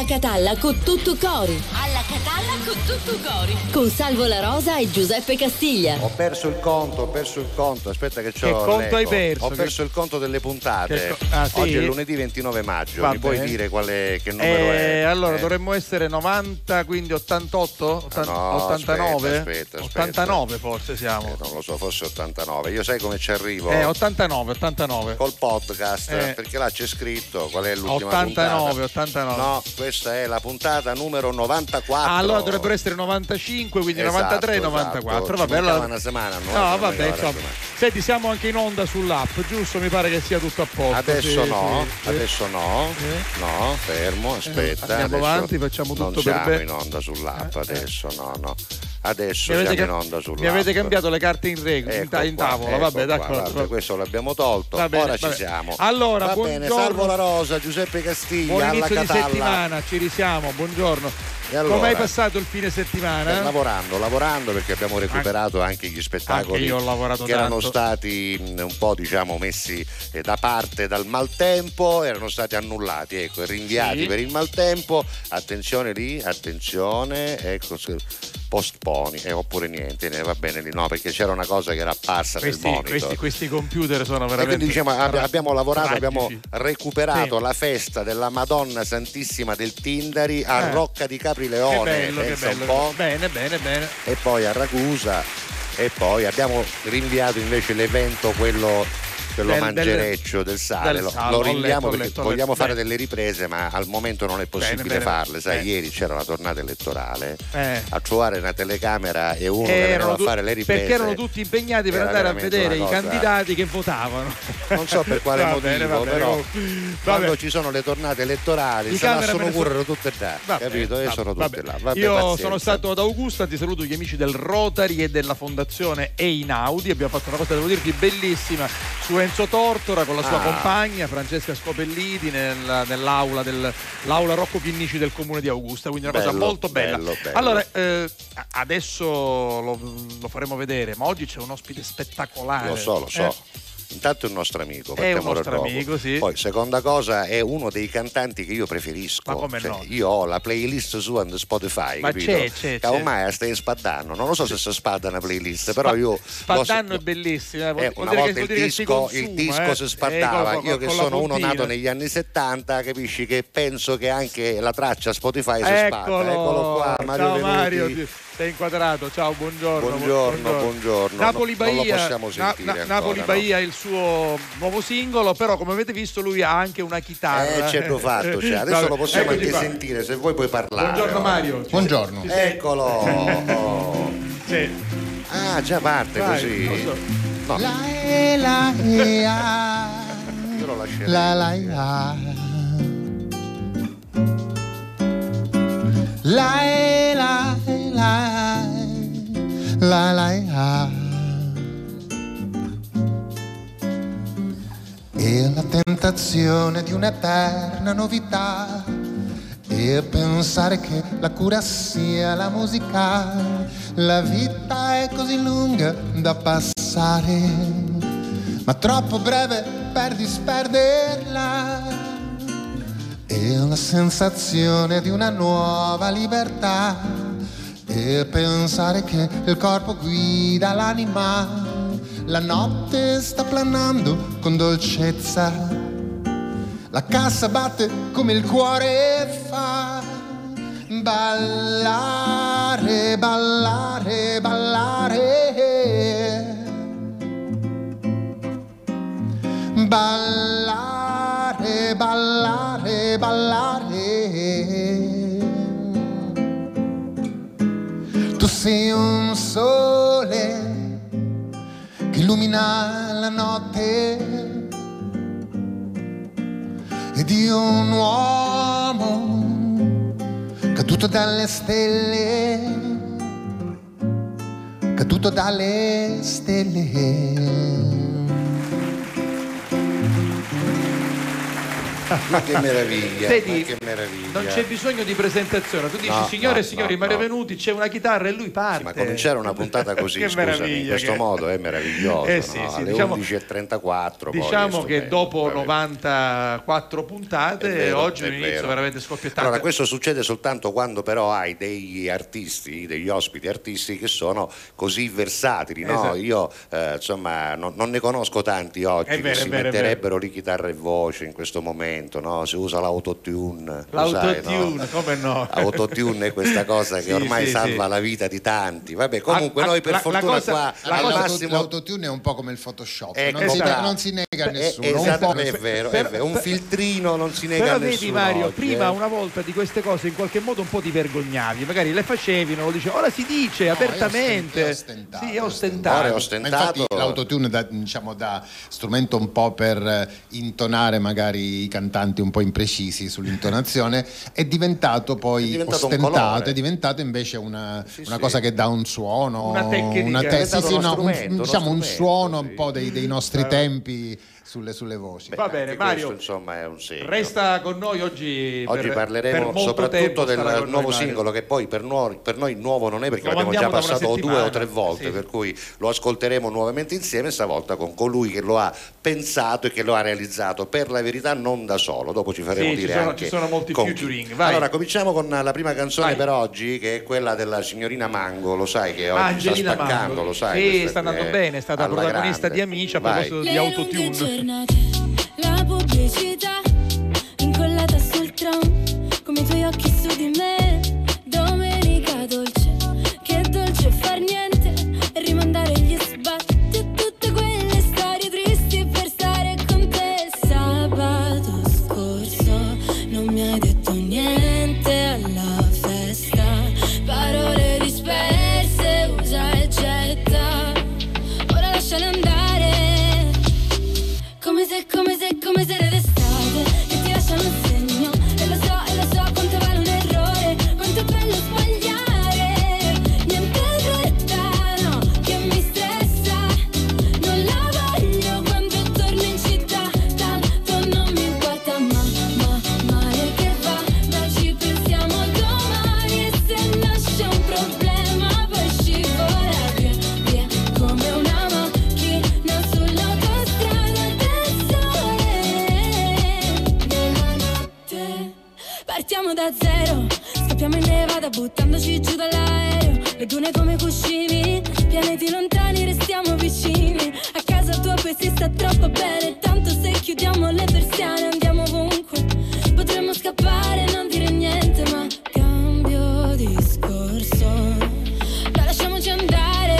Catalla con tutto cori. Alla Catalla con tutto cori. Con Salvo La Rosa e Giuseppe Castiglia. Ho perso il conto. Aspetta che c'ho. Che conto hai perso? Ho perso il conto delle puntate. Sì? Oggi è lunedì 29 maggio. Va Mi puoi bene. dire che numero è? Allora dovremmo essere 90, quindi 88? No, 89? aspetta. 89 forse siamo. Non lo so, forse 89. Io sai come ci arrivo? 89. Col podcast, perché là c'è scritto qual è l'ultima 89. No, questa è la puntata numero 94. Allora dovrebbero essere 95, quindi Esatto, 93, 94. Esatto. Vabbè, allora... una settimana. No, vabbè, insomma. Senti, siamo anche in onda sull'app, giusto? Mi pare che sia tutto a posto. Adesso no. No, fermo, aspetta. Andiamo avanti, facciamo tutto non per siamo bene. in onda sull'app, adesso no. Adesso siamo in onda sull'app. Mi avete cambiato le carte in regola, in tavola, vabbè, d'accordo. Vabbè, questo l'abbiamo tolto, ora ci siamo. Allora, va buongiorno. bene, Salvo La Rosa, Giuseppe Castiglia, buon alla inizio di Catalla. settimana, ci risiamo, buongiorno. Allora, come hai passato il fine settimana? Lavorando perché abbiamo recuperato anche gli spettacoli anche io ho lavorato che erano stati un po' messi da parte dal maltempo, erano stati annullati, e rinviati per il maltempo. Attenzione lì, ecco, postponi oppure niente, va bene lì, no, perché c'era una cosa che era apparsa nel monitor. Questi computer sono veramente, e quindi diciamo abbiamo lavorato, tragici. abbiamo recuperato la festa della Madonna Santissima del Tindari a Rocca di Caprileone, che bello. un po'. Bene. E poi a Ragusa, e poi abbiamo rinviato invece l'evento quello mangereccio del sale, lo rinviamo perché vogliamo fare delle riprese, ma al momento non è possibile farle, sai. Ieri c'era la tornata elettorale, a trovare una telecamera e uno che veniva a fare le riprese, perché erano tutti impegnati per andare a vedere i candidati che votavano, non so per quale motivo, però quando ci sono le tornate elettorali se la sono correre tutte là, capito? E sono tutte là. Io sono stato ad Augusta, ti saluto gli amici del Rotary e della fondazione Einaudi, abbiamo fatto una cosa, devo dirti, bellissima su Enzo Tortora con la sua compagna Francesca Scopelliti nell'aula l'aula Rocco Chinnici del comune di Augusta, quindi una cosa molto bella. Bello. Allora adesso lo faremo vedere, ma oggi c'è un ospite spettacolare. Lo so. Intanto è un nostro amico, è un nostro amico, sì. Poi seconda cosa, è uno dei cantanti che io preferisco. Ma come no? Io ho la playlist sua su Spotify, ma capito? c'è. Ormai stai spaddando, non lo so se si spadda una playlist, però io spaddanno è bellissima. Una volta il disco si spaddava. Io che sono uno nato negli anni 70, capisci che penso che anche la traccia Spotify si spadda. Eccolo qua, Mario. Sei inquadrato, ciao, buongiorno. Napoli Bahia, non lo possiamo sentire Napoli Bahia è il suo nuovo singolo, però come avete visto lui ha anche una chitarra. Certo fatto, adesso lo possiamo anche sentire, se vuoi puoi parlare. Buongiorno Mario. Buongiorno. Eccolo. Sì. Ah, già parte così. No. Io lo lascerei. E la tentazione di un'eterna novità, e pensare che la cura sia la musica. La vita è così lunga da passare, ma troppo breve per disperderla. E la sensazione di una nuova libertà, e pensare che il corpo guida l'anima. La notte sta planando con dolcezza, la cassa batte come il cuore fa. Ballare, ballare, ballare. Ballare, ballare, ballare. Tu sei un sole che illumina la notte, ed io un uomo caduto dalle stelle, caduto dalle stelle. Ma che meraviglia, Vedi, che meraviglia. Non c'è bisogno di presentazione, tu dici No, signore e no, signori, no, Mario no. Venuti, c'è una chitarra e lui parte. Sì, ma cominciare una puntata così, Che scusami, meraviglia, in questo modo è meraviglioso, sì, no? sì, Alle diciamo, 11:34 diciamo poi che dopo 94 puntate vero, oggi è un è inizio vero. veramente scoppiettante. Allora, questo succede soltanto quando però hai degli artisti, degli ospiti artisti che sono così versatili, no? Esatto. Io insomma non ne conosco tanti oggi È vero, che è si vero, è metterebbero lì chitarra e voce in questo momento, no? Si usa l'autotune. lo sai, L'autotune, no? come no? Autotune è questa cosa che Sì, ormai sì, salva sì. la vita di tanti. Vabbè, comunque noi per la fortuna cosa- qua la al cosa- massimo L'autotune è un po' come il Photoshop, Ecco, non si nega a nessuno. esatto, un po'. è vero, è vero. Un filtrino non si nega Però a vedi nessuno Mario, oggi, prima una volta di queste cose in qualche modo un po' ti vergognavi, magari le facevi, non lo dicevi, ora si dice apertamente. è ostentato, Sì, è Ora è ostentato. Ma ostentato. infatti l'autotune da strumento un po' per intonare magari i cantanti un po' imprecisi sull'intonazione è diventato poi È diventato un ostentato, colore. è diventato invece una Sì. cosa che dà un suono, Una tecnica, è sì, diventato sì, uno no, strumento, diciamo un strumento, suono sì. un po' dei nostri tempi sulle voci. Va bene, Anche Mario, questo, insomma, è un segno. resta con noi oggi. Oggi per parleremo molto soprattutto tempo del starà con nuovo noi, Mario. singolo, che poi per noi nuovo non è, perché Lo l'abbiamo già mandiamo da una passato 2 o settimana, 3 volte, sì. per cui lo ascolteremo nuovamente insieme, stavolta con colui che lo ha pensato e che lo ha realizzato, per la verità non da solo. Dopo ci faremo Sì, dire ci anche sono molti con chi. featuring, vai. Allora cominciamo con la prima canzone Vai. per oggi, che è quella della signorina Mango. Lo sai che oggi Angelina sta spaccando, Mango. lo sai, Sì, questa sta andando è bene, è stata alla protagonista grande. di Amici a Vai. proposito di Le autotune. lunghe giornate, la pubblicità incollata sul tram, come i tuoi occhi su di me. Domenica dolce, che dolce far niente e rimandare gli sbatti a tutte quelle storie tristi per stare con te. Sabato scorso non mi hai detto niente alla festa, parole disperse, usa e getta. Ora lasciale andare, come se era d'estate, che ti lasciano un segno. E lo so quanto vale un errore, quanto è bello sbagliare. Niente fretta, no, che mi stressa. Non la voglio quando torno in città, tanto non mi importa, male che va. Ma ci pensiamo domani, e se nasce un problema poi scivola via, come una macchina sull'autostrada del sole nella notte. Partiamo da zero, scappiamo in Nevada buttandoci giù dall'aereo. Le dune come cuscini, pianeti lontani restiamo vicini. A casa tua poi si sta troppo bene, tanto se chiudiamo le persiane andiamo ovunque. Potremmo scappare e non dire niente, ma cambio discorso. Dai, lasciamoci andare,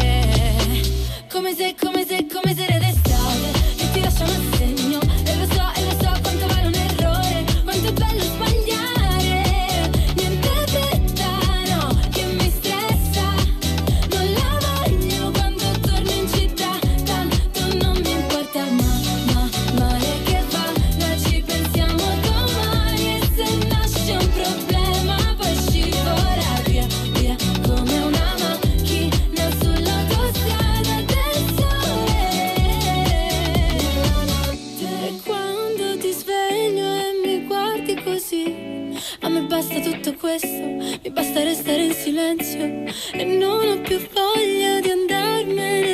come se era d'estate, che ti lasciano il segno. E lo so quanto vale un errore, quanto è bello sbagliare. Niente fretta, no, che mi stressa. Non la voglio quando torno in città, tanto non mi importa, male che va. Noi ci pensiamo domani, e se nasce un problema poi scivola via, come una macchina sull'autostrada del sole nella notte. E quando ti sveglio e mi guardi così, a me basta tutto questo, mi basta restare in silenzio e non ho più voglia di andarmene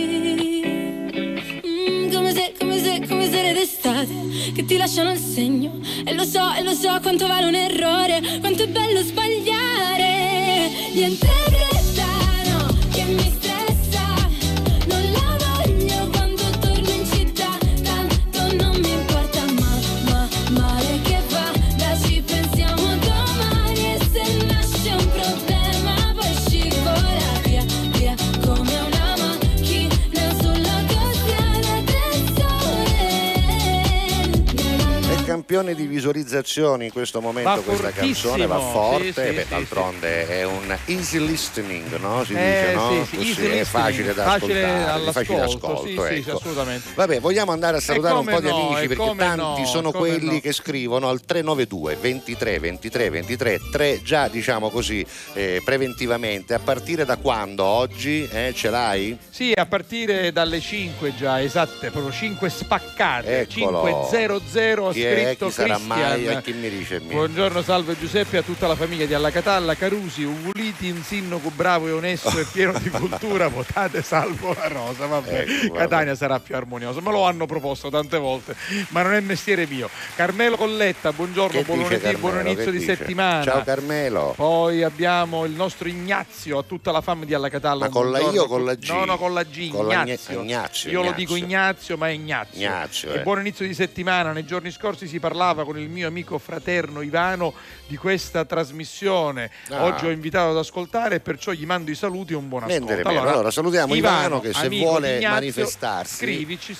via. Come se era d'estate, che ti lasciano il segno. E lo so quanto vale un errore, quanto è bello sbagliare. Niente fretta, no, che mi stressa. Non la voglio quando torno in città, tanto non mi importa, male che va. Dai, ci pensiamo domani, e se nasce un problema poi scivola via, come una macchina sull'autostrada del sole nella notte. campione milioni di visualizzazioni in questo momento. Questa canzone va forte, d'altronde è un easy listening, no? Si dice, no? Sì, è facile da ascoltare, facile ascolto, sì, ecco. assolutamente. Vabbè, vogliamo andare a salutare un po' di no, amici, perché tanti sono quelli che scrivono al 392 23 23 23 3, già diciamo così preventivamente. A partire da quando? Oggi ce l'hai? Sì, a partire dalle 5 già, esatte, proprio 5 spaccate. Eccolo. 500 ha scritto chi sarà Cristian. mai? Chi mi dice? Buongiorno, salve Giuseppe, a tutta la famiglia di Alla Catalla, Carusi, Uvuliti, un sindaco bravo e onesto e pieno di cultura, votate Salvo La Rosa. Vabbè, ecco, Catania sarà più armonioso, me lo hanno proposto tante volte, ma non è mestiere mio. Carmelo Colletta, buongiorno, buon lunedì, buon inizio di settimana. Ciao Carmelo. Poi abbiamo il nostro Ignazio, a tutta la fama di Alla Catalla. Ma con la I o con la G? No, con la G, con Ignazio. Io lo dico Ignazio, ma è Ignazio. E buon inizio di settimana. Nei giorni scorsi si parlava con il mio amico fraterno Ivano di questa trasmissione. Oggi ho invitato ad ascoltare e perciò gli mando i saluti e un buon ascolto. Allora salutiamo Ivano che se vuole Ignazio, manifestarsi scrivici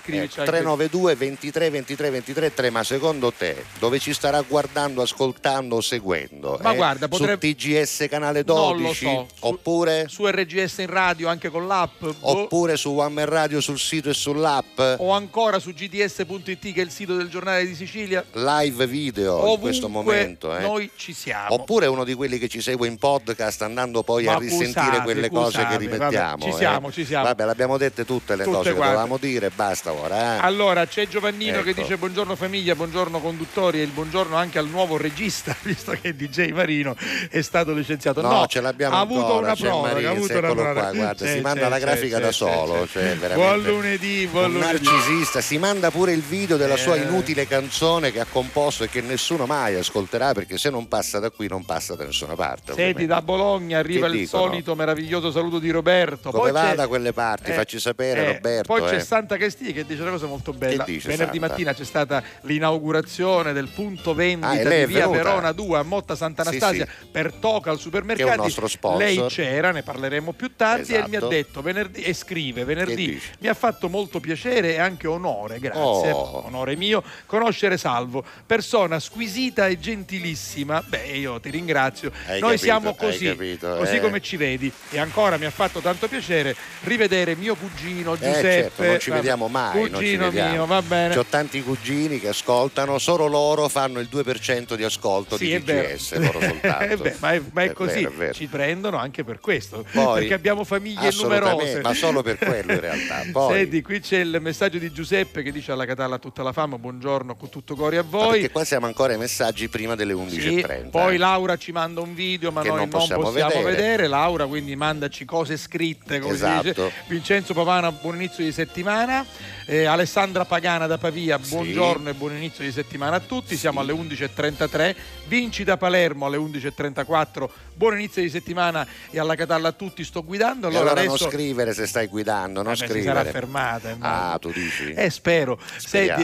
392 23 23 23 3. Ma secondo te dove ci starà guardando, ascoltando o seguendo? Ma guarda, su TGS canale 12? Non lo so. Oppure su RGS in radio anche con l'app? Oppure su One Man Radio sul sito e sull'app? O ancora su gts.it, che è il sito del Giornale di Sicilia? Live video ovunque in questo momento. Noi ci siamo. Oppure uno di quelli che ci segue in podcast, andando poi a risentire quelle cose che ripetiamo. Vabbè, ci siamo. Vabbè, l'abbiamo dette tutte le cose che dovevamo dire, basta ora. Allora c'è Giovannino che dice buongiorno famiglia, buongiorno conduttori e il buongiorno anche al nuovo regista, visto che DJ Marino è stato licenziato. No, ce l'abbiamo ha ancora, avuto una proroga, qua, guarda, si manda la grafica da solo. Cioè, buon lunedì, un narcisista, si manda pure il video della sua inutile canzone che ha composto e che nessuno mai ascolterà, perché se non passa da qui non passa da nessuna parte. Senti, da Bologna arriva il solito meraviglioso saluto di Roberto. Come va da quelle parti? Facci sapere, Roberto. Poi c'è Santa Castiglia che dice una cosa molto bella. Venerdì mattina c'è stata l'inaugurazione del punto vendita di via Verona 2 a Motta Sant'Anastasia per Toca al supermercato. Che è un nostro sponsor. Lei c'era, ne parleremo più tardi, e mi ha detto venerdì, e scrive venerdì, mi ha fatto molto piacere e anche onore, grazie, onore mio, conoscere Salvo, persona squisita e gentilissima. Beh, io ti ringrazio. Noi siamo così, così come ci vedi. E ancora mi ha fatto tanto piacere rivedere mio cugino Giuseppe. Certo, non ci vediamo mai. Cugino mio, va bene. C'ho tanti cugini che ascoltano, solo loro fanno il 2% di ascolto di TGS, loro soltanto. ma è così, è vero. ci prendono anche per questo, Poi, perché abbiamo famiglie numerose. Ma solo per quello in realtà. Poi, senti, qui c'è il messaggio di Giuseppe che dice: Alla Catalla a tutta la fama, buongiorno con tutto cuore a voi. Perché qua siamo ancora ai messaggi prima delle 11:30. Poi Laura ci manda un video, ma che noi non possiamo vedere. Laura, quindi mandaci cose scritte, come si dice. Vincenzo Pavana, buon inizio di settimana. Alessandra Pagana da Pavia, buongiorno e buon inizio di settimana a tutti. Siamo alle 11:33. Vinci da Palermo alle 11:34. Buon inizio di settimana e Alla Catalla a tutti. Sto guidando. Allora adesso non scrivere se stai guidando, non scrivere. Si sarà fermata. Tu dici? Spero. Senti,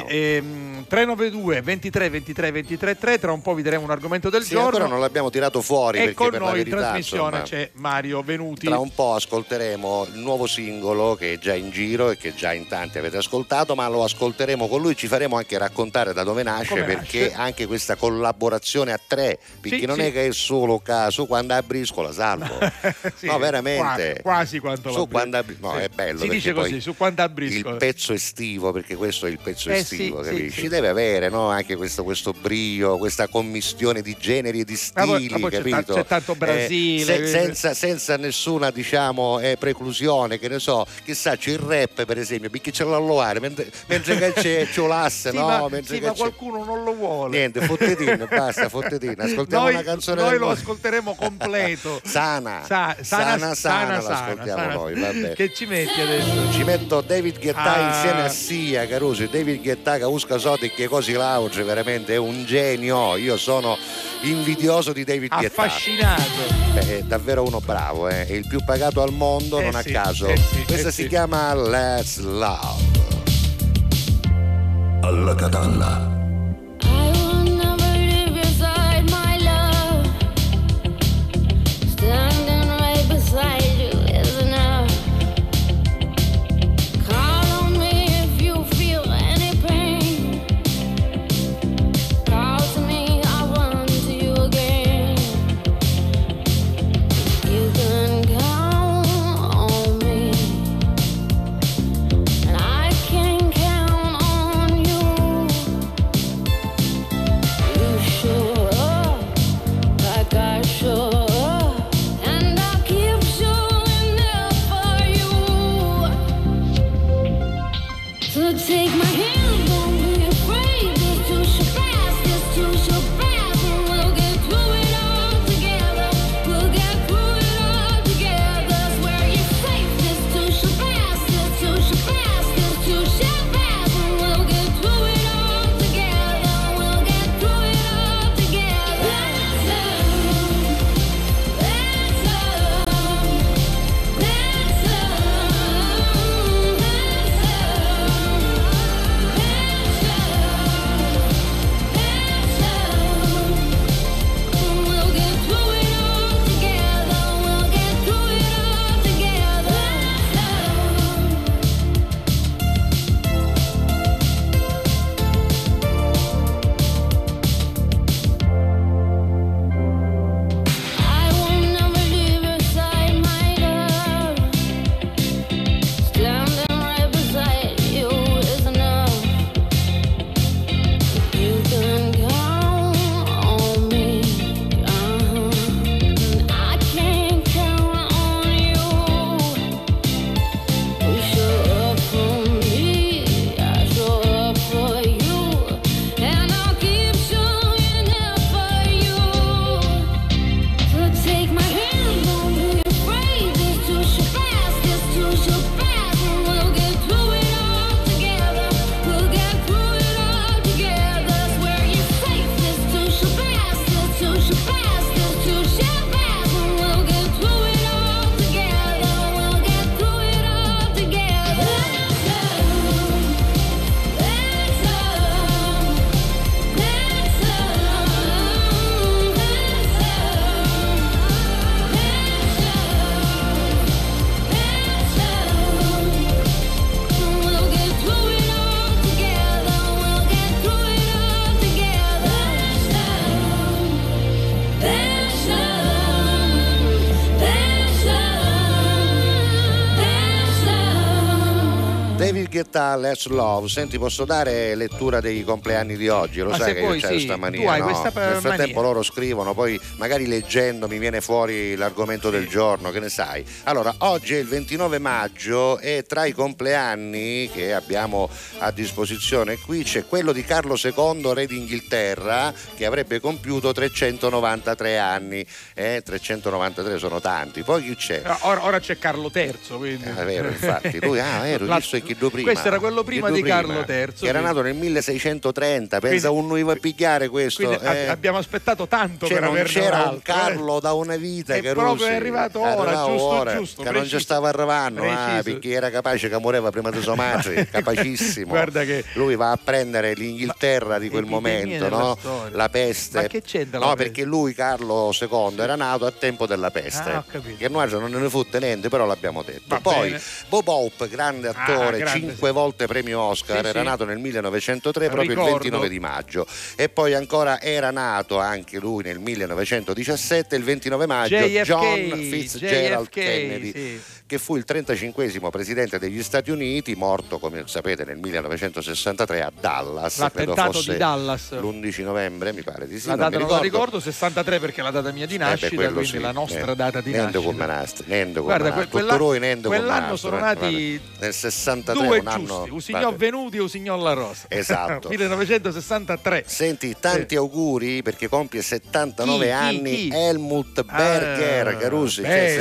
392 23 23 23 3. Tra un po' vi daremo un argomento del giorno. Ancora non l'abbiamo tirato fuori, e perché con per noi la verità, in trasmissione insomma, c'è Mario Venuti. Tra un po' ascolteremo il nuovo singolo che è già in giro e che già in tanti avete ascoltato, ma lo ascolteremo con lui. Ci faremo anche raccontare da dove nasce, perché anche questa collaborazione a tre, perché non è che è solo caso quando a Briscola, Salvo. No, veramente. Quasi quanto su quando è bello. Si dice così, su quando a Briscola. Il pezzo estivo, perché questo è il pezzo estivo, capisci? Deve avere, no, anche questo brio, questa commistione di generi e di stili, poi capito? C'è tanto Brasile. Senza nessuna, diciamo, preclusione, che ne so, chissà, c'è il rap, per esempio, perché ce l'ha all'oare, mentre che c'è l'asse, no? Ma qualcuno non lo vuole. Niente, fottetino, basta, fottetino. Ascoltiamo una canzone. Noi lo ascolteremo completo. Sana, l'ascoltiamo noi, vabbè. Che ci metti adesso? Ci metto David Guetta insieme a Sia, Caruso. David Guetta che usca soti che così lounge, veramente è un genio. Io sono invidioso di David Guetta. Affascinato. È davvero uno bravo, è il più pagato al mondo, non a caso. Questa si chiama Let's Love. Alla Catalla. Call Marietta Let's Love. Senti, posso dare lettura dei compleanni di oggi? Lo sai che io c'ho questa mania, tu hai no? questa Nel frattempo mania. loro scrivono, poi magari leggendo mi viene fuori l'argomento del giorno, che ne sai? Allora, oggi è il 29 maggio e tra i compleanni che abbiamo a disposizione qui c'è quello di Carlo II, re d'Inghilterra, che avrebbe compiuto 393 anni. 393 sono tanti. Poi chi c'è? Ora c'è Carlo III, quindi. È vero, infatti. Lui, visto chi prima. Questo era quello prima di Carlo III. Che era nato nel 1630, pensa uno iva a pigliare questo. Abbiamo aspettato tanto cioè, per non averne c'era un altro, un Carlo da una vita che proprio è arrivato ora, giusto, che non ci stava arrivando, perché era capace che moreva prima di sua madre, capacissimo. Guarda che lui va a prendere l'Inghilterra di quel momento, no? La peste. Ma che c'entra? No, perché lui, Carlo II, era nato a tempo della peste. Che noi non ne fotte niente, però l'abbiamo detto. Poi Bob Hope, grande attore, 5 volte premio Oscar, era nato nel 1903, proprio il 29 di maggio. E poi ancora era nato anche lui nel 1917, il 29 maggio, John Fitzgerald Kennedy, che fu il 35esimo presidente degli Stati Uniti, morto, come sapete, nel 1963 a Dallas. L'attentato di Dallas, l'11 novembre, mi pare di sì. La data non la ricordo, 63 perché è la data mia di nascita, quindi la nostra data di nascita. Guarda, quell'anno sono nati nel 63 due un anno, giusti, un signor Venuti e un signor La Rosa. Esatto. 1963. Senti, tanti auguri perché compie 79 anni Helmut Berger, Carusi,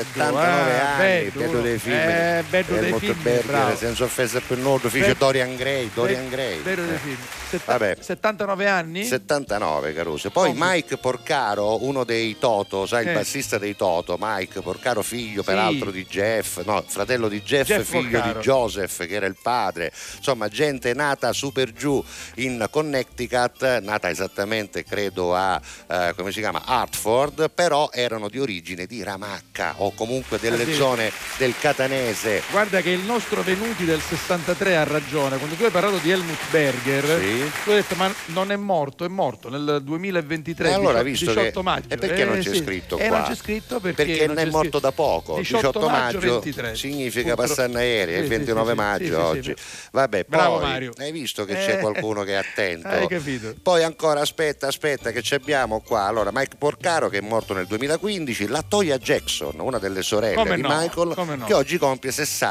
79 anni, bello dei film. Helmut Berger, senza offesa per noi, figlio Dorian Gray. Bello dei film. Vabbè. 79 anni? 79, Caruso. Poi Mike Porcaro, uno dei Toto, sai, il bassista dei Toto, Mike Porcaro, figlio peraltro di fratello di Jeff figlio Porcaro. di Joseph, che era il padre. Insomma, gente nata super giù in Connecticut, nata esattamente credo a come si chiama, Hartford, però erano di origine di Ramacca o comunque delle zone del Catanese. Guarda che il nostro Venuti del 63 ha ragione, quando tu hai parlato di Helmut Berger, tu hai detto ma non è morto, è morto nel 2023, allora, 18 maggio. E perché non c'è scritto qua? Non c'è scritto perché non è morto da poco. 18 maggio 23. Significa passare in aereo, è il 29 maggio oggi. Vabbè, bravo poi Mario. Hai visto che c'è qualcuno che è attento. Hai capito. Poi ancora aspetta che ci abbiamo qua. Allora, Mike Porcaro, che è morto nel 2015, la Toya Jackson, una delle sorelle di Michael, che oggi compie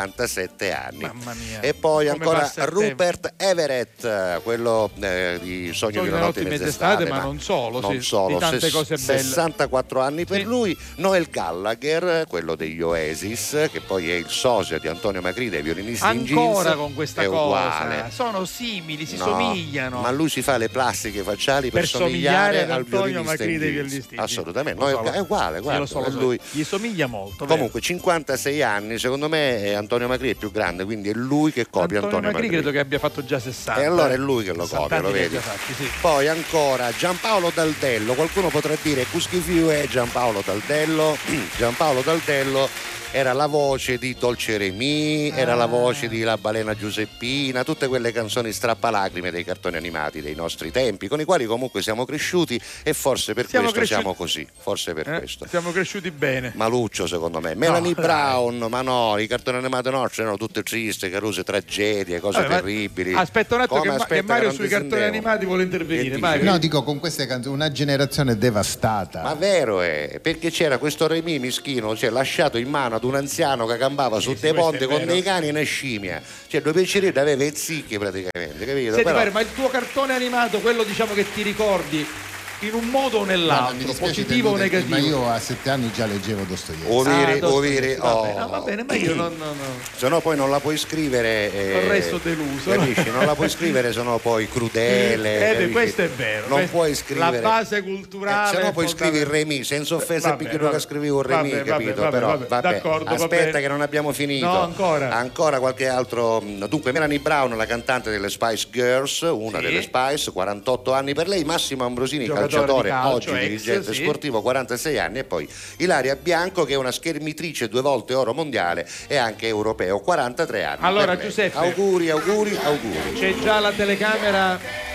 67 anni. Mamma mia. E poi ancora Rupert Everett, quello di Sogno di una notte in mezz'estate, ma non solo, di tante cose belle. 64 anni per lui. Noel Gallagher, quello degli Oasis, che poi è il socio di Antonio Macri dei violinisti in jeans. Ancora con questa cosa, uguale. Sono simili, si somigliano. Ma lui si fa le plastiche facciali per somigliare al Antonio Macri dei violinisti. Assolutamente, è uguale, lui. Gli somiglia molto. Comunque 56 anni, secondo me Antonio Macri è più grande, quindi è lui che copia Antonio Macri. Credo che abbia fatto già 60. E allora è lui che lo copia, lo vedi? Poi ancora Giampaolo Daldello, qualcuno potrà dire Cuschifiu è Giampaolo Daldello. Giampaolo Daldello era la voce di Dolce Remì, era la voce di La balena Giuseppina, tutte quelle canzoni strappalacrime dei cartoni animati dei nostri tempi, con i quali comunque siamo cresciuti e forse per questo siamo così, forse per questo. Siamo cresciuti bene. Maluccio secondo me. Melanie Brown, ma no, i cartoni animati nostri erano tutte tristi, Caruse, tragedie, cose terribili. Aspetta un attimo che Mario sui cartoni animati vuole intervenire. Mario. No, dico, con queste canzoni una generazione devastata. Ma vero è, perché c'era questo Remì mischino, cioè lasciato in mano ad un anziano che campava su dei ponti con dei cani e una scimmia, cioè due piaceri aveva i zicchi praticamente, capito? Senti, ma il tuo cartone animato, quello diciamo che ti ricordi in un modo o nell'altro, positivo o negativo? Ma io a 7 anni già leggevo Dostoevskij. Oviri. Va bene, ma io non. Se no poi non la puoi scrivere. Resto deluso. Capisci? Non la puoi scrivere, se no poi crudele. Questo è vero. Non puoi scrivere. La base culturale. Se no poi scrivi il Remì, senza offesa a Picchino che scrivevo il Remì, capito? Però vabbè. D'accordo, aspetta che non abbiamo finito. No, ancora qualche altro. Dunque, Melanie Brown, la cantante delle Spice Girls, una delle Spice, 48 anni per lei. Massimo Ambrosini, calciatore, oggi dirigente sportivo, 46 anni. E poi Ilaria Bianco, che è una schermitrice 2 volte oro mondiale e anche europeo, 43 anni. Allora Giuseppe, auguri. C'è già la telecamera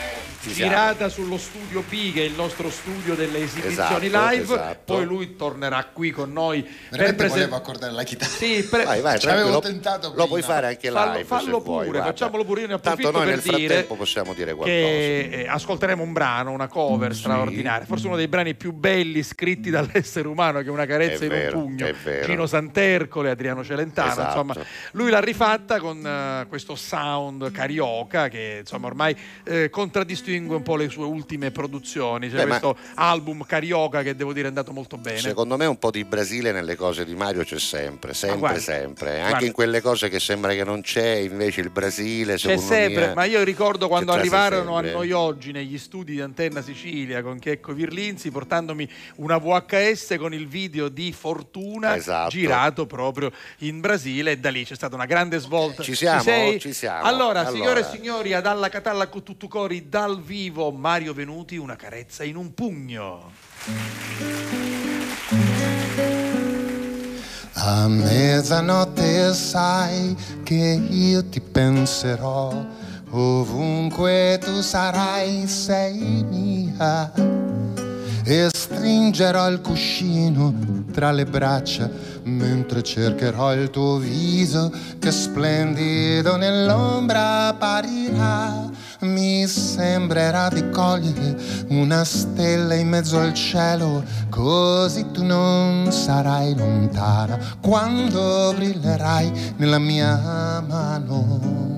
girata sullo studio B, che è il nostro studio delle esibizioni live. Esatto. Poi lui tornerà qui con noi. Volevo accordare la chitarra. Sì, vai, ci avevo tentato prima. Lo puoi fare anche live. Fallo pure, vuoi, facciamolo pure. Io ne approfitto tanto noi per nel frattempo dire possiamo dire qualcosa. che ascolteremo un brano, una cover straordinaria, forse uno dei brani più belli scritti dall'essere umano, che è Una carezza in un pugno. Gino Santercole, Adriano Celentano, esatto. Insomma, lui l'ha rifatta con questo sound carioca che insomma ormai contraddistingue un po' le sue ultime produzioni. C'è questo album carioca che devo dire è andato molto bene. Secondo me un po' di Brasile nelle cose di Mario c'è sempre. Anche in quelle cose che sembra che non c'è, invece il Brasile c'è sempre. Ma io ricordo quando arrivarono a noi oggi negli studi di Antenna Sicilia con Checco Virlinzi, portandomi una VHS con il video di Fortuna, esatto, girato proprio in Brasile, e da lì c'è stata una grande svolta. Ci siamo? Allora, signore e signori, ad Alla Catalla con tutto cori dal vivo, Mario Venuti, Una carezza in un pugno. A mezzanotte sai che io ti penserò, ovunque tu sarai sei mia, e stringerò il cuscino tra le braccia mentre cercherò il tuo viso che splendido nell'ombra apparirà. Mi sembrerà di cogliere una stella in mezzo al cielo, così tu non sarai lontana quando brillerai nella mia mano.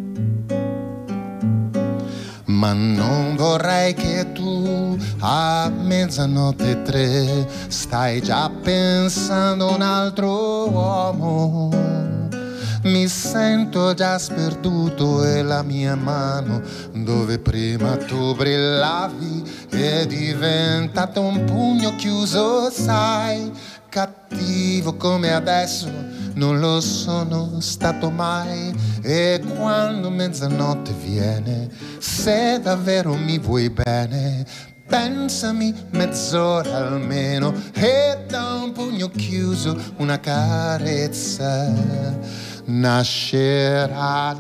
Ma non vorrei che tu a mezzanotte 3 stai già pensando a un altro uomo. Mi sento già sperduto e la mia mano, dove prima tu brillavi, è diventato un pugno chiuso, sai. Cattivo come adesso non lo sono stato mai. E quando mezzanotte viene, se davvero mi vuoi bene, pensami mezz'ora almeno, e da un pugno chiuso una carezza nascerà.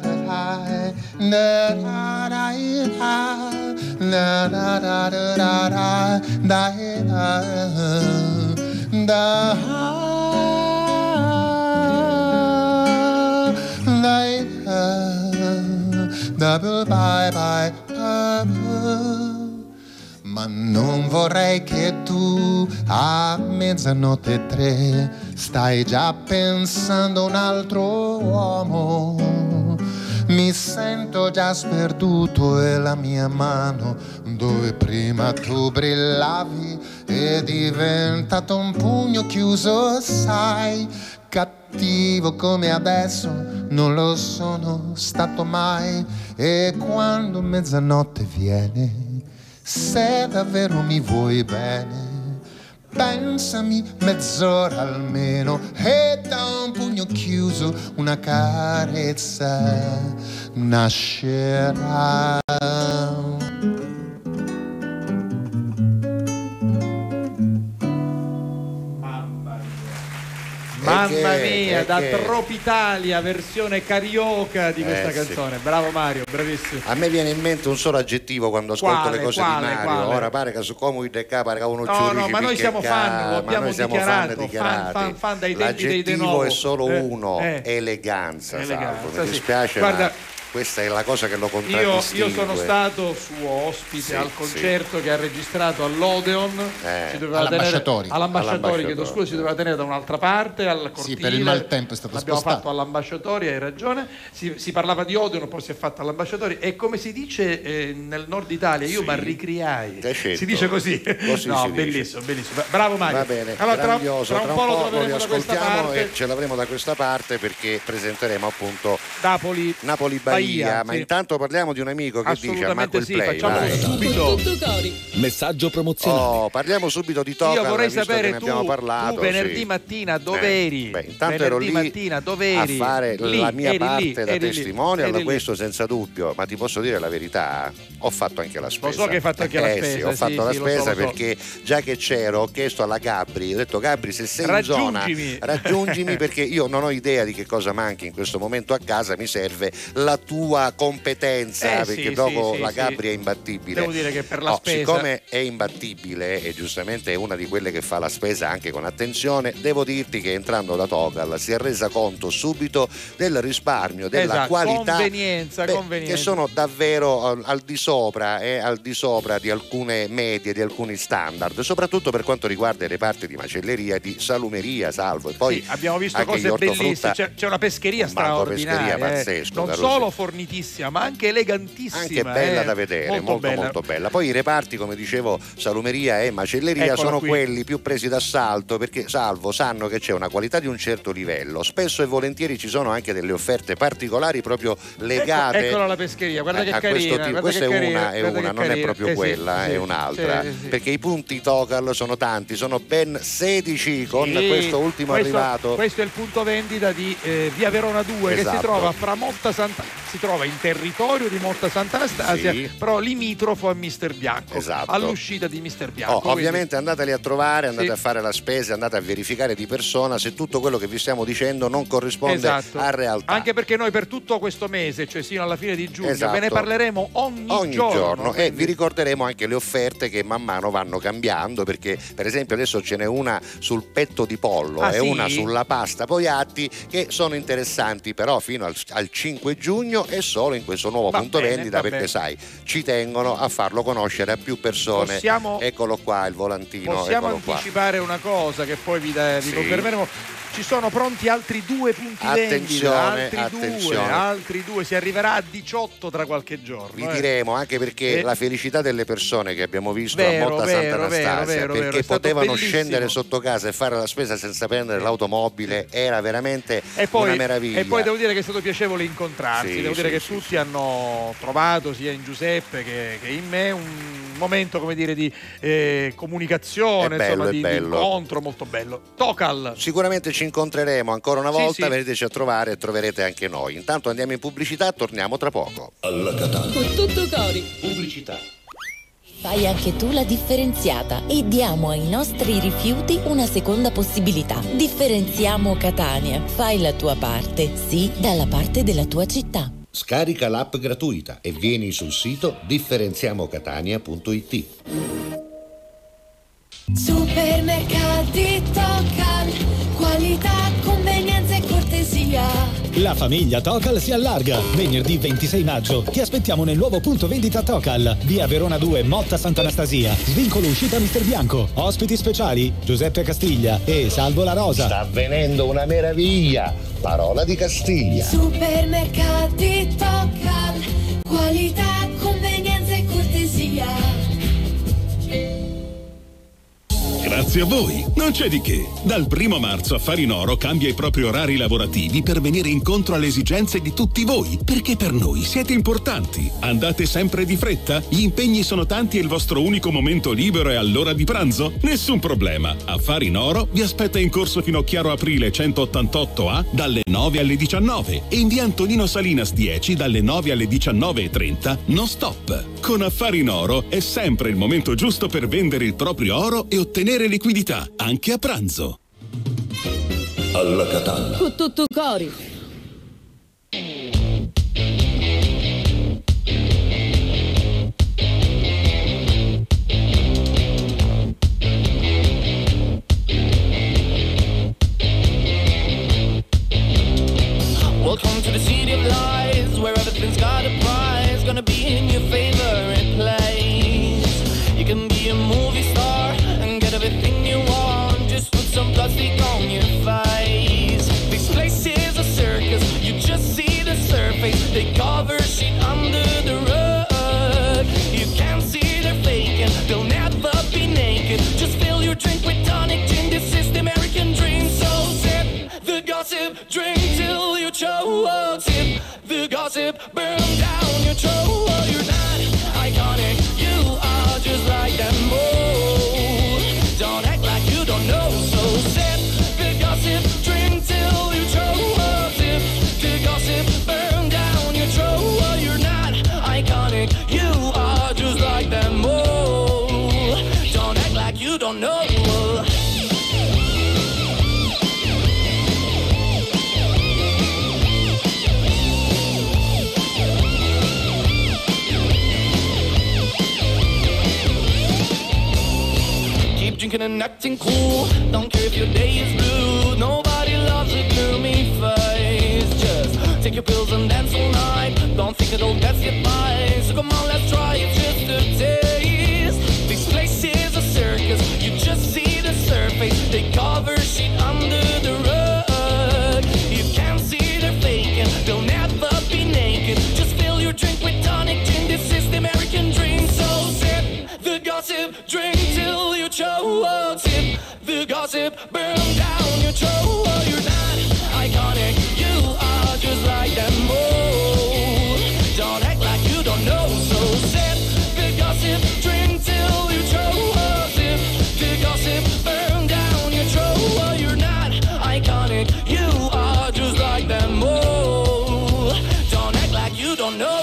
Ma non vorrei che tu a mezzanotte 3 stai già pensando a un altro uomo. Mi sento già sperduto e la mia mano, dove prima tu brillavi, è diventato un pugno chiuso, sai. Cattivo come adesso non lo sono stato mai. E quando mezzanotte viene, se davvero mi vuoi bene, pensami mezz'ora almeno, e da un pugno chiuso una carezza nascerà. Mamma mia, da Tropitalia, versione carioca di questa canzone. Sì. Bravo Mario, bravissimo. A me viene in mente un solo aggettivo quando ascolto le cose di Mario. Quale? Ora pare che su come pare che uno no, ma noi siamo fan, lo abbiamo dichiarato. Fan dai tempi dei De Novo. L'aggettivo è solo uno, eleganza. Salvo. Mi dispiace, guarda, questa è la cosa che lo contraddistingue. Io sono stato suo ospite al concerto che ha registrato all'Odeon, all'ambasciatori, chiedo scusa, si doveva tenere da un'altra parte, al cortile. Sì, per il maltempo è stato l'abbiamo spostato. Fatto all'ambasciatori, hai ragione. Si parlava di Odeon, poi si è fatto all'ambasciatori, e come si dice nel nord Italia, io mi ricriai. Si dice così. No, bellissimo, bellissimo. Bravo Mario. Va bene, allora, grandioso. Tra un po' lo troveremo da questa parte. E ce l'avremo da questa parte perché presenteremo appunto Napoli-Bahia. Ma intanto parliamo di un amico che dice a Marco il Play. Facciamolo subito. Messaggio promozionale. Parliamo subito di Tocal. Io vorrei sapere ne abbiamo parlato, tu venerdì mattina dove eri? Intanto ero lì mattina, dove eri? A fare la mia parte da testimonial, questo senza dubbio, ma ti posso dire la verità, ho fatto anche la spesa. Lo so che hai fatto anche la spesa. Sì, ho fatto la spesa perché già che c'ero ho chiesto alla Gabri, ho detto Gabri, se sei in zona raggiungimi perché io non ho idea di che cosa manchi in questo momento a casa, mi serve la tua competenza, perché dopo la Gabri è imbattibile. Devo dire che per la spesa, siccome è imbattibile e giustamente è una di quelle che fa la spesa anche con attenzione, devo dirti che entrando da Tocal si è resa conto subito del risparmio, della qualità, convenienza. che sono davvero al di sopra di alcune medie, di alcuni standard, soprattutto per quanto riguarda i reparti di macelleria, di salumeria, Salvo. E poi abbiamo visto cose bellissime, c'è una pescheria straordinaria, pazzesco, non solo fornitissima ma anche elegantissima, anche bella da vedere, molto bella. Poi i reparti, come dicevo, salumeria e macelleria, sono quelli più presi d'assalto, perché Salvo sanno che c'è una qualità di un certo livello, spesso e volentieri ci sono anche delle offerte particolari proprio legate. Eccola la pescheria, guarda che carina, questa è una, non è proprio quella, è un'altra, perché i punti Tocal sono tanti, sono ben 16 con questo ultimo arrivato. Questo è il punto vendita di via Verona 2, che si trova si trova in territorio di Motta Sant'Anastasia, però limitrofo a Mister Bianco, all'uscita di Mister Bianco. Ovviamente andateli a trovare, andate a fare la spesa, andate a verificare di persona se tutto quello che vi stiamo dicendo non corrisponde a realtà. Anche perché noi per tutto questo mese, cioè sino alla fine di giugno, ve ne parleremo ogni giorno e vi ricorderemo anche le offerte che man mano vanno cambiando, perché per esempio adesso ce n'è una sul petto di pollo e una sulla pasta Poiatti che sono interessanti, però fino al 5 giugno e solo in questo nuovo punto vendita, perché sai, ci tengono a farlo conoscere a più persone. Eccolo qua il volantino. Possiamo anticipare una cosa che poi vi confermeremo. Ci sono pronti altri 2 punti vendita, altri due, si arriverà a 18 tra qualche giorno. Vi diremo, anche perché la felicità delle persone che abbiamo visto a Motta Sant'Anastasia, perché potevano scendere sotto casa e fare la spesa senza prendere l'automobile, era veramente una meraviglia. E poi devo dire che è stato piacevole incontrarsi, devo dire che tutti hanno trovato, sia in Giuseppe che in me, un momento, come dire, di comunicazione, di incontro molto bello. Tocal. Sicuramente ci incontreremo ancora una volta, veniteci a trovare e troverete anche noi. Intanto andiamo in pubblicità, torniamo tra poco. Alla Catalla. Con tutto cori. Pubblicità. Fai anche tu la differenziata e diamo ai nostri rifiuti una seconda possibilità. Differenziamo Catania. Fai la tua parte, sì, dalla parte della tua città. Scarica l'app gratuita e vieni sul sito differenziamocatania.it. Supermercati Tocal, qualità, convenienza e cortesia. La famiglia Tocal si allarga. Venerdì 26 maggio ti aspettiamo nel nuovo punto vendita Tocal, via Verona 2, Motta Sant'Anastasia. Svincolo uscita Mister Bianco. Ospiti speciali Giuseppe Castiglia e Salvo La Rosa. Sta avvenendo una meraviglia. Parola di Castiglia. Supermercati Tocal, qualità, convenienza e cortesia. Grazie a voi, non c'è di che. Dal 1 marzo Affari in Oro cambia i propri orari lavorativi per venire incontro alle esigenze di tutti voi, perché per noi siete importanti. Andate sempre di fretta? Gli impegni sono tanti e il vostro unico momento libero è all'ora di pranzo? Nessun problema. Affari in Oro vi aspetta in corso Finocchiaro Aprile 188A dalle 9 alle 19 e in via Antonino Salinas 10 dalle 9 alle 19:30 non stop. Con Affari in Oro è sempre il momento giusto per vendere il proprio oro e ottenere liquidità, anche a pranzo. Alla Catalla. Con tutto cori. Welcome to the city of lies, where everything's got a prize, gonna be in your favorite place. You can be a movie star and get everything you want, just put some plastic on your face. These places are and acting cool. Don't care if your day is blue. Nobody loves a gloomy face. Just take your pills and dance all night. Don't think it'll get you by. So come on, let's try it just a taste. This place is a circus. You just see the surface. They cover shit under the rug. You can't see they're faking. They'll never be naked. Just fill your drink with tonic gin. This is the American dream. So sip the gossip, drink till you choke. Sip the gossip, burn down your throat. You're not iconic, you are just like them all. Don't act like you don't know. So sip the gossip, drink till you choke. Sip the gossip, burn down your throat. You're not iconic, you are just like them all. Don't act like you don't know.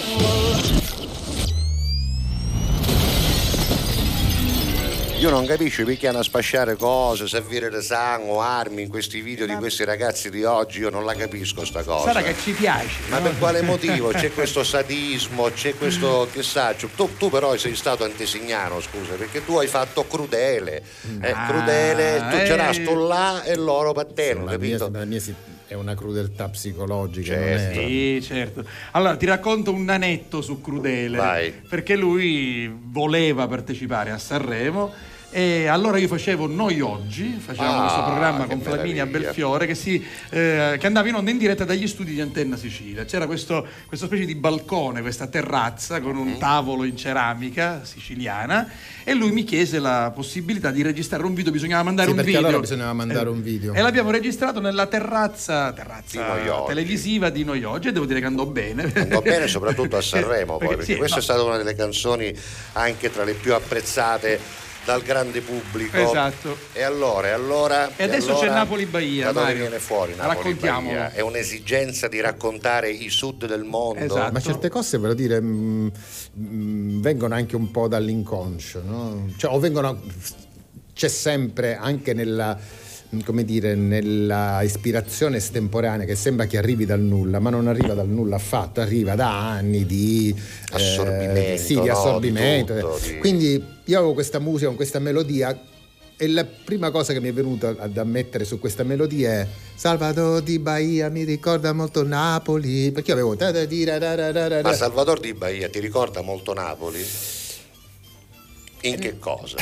Io non capisco perché hanno a spasciare cose, servire sangue, armi in questi video di questi ragazzi di oggi. Io non la capisco sta cosa. Sarà che ci piace. Ma no? per quale motivo? C'è questo sadismo, c'è questo chissà. Tu però sei stato antesignano, scusa, perché tu hai fatto Crudele. Crudele, tu c'era sto là e loro patteno, capito? La mia è una crudeltà psicologica. Certo. Sì, certo. Allora ti racconto un anetto su Crudele. Vai. Perché lui voleva partecipare a Sanremo. E allora io facevo Noi Oggi, facevamo questo programma con Flaminia Belfiore che andava in onda in diretta dagli studi di Antenna Sicilia. C'era questa specie di balcone, questa terrazza con un tavolo in ceramica siciliana e lui mi chiese la possibilità di registrare un video, bisognava mandare un video. Allora bisognava mandare un video. E l'abbiamo registrato nella terrazza televisiva di Noi Oggi e devo dire che andò bene. Andò bene soprattutto a Sanremo perché sì, questa è stata una delle canzoni anche tra le più apprezzate dal grande pubblico. Esatto. E allora e adesso c'è Napoli Bahia. Da dove viene fuori Napoli Bahia? È un'esigenza di raccontare i sud del mondo. Esatto. Ma certe cose, per dire, vengono anche un po' dall'inconscio, no? Cioè, c'è sempre anche nella ispirazione estemporanea che sembra che arrivi dal nulla, ma non arriva dal nulla affatto, arriva da anni di assorbimento. Quindi io avevo questa musica con questa melodia e la prima cosa che mi è venuta ad ammettere su questa melodia è Salvador di Bahia mi ricorda molto Napoli, perché io avevo Ma Salvador di Bahia ti ricorda molto Napoli? In che cosa?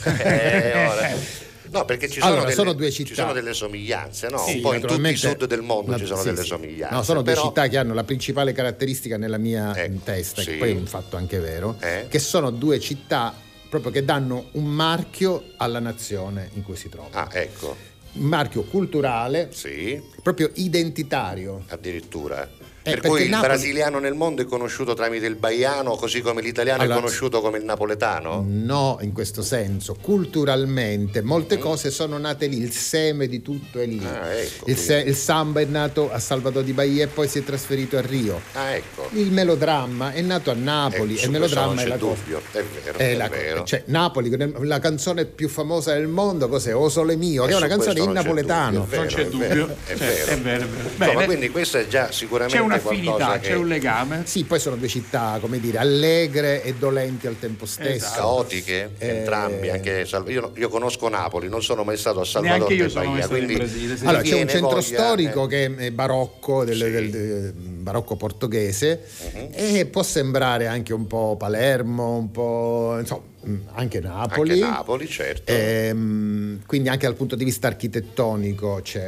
No, perché sono due città. Ci sono delle somiglianze, no? Sì, un po' in tutti i sud del mondo ci sono delle somiglianze. No, sono due città che hanno la principale caratteristica nella mia testa, che poi è un fatto anche vero, che sono due città proprio che danno un marchio alla nazione in cui si trovano. Ah, ecco. Un marchio culturale, proprio identitario. Addirittura. Per cui il brasiliano nel mondo è conosciuto tramite il baiano, così come l'italiano è conosciuto come il napoletano? No, in questo senso. Culturalmente molte cose sono nate lì, il seme di tutto è lì. Ecco, il samba è nato a Salvador di Bahia e poi si è trasferito a Rio. Ecco. Il melodramma è nato a Napoli e il melodramma è la dubbio. È vero. Cioè, Napoli, la canzone più famosa del mondo, cos'è? O Sole Mio, che è una canzone in napoletano. Non c'è dubbio. È vero. Bene. Ma quindi questo è già sicuramente un'affinità, c'è un legame. Sì, poi sono due città, come dire, allegre e dolenti al tempo stesso. Caotiche, entrambi. Anche io conosco Napoli, non sono mai stato a Salvador di Bahia. Quindi in Brasile, allora c'è un centro storico che è barocco, del barocco portoghese, e può sembrare anche un po' Palermo, un po' insomma anche Napoli. Anche Napoli, certo. Quindi anche dal punto di vista architettonico c'è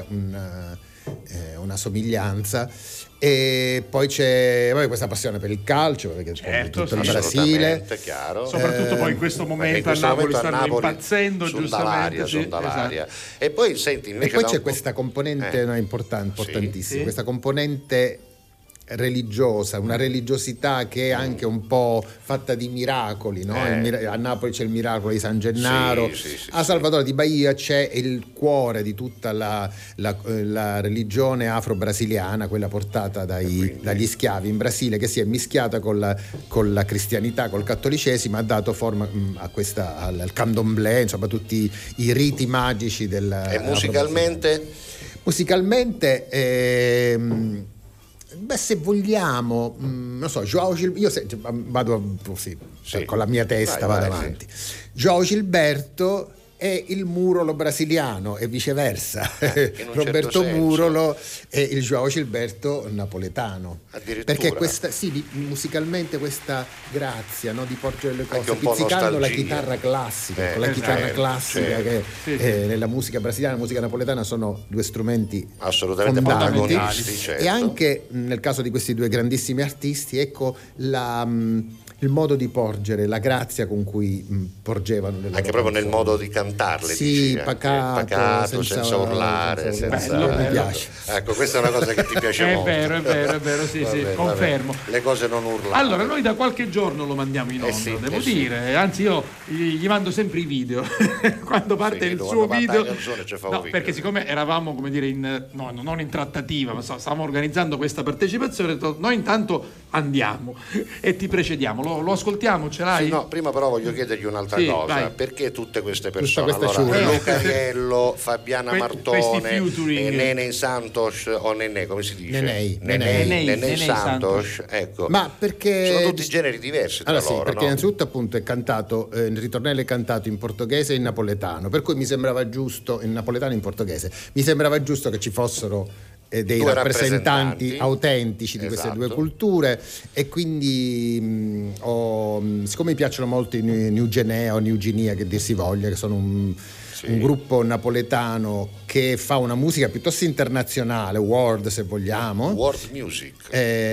una somiglianza. E poi c'è questa passione per il calcio, perché tutto il Brasile, chiaro. Soprattutto poi in questo momento a Napoli stanno impazzendo giustamente. Esatto. E poi senti invece e poi c'è questa componente importantissima, questa componente religiosa, una religiosità che è anche un po' fatta di miracoli, no? A Napoli c'è il miracolo di San Gennaro, a Salvador di Bahia c'è il cuore di tutta la religione afro-brasiliana, quella portata dagli schiavi in Brasile, che si è mischiata con la cristianità, col cattolicesimo, ha dato forma al candomblé, insomma tutti i riti magici del. E musicalmente? Se vogliamo, non so, Joao Gilberto, io vado così, con la mia testa vado avanti. Joao Gilberto è il Murolo brasiliano e viceversa. Roberto certo Murolo e il João Gilberto napoletano. Perché musicalmente questa grazia, no, di porgere le cose pizzicando la chitarra classica, con la chitarra classica che nella musica brasiliana e musica napoletana sono due strumenti assolutamente protagonisti, certo. E anche nel caso di questi due grandissimi artisti, ecco il modo di porgere, la grazia con cui porgevano le loro anche proprio nel modo di cantarle, pacato, senza urlare, mi piace. Ecco, questa è una cosa che ti piace molto. È vero, sì, confermo. Le cose non urlate. Allora, noi da qualche giorno lo mandiamo in onda, devo dire, anzi io gli mando sempre i video quando parte il suo video. Perché siccome eravamo, come dire, non in trattativa, ma stavamo organizzando questa partecipazione, noi intanto andiamo e ti precediamo. Lo ascoltiamo, ce l'hai? Sì, no, prima però voglio chiedergli un'altra cosa. Vai. Perché tutte queste persone? Allora, Lucariello, Fabiana Martone, Nene Santos o Nenè, come si dice? Nenè Santos, ecco. Ma perché sono tutti generi diversi tra loro, perché innanzitutto appunto è cantato, il ritornello è cantato in portoghese e in napoletano, per cui mi sembrava giusto, in napoletano e in portoghese, mi sembrava giusto che ci fossero dei rappresentanti autentici di queste due culture, e quindi siccome mi piacciono molto i New Guinea o New Guinea, che dir si voglia, che sono un gruppo napoletano che fa una musica piuttosto internazionale, world se vogliamo, world music,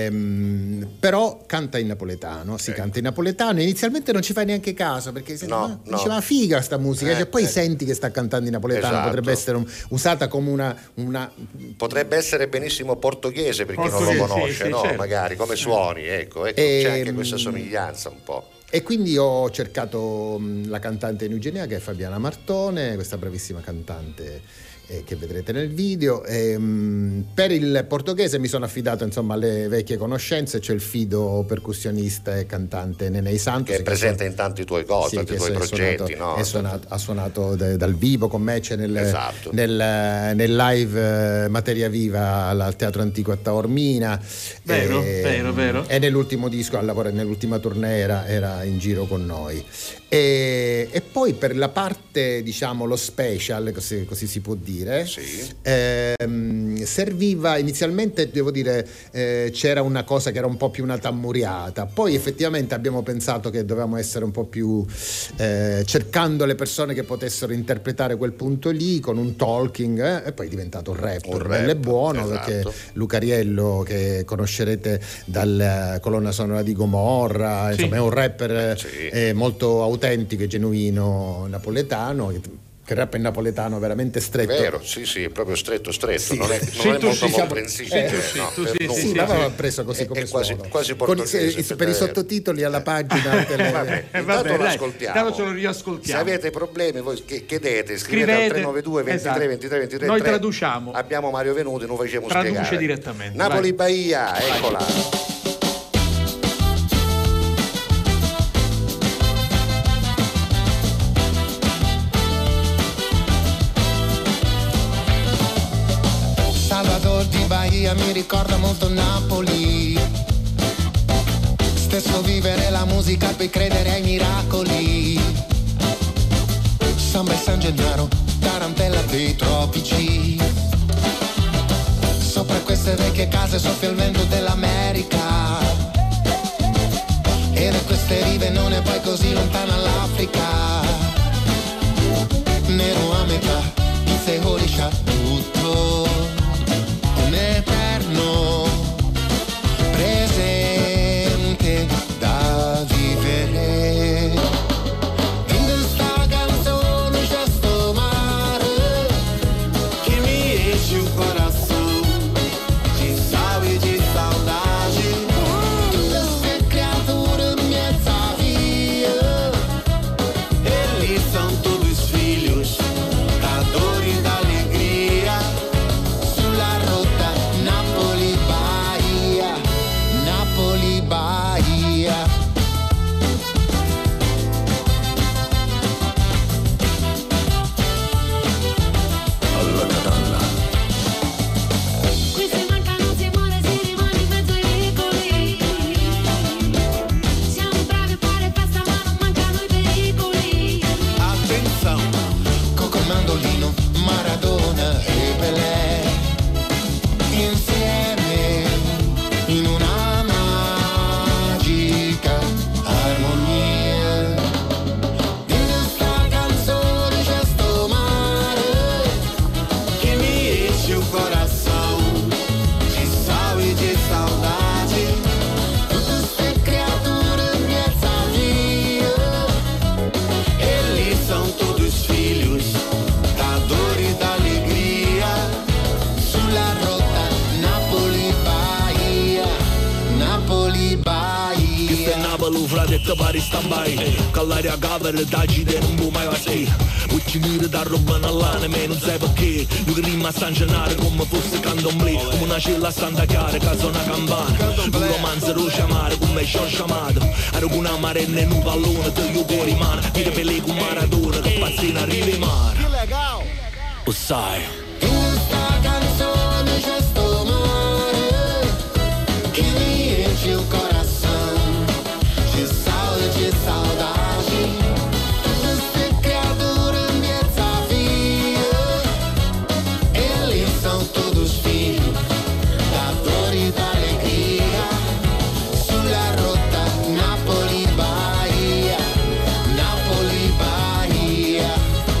però canta in napoletano, canta in napoletano, e inizialmente non ci fai neanche caso perché diceva figa sta musica, cioè, poi senti che sta cantando in napoletano, potrebbe essere usata come una potrebbe essere benissimo portoghese per chi non lo conosce, certo. Magari come suoni, ecco, c'è anche questa somiglianza un po'. E quindi ho cercato la cantante New Guinea, che è Fabiana Martone, questa bravissima cantante che vedrete nel video. Per il portoghese mi sono affidato alle vecchie conoscenze, c'è il fido percussionista e cantante Nenè Santos, che è presente in tanti tuoi tuoi progetti, ha suonato dal vivo con me, c'è nel live Materia Viva al Teatro Antico a Taormina, vero. E nell'ultimo disco, nell'ultima tournée era in giro con noi. E poi per la parte, lo special, così si può dire, serviva inizialmente, devo dire, c'era una cosa che era un po' più una tammuriata, poi effettivamente abbiamo pensato che dovevamo essere un po' più cercando le persone che potessero interpretare quel punto lì con un talking, e poi è diventato un rap bello e buono, perché Lucariello, che conoscerete dalla colonna sonora di Gomorra, insomma è un rapper molto autentico e genuino napoletano, che rap in napoletano veramente stretto. Vero, sì, è proprio stretto, non è molto comprensibile. L'aveva preso così come quasi portoghese. Per i sottotitoli alla pagina. Intanto lo ascoltiamo. Intanto ce lo riascoltiamo. Se avete problemi voi chiedete, scrivete al 392 23 23 23. Noi traduciamo. Abbiamo Mario Venuti, noi facciamo spiegare. Traduce direttamente. Napoli-Bahia, eccola. Salvador di Bahia mi ricorda molto Napoli. Stesso vivere la musica, poi credere ai miracoli. Samba e San Gennaro, tarantella dei tropici. Sopra queste vecchie case soffia il vento dell'America. E da queste rive non è poi così lontana l'Africa. Nero a metà, pizza e holisha, tutto un eterno presente da vivere. In questa canzone c'è sto mare che mi esce il coração, ci sabe di saudade. Tutte queste creature in mezza via, eles são todos filhos da dor e da se te pari stand-by. Con l'aria cover tagite non può mai passare. Uccidere da roba nell'ane, me non sai perché. Io che rima a sangenare come fosse candomblé. Come una cella a Santa Chiara, casa una campana. Un romanzo lo chiamare come ci ho chiamato. Ero con una marena in un pallone, te io cuori mano. Mira per lei con Maradona, che pazzina arriva in mare. Lo sai. In sta canzone c'è sto mare che riempie il corazon. Ci saudade. Queste creature in piazza via. Eles são todos filhos da dor e da alegria. Sulla rotta Napoli-Bahia. Napoli-Bahia.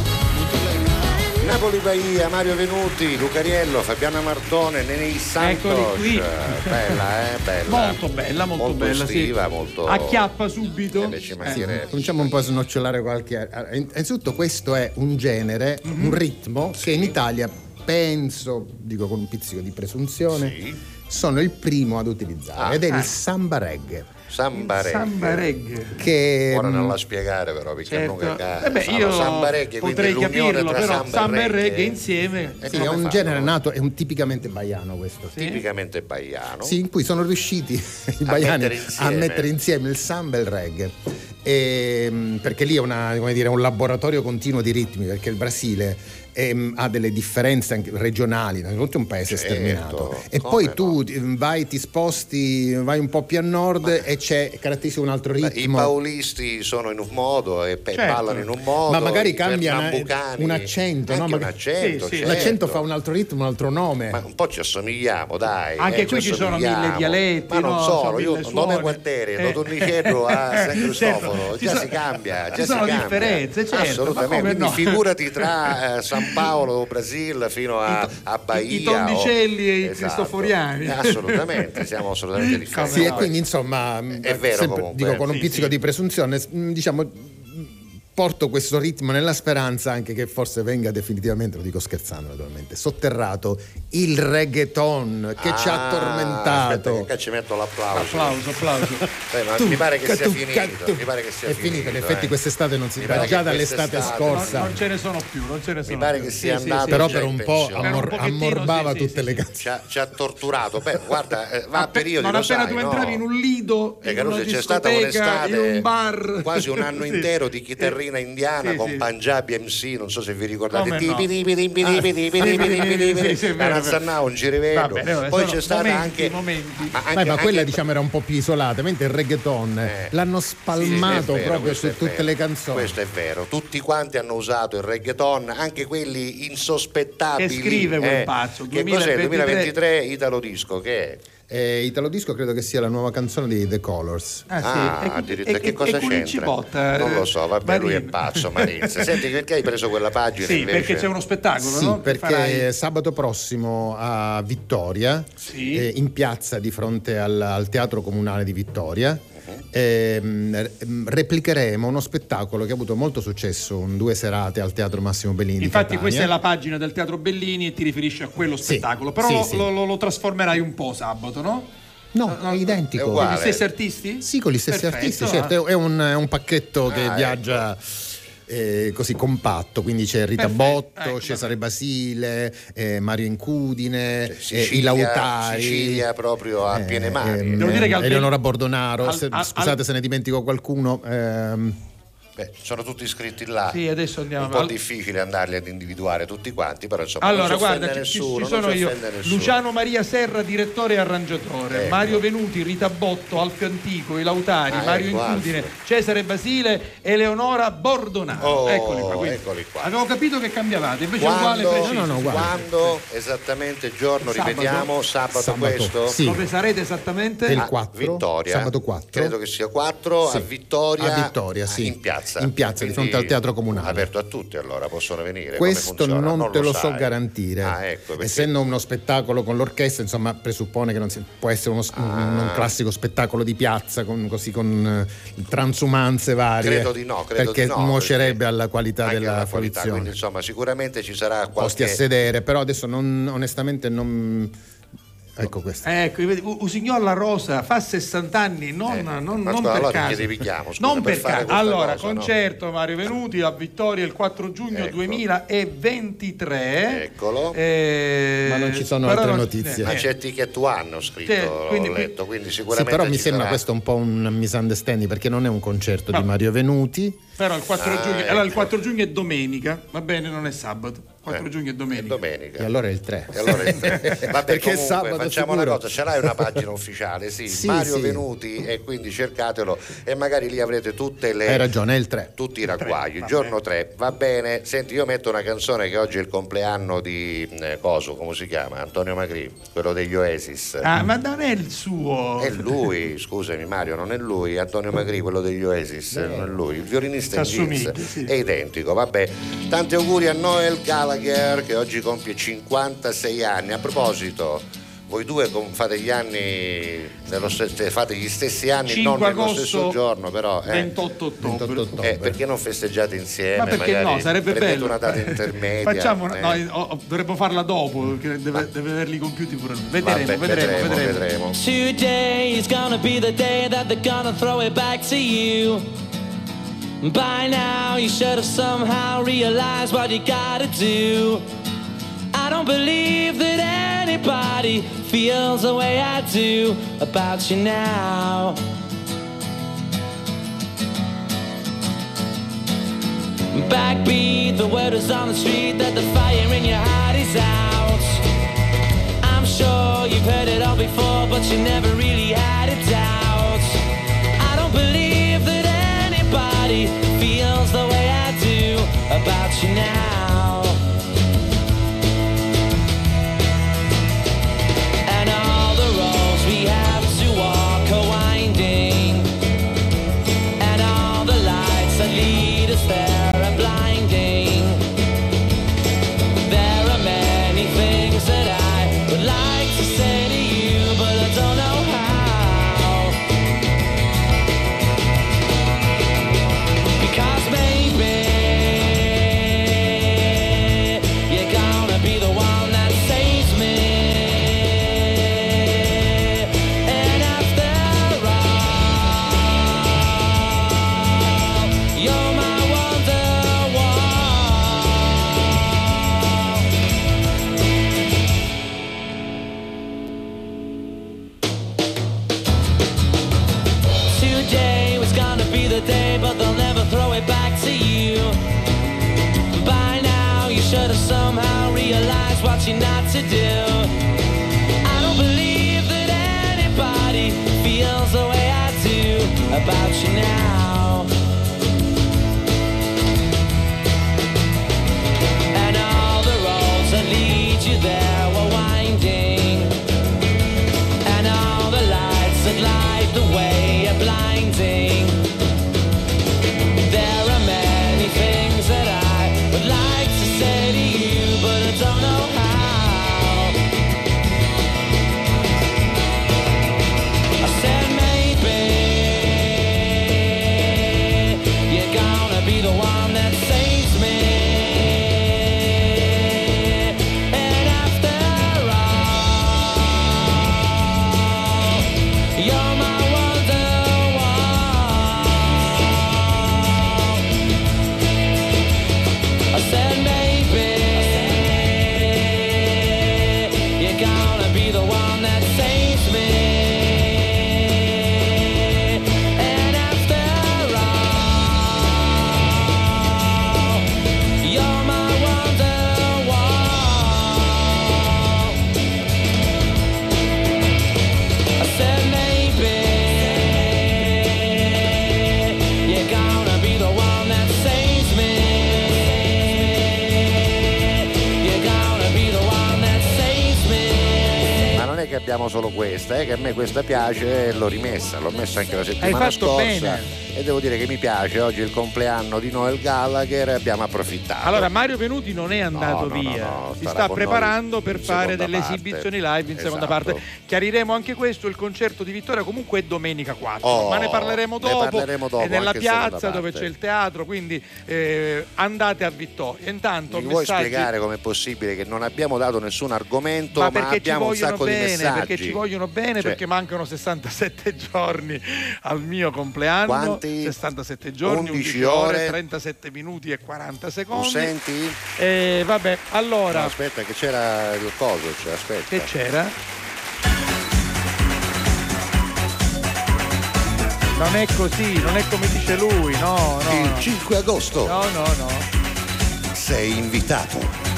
Napoli-Bahia, Mario Venuti, Lucariello, Fabiana Martone, Nenei Santos. Eccoli qui. Bella, bella. Molto bella, estiva, sì. molto. Acchiappa subito. Cominciamo un po' a snocciolare qualche. Innanzitutto, questo è un genere, un ritmo che in Italia, penso, dico con un pizzico di presunzione, sono il primo ad utilizzare ed è il samba reggae. Samba reggae. Che ora non la spiegare però perché non io samba reggae, potrei capirlo, tra però samba e reggae insieme. Sì, è un genere nato, è un tipicamente baiano questo. Tipicamente baiano. Sì, in cui sono riusciti i baiani a mettere insieme il samba e il reggae. Perché lì è un laboratorio continuo di ritmi, perché il Brasile ha delle differenze anche regionali, è tutto un paese sterminato. E poi tu ti sposti, vai un po' più a nord e caratterizza un altro ritmo. I paulisti sono in un modo e ballano in un modo, ma magari cambia un accento, no? Un accento, certo. L'accento fa un altro ritmo, un altro nome. Ma un po' ci assomigliamo, dai. Anche qui ci sono 1000 dialetti, ma non solo, io non è quartiere, da Tornicello a San Cristoforo, già si cambia, ci sono differenze, certo. Assolutamente, quindi figurati tra San Paolo, Brasile fino a Bahia, i Tonnicelli e i Cristoforiani. Assolutamente, siamo assolutamente differenti. Sì, e quindi insomma è vero, sempre, comunque, dico con un pizzico di presunzione, diciamo, porto questo ritmo nella speranza anche che forse venga definitivamente, lo dico scherzando naturalmente, sotterrato il reggaeton che ci ha tormentato. Aspetta, che ci metto l'applauso. Applauso. Ma mi pare che sia finito. È finito, in effetti quest'estate non si fa, già dall'estate scorsa. Non ce ne sono più, Mi pare che sia andato. Però per un po' ammorbava tutte le canzoni. Ci ha torturato. Beh, guarda, va a periodi, non appena tu entravi in un lido, in una c'è stata un'estate, in un bar, quasi un anno intero di chitarrina indiana con Punjabi MC, non so se vi ricordate, un girivello. Poi c'è stata anche ma quella diciamo era un po' più isolata, mentre il reggaeton l'hanno spalmato proprio su tutte le canzoni. Questo è vero, tutti quanti hanno usato il reggaeton, anche quelli insospettabili. Che scrive quel pazzo? Che cos'è? 2023 Italo Disco, che è? Italo Disco credo che sia la nuova canzone di The Colors. Addirittura che cosa c'entra? Non lo so, vabbè, lui è pazzo, Marizza. Senti, perché hai preso quella pagina? Sì, invece? perché c'è uno spettacolo, sì, no? perché sabato prossimo a Vittoria, in piazza di fronte al Teatro Comunale di Vittoria, replicheremo uno spettacolo che ha avuto molto successo in 2 serate al Teatro Massimo Bellini. Infatti questa è la pagina del Teatro Bellini e ti riferisci a quello spettacolo, però lo trasformerai un po' sabato, no? No, è identico. Con gli stessi artisti? Sì, con gli stessi artisti, certo. È un pacchetto che viaggia così compatto, quindi c'è Rita Botto, Cesare Basile, Mario Incudine, i Lautari, Sicilia proprio a piene mani. Devo dire che Eleonora Bordonaro, scusate se ne dimentico qualcuno. Sono tutti iscritti là. Sì, adesso andiamo. Un po' difficile andarli ad individuare tutti quanti, però insomma. Allora, guarda, ci sono io. Luciano Maria Serra, direttore e arrangiatore. Mario Venuti, Rita Botto, Alfio Antico, i Lautari, Mario Incudine, Cesare Basile, Eleonora Bordonaro. Eccoli qua. Avevo capito che cambiavate, invece quando, uguale preciso. Quando esattamente il giorno, ripetiamo, sabato questo? Sì. Dove sarete esattamente? Il 4, Vittoria. Sabato 4. Credo che sia 4 a Vittoria. Sì. In piazza. Di fronte al Teatro Comunale. Aperto a tutti, allora possono venire. Questo non te lo so garantire. Perché... Essendo uno spettacolo con l'orchestra, insomma, presuppone che non può essere un classico spettacolo di piazza con transumanze varie. Credo di no, perché nuocerebbe alla qualità della fruizione. Quindi insomma, sicuramente ci sarà qualche posti a sedere, però adesso onestamente non Ecco questo. Ecco, Usignola Rosa fa 60 anni, non per allora caso. Non per caso. Allora, cosa, concerto Mario Venuti a Vittoria il 4 giugno 2023. Eccolo. Ma non ci sono altre notizie. Ma c'è Ticket One, ho scritto, quindi, l'ho letto, quindi sicuramente sì, però mi sembra sarà. questo un po' un misunderstanding, perché non è un concerto di Mario Venuti. Però il 4 giugno, allora il 4 giugno è domenica, va bene, non è sabato. 4 giugno è domenica. E allora è il 3. Vabbè, perché comunque, sabato facciamo sicuro. una cosa, ce l'hai una pagina ufficiale, sì, Mario Venuti, e quindi cercatelo e magari lì avrete tutte le. Hai ragione, è il 3. Tutti i ragguagli, il giorno 3, va bene. Senti, io metto una canzone che oggi è il compleanno di Coso, come si chiama? Antonio Magri, quello degli Oasis. Ah, ma non è il suo. È lui, scusami Mario, non è lui, Antonio Magri, quello degli Oasis, non è lui, il violinista in jeans, sì. è identico, vabbè. Tanti auguri a Noel Gallagher che oggi compie 56 anni. A proposito, voi due fate gli anni fate gli stessi anni, non nello stesso giorno, però 28 ottobre. perché non festeggiate insieme? Ma perché magari no, sarebbe bello una data intermedia. Facciamo dovremmo farla dopo, perché deve averli compiuti pure lui. Vedremo. Today is gonna be the day that they're gonna throw it back to you. By now you should have somehow realized what you gotta do. I don't believe that anybody feels the way I do about you now. Backbeat, the word is on the street that the fire in your heart is out. I'm sure you've heard it all before, but you never really had a doubt. I don't believe that anybody feels the way I do about you now. And all the roads we have to walk are winding, and all the lights that lead us there are blinding. There are many things that I would like to say to you, but I don't know how. Because maybe you're gonna be the one that saves me. And after all, you're my wonderwall. Today was gonna be the day, but they'll never throw it back to you. By now you should have somehow realized what you're not to do. I don't believe that anybody feels the way I do about you now. And all the roads that lead you there were winding, and all the lights that light the way are blinding. There are many things that I would like to say to you, but I don't know how. I said maybe you're gonna be the one that saves me. And after all, you're my wonderwall. I said maybe you're gonna be the one that saves me. And after all, you're my wonderwall. I said maybe you're gonna be the one that saves me. You're gonna be the one that saves me. Ma non è che abbiamo solo questa, che a me questa piace e l'ho rimessa, l'ho messa anche la settimana fatto scorsa bene. e devo dire che mi piace. Oggi è il compleanno di Noel Gallagher e abbiamo approfittato. Allora Mario Venuti non è andato via, si starà sta con preparando noi per in fare seconda delle parte. esibizioni live in seconda Esatto. parte. Chiariremo anche questo, il concerto di Vittoria comunque è domenica 4, ma ne parleremo dopo, è nella anche in seconda piazza dove parte. c'è il teatro, quindi andate a Vittoria. Intanto Mi vuoi messaggi. spiegare com'è possibile che non abbiamo dato nessun argomento, ma perché abbiamo ci un sacco vogliono di bene, messaggi. perché ci vogliono bene, perché mancano 67 giorni al mio compleanno. Quanti? 67 giorni, 11 ore, 37 minuti e 40 secondi. Senti? Vabbè, allora. No, aspetta, che c'era il coso, aspetta. Che c'era? Non è così, non è come dice lui, no. Il 5 agosto. No. Sei invitato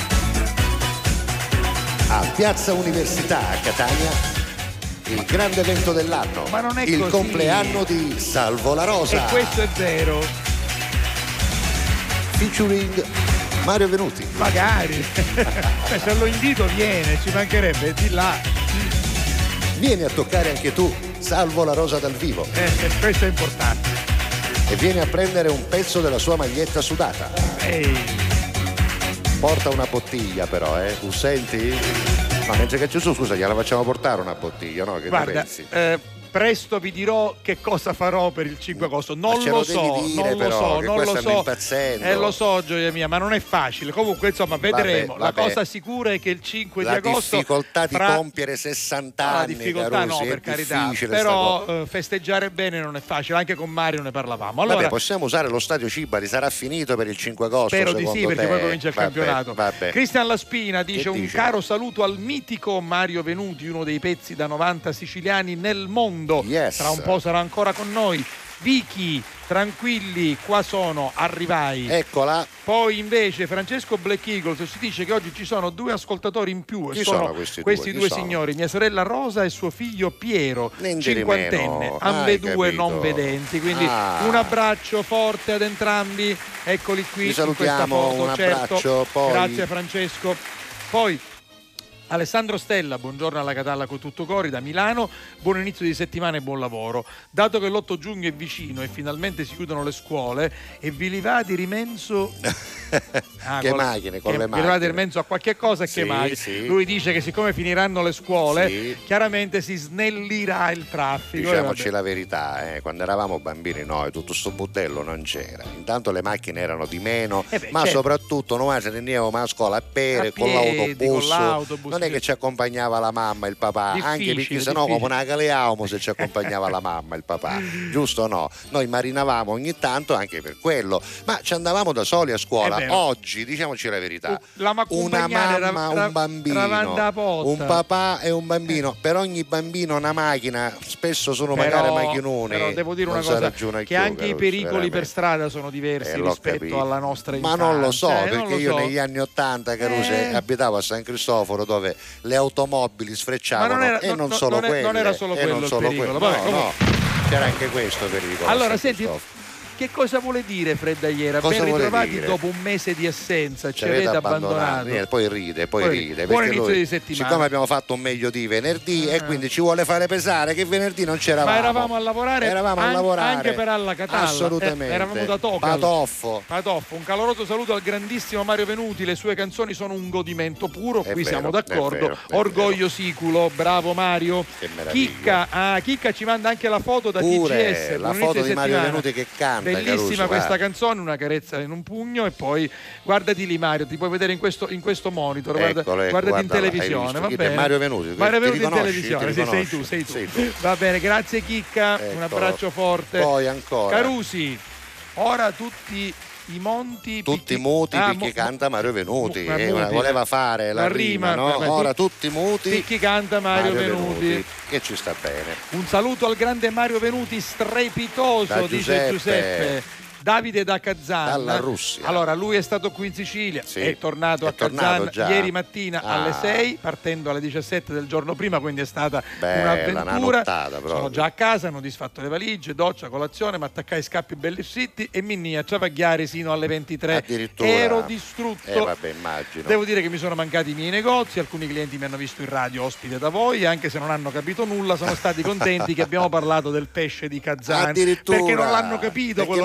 a Piazza Università a Catania, il grande evento dell'anno. Ma non è il così. compleanno di Salvo La Rosa. E questo è vero. Featuring Mario Venuti. Magari. Se lo invito viene, ci mancherebbe, di là. Vieni a toccare anche tu Salvo La Rosa dal vivo. Questo è importante. E vieni a prendere un pezzo della sua maglietta sudata. Ehi. Porta una bottiglia però, tu senti? Ma mentre che Gesù, scusa, gliela facciamo portare una bottiglia, no? Che guarda, ne pensi? Presto vi dirò che cosa farò per il 5 agosto. Non ce lo lo so, devi dire, non lo però, so, che non qua lo stanno so. impazzendo. Lo so, gioia mia, ma non è facile. Comunque, insomma, vedremo. Vabbè. La cosa sicura è che il 5 di la agosto. difficoltà di compiere 60 anni. La difficoltà Carusi, no, per carità. Però festeggiare bene non è facile. Anche con Mario ne parlavamo. Allora, vabbè, possiamo usare lo stadio Cibali, sarà finito per il 5 agosto. Spero di sì, perché te? poi comincia il campionato. Vabbè. Cristian Laspina dice: un dice? caro saluto al mitico Mario Venuti, uno dei pezzi da 90 siciliani nel mondo. Yes. Tra un po' sarà ancora con noi. Vicky, tranquilli, qua sono, arrivai. Eccola. Poi invece Francesco Black Eagles ci dice che oggi ci sono 2 ascoltatori in più. Chi sono questi due signori? Mia sorella Rosa e suo figlio Piero, cinquantenne, ambedue non vedenti. Quindi un abbraccio forte ad entrambi. Eccoli qui. Vi salutiamo, in questa foto, un abbraccio. Poi... Grazie Francesco. Poi Alessandro Stella, buongiorno alla Catalla con tutto cori da Milano, buon inizio di settimana e buon lavoro. Dato che l'8 giugno è vicino e finalmente si chiudono le scuole e vi livate rimenso che macchine, con le macchine. Vi livate rimenso a qualche cosa che mai. Sì. Lui dice che siccome finiranno le scuole, chiaramente si snellirà il traffico. Diciamoci la verità, quando eravamo bambini noi tutto sto budello non c'era. Intanto le macchine erano di meno, ma certo. Soprattutto noi se ne andiamo a scuola a piedi, con l'autobus. Non è che ci accompagnava la mamma e il papà, anche perché sennò come una caleavamo se ci accompagnava la mamma e il papà, giusto o no? Noi marinavamo ogni tanto anche per quello, ma ci andavamo da soli a scuola. Oggi, diciamoci la verità, una mamma, un bambino, un papà e un bambino, per ogni bambino una macchina, spesso sono magari macchinoni. Però devo dire una cosa, che anche i pericoli per strada sono diversi rispetto alla nostra infanzia. Ma non lo so, perché io negli anni 80, Caruso, abitavo a San Cristoforo, dove le automobili sfrecciavano non solo quelle. Non era solo quello il pericolo. No, c'era anche questo pericolo. Allora, senti, che cosa vuole dire Fred Agliera? Ben ritrovati dopo un mese di assenza, ci avete abbandonato. Poi ride. Buon inizio di settimana. Siccome abbiamo fatto un meglio di venerdì e quindi ci vuole fare pesare che venerdì non c'eravamo. Ma eravamo a lavorare, anche per Alla Catalla. Assolutamente. Eravamo da Tocal. Patoffo. Un caloroso saluto al grandissimo Mario Venuti, le sue canzoni sono un godimento puro, qui siamo d'accordo. È Orgoglio siculo, bravo Mario. Chicca ci manda anche la foto da TGS. La foto di Mario Venuti che canta. Bellissima questa canzone, una carezza in un pugno, e poi guardati lì Mario, ti puoi vedere in questo monitor, guardati in televisione, va bene. Mario Venuti in televisione, sei tu. Va bene, grazie Chicca, un abbraccio forte. Poi ancora Carusi, ora tutti i monti tutti muti perché canta Mario Venuti voleva fare la rima, no? Ora tutti muti perché canta Mario Venuti, che ci sta bene. Un saluto al grande Mario Venuti, strepitoso, da dice Giuseppe. Davide da Kazan, dalla Russia. Allora, lui è stato qui in Sicilia, è tornato a Kazan ieri mattina alle 6, partendo alle 17 del giorno prima, quindi è stata un'avventura. Sono già a casa, hanno disfatto le valigie, doccia, colazione, ma attaccai scappi belli siti e Minni a Ciavagliari sino alle 23. Addirittura. Ero distrutto. Vabbè, immagino. Devo dire che mi sono mancati i miei negozi, alcuni clienti mi hanno visto in radio ospite da voi, anche se non hanno capito nulla, sono stati contenti che abbiamo parlato del pesce di Kazan. Addirittura. Perché non l'hanno capito quello che abbiamo detto.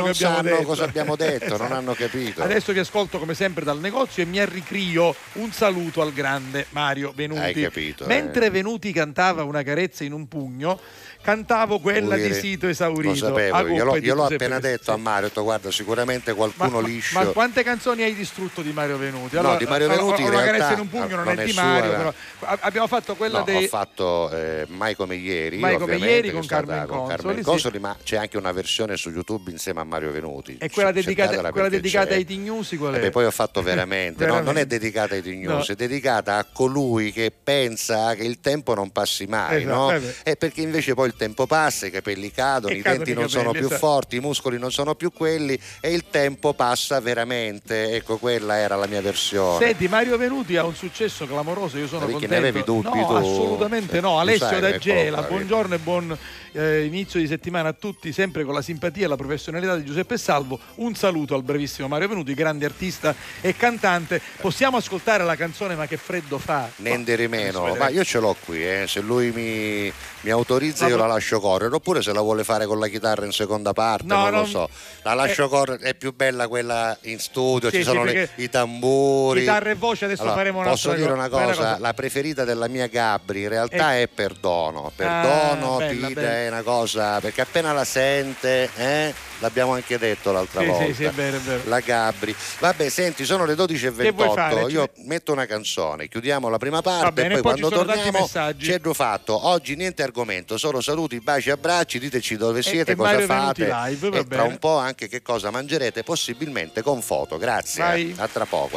sanno cosa abbiamo detto, non hanno capito. Adesso vi ascolto come sempre dal negozio e mi arricrio. Un saluto al grande Mario Venuti. Hai capito, mentre Venuti cantava Una carezza in un pugno, cantavo quella di Sito Esaurito. Lo sapevo, io l'ho appena detto a Mario, ho detto, guarda, sicuramente qualcuno liscio. Ma quante canzoni hai distrutto di Mario Venuti? Allora, no, di Mario Venuti Una carezza in un pugno non è di Mario, però abbiamo fatto quella ho fatto Mai come ieri, con Carmen Consoli, ma c'è anche una versione su YouTube insieme a Mario Venuti. E quella dedicata ai Teen News qual è? Poi ho fatto veramente. No, non è dedicata ai Teen News, è dedicata a colui che pensa che il tempo non passi mai, no? E perché invece poi il tempo passa, i capelli cadono, i denti non sono più forti, i muscoli non sono più quelli e il tempo passa veramente. Ecco, quella era la mia versione. Senti, Mario Venuti ha un successo clamoroso, io sono contento. Ne avevi dubbi tu? Assolutamente no. Alessio da Gela, buongiorno e buon inizio di settimana a tutti, sempre con la simpatia e la professionalità di Giuseppe Salvo. Un saluto al brevissimo Mario Venuti, grande artista e cantante. Possiamo ascoltare la canzone Ma che freddo fa? Nendere meno, ma io ce l'ho qui, se lui mi autorizza io la lascio correre, oppure se la vuole fare con la chitarra in seconda parte, non lo so, la lascio correre, è più bella quella in studio, ci sono i tamburi, chitarra e voce. Adesso faremo una posso dire una cosa, la preferita della mia Gabri in realtà è Perdono, Pida è una cosa, perché appena la sente, l'abbiamo anche detto l'altra volta, sì, è vero. La Gabri. Vabbè, senti, sono le 12:28, io metto una canzone, chiudiamo la prima parte, e poi quando torniamo c'è fatto. Oggi niente argomento, solo saluti, baci, abbracci, diteci dove siete, cosa Mario fate live, e tra un po' anche che cosa mangerete, possibilmente con foto. Grazie, a tra poco.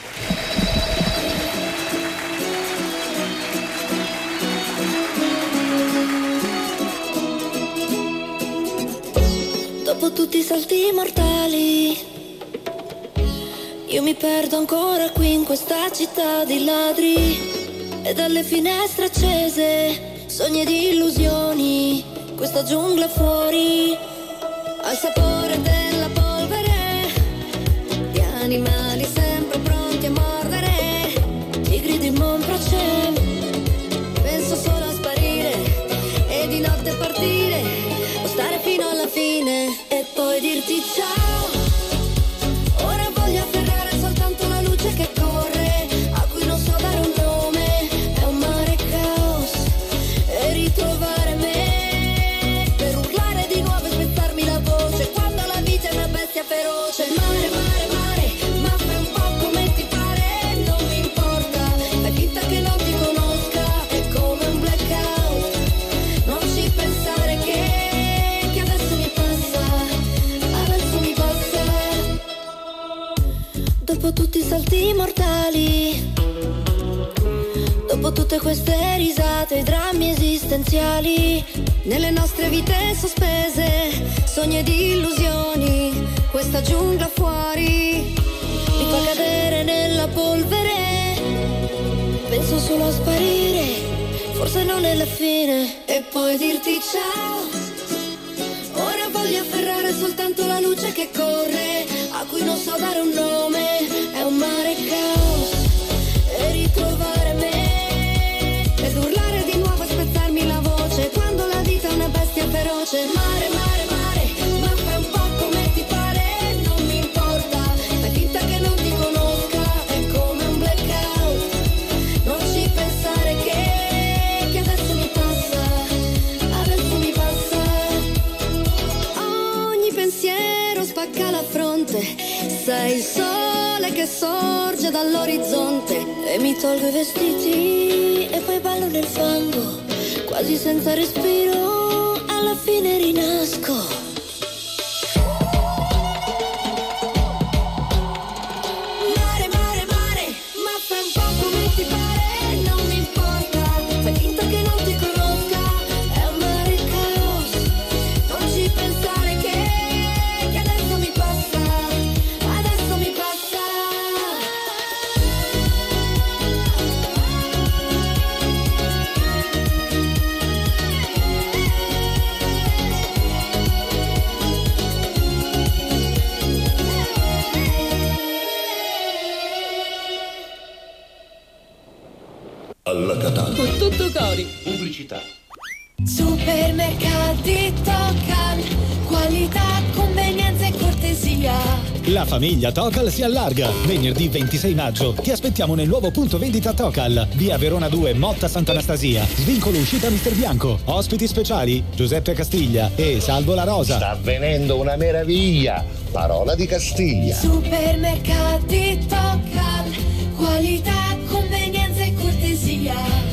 Dopo tutti i salti mortali, io mi perdo ancora qui in questa città di ladri e dalle finestre accese, sogni di illusioni, questa giungla fuori, al sapore della polvere, di animali sempre pronti a mordere, tigri di Monprocem, penso solo a sparire e di notte partire, o stare fino alla fine e poi dirti ciao. Ora voglio afferrare soltanto la luce che corre, a cui non so dare un nome, è un mare caos, e ritrovare me per urlare di nuovo e spezzarmi la voce quando la vita è una bestia feroce. Mare, ma fai un po' come ti pare, non mi importa, fai finta che non ti conosca, è come un blackout, non ci pensare che adesso mi passa. Dopo tutti i salti mortali, dopo tutte queste risate, i drammi esistenziali, nelle nostre vite sospese, sogni di illusioni, questa giungla fuori mi fa cadere nella polvere, penso solo a sparire, forse non è la fine, e poi dirti ciao. Ora voglio afferrare soltanto la luce che corre, a cui non so dare un nome, è un mare caos, e ritrovare me ed urlare di nuovo e spezzarmi la voce quando la vita è una bestia feroce. Mare, ma fai un po' come ti pare, non mi importa, fai finta che non ti conosca, è come un blackout, non ci pensare che adesso mi passa, ogni pensiero spacca la fronte, sei il sole che sorge dall'orizzonte, e mi tolgo i vestiti e poi ballo nel fango, quasi senza respiro, alla fine rinasco. Alla Catalla. Con tutto cori. Pubblicità. Supermercati Tocan, qualità, convenienza e cortesia. cortesia. La famiglia Tocal si allarga. Venerdì 26 maggio ti aspettiamo nel nuovo punto vendita Tocal, via Verona 2, Motta Sant'Anastasia. Svincolo uscita Mister Bianco. Ospiti speciali Giuseppe Castiglia e Salvo La Rosa. Sta avvenendo una meraviglia. Parola di Castiglia. Supermercati Tocal, qualità, convenienza e cortesia.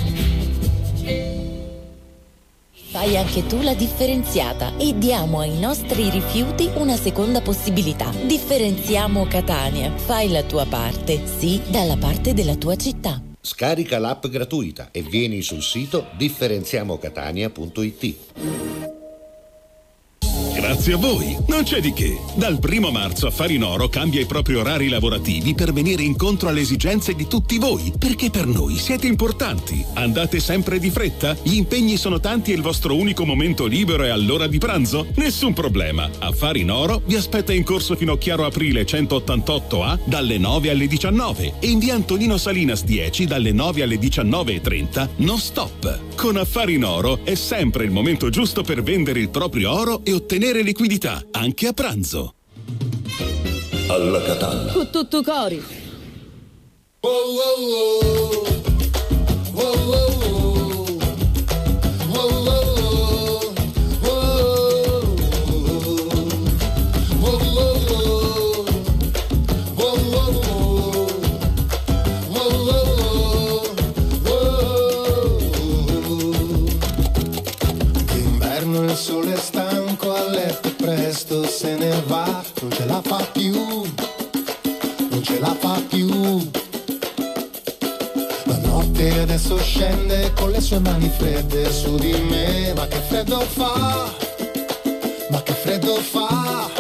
Fai anche tu la differenziata e diamo ai nostri rifiuti una seconda possibilità. Differenziamo Catania. Fai la tua parte, sì, dalla parte della tua città. Scarica l'app gratuita e vieni sul sito differenziamocatania.it. Grazie a voi, non c'è di che. Dal 1 marzo Affari in Oro cambia i propri orari lavorativi per venire incontro alle esigenze di tutti voi, perché per noi siete importanti. Andate sempre di fretta? Gli impegni sono tanti e il vostro unico momento libero è all'ora di pranzo? Nessun problema. Affari in Oro vi aspetta in corso Finocchiaro Aprile 188A dalle 9 alle 19 e in via Antonino Salinas 10 dalle 9 alle 19:30 non stop. Con Affari in Oro è sempre il momento giusto per vendere il proprio oro e ottenere liquidità, anche a pranzo. Alla Catalla. Con tutto cori. Oh, oh, oh. Oh, oh, oh. Oh, oh, oh. D'inverno il sole è stanco, a letto presto se ne va, non ce la fa più, non ce la fa più. La notte adesso scende con le sue mani fredde su di me, ma che freddo fa, ma che freddo fa.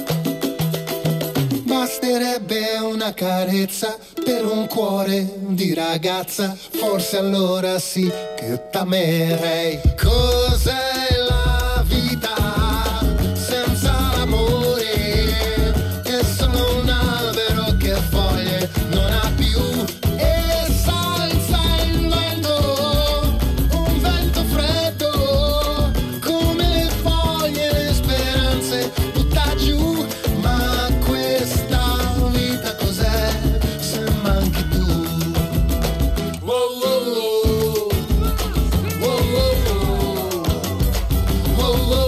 Basterebbe una carezza per un cuore di ragazza, forse allora sì che t'amerei. Cos'è la vita senza l'amore? È solo un albero che foglie non ha più e salza il vento, un vento freddo, come le foglie, le speranze butta giù. Ma questa vita cos'è se manchi tu? Wow, wow, wow. Wow, wow, wow. Wow, wow,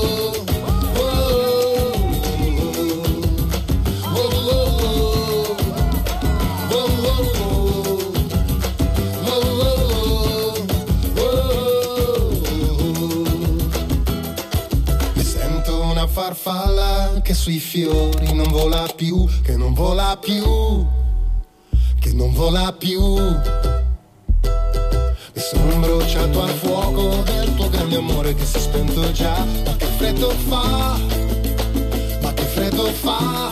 wow. Wow, wow, wow. Mi sento una farfalla che sui fiori non vola più, che non vola più, che non vola più. Mi sono bruciato al fuoco del tuo grande amore che si è spento già. Ma che freddo fa, ma che freddo fa.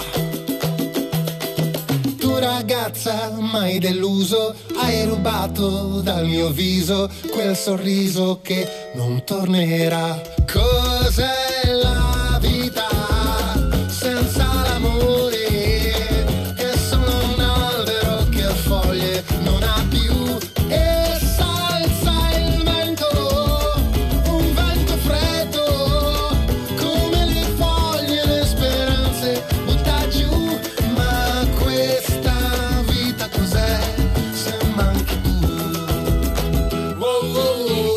Tu ragazza mai deluso, hai rubato dal mio viso quel sorriso che non tornerà. Cos'è la vita senza l'amore? È solo un albero che foglie non ha più e salza il vento, un vento freddo, come le foglie, le speranze butta giù. Ma questa vita cos'è se manchi tu? Wow, wow, wow.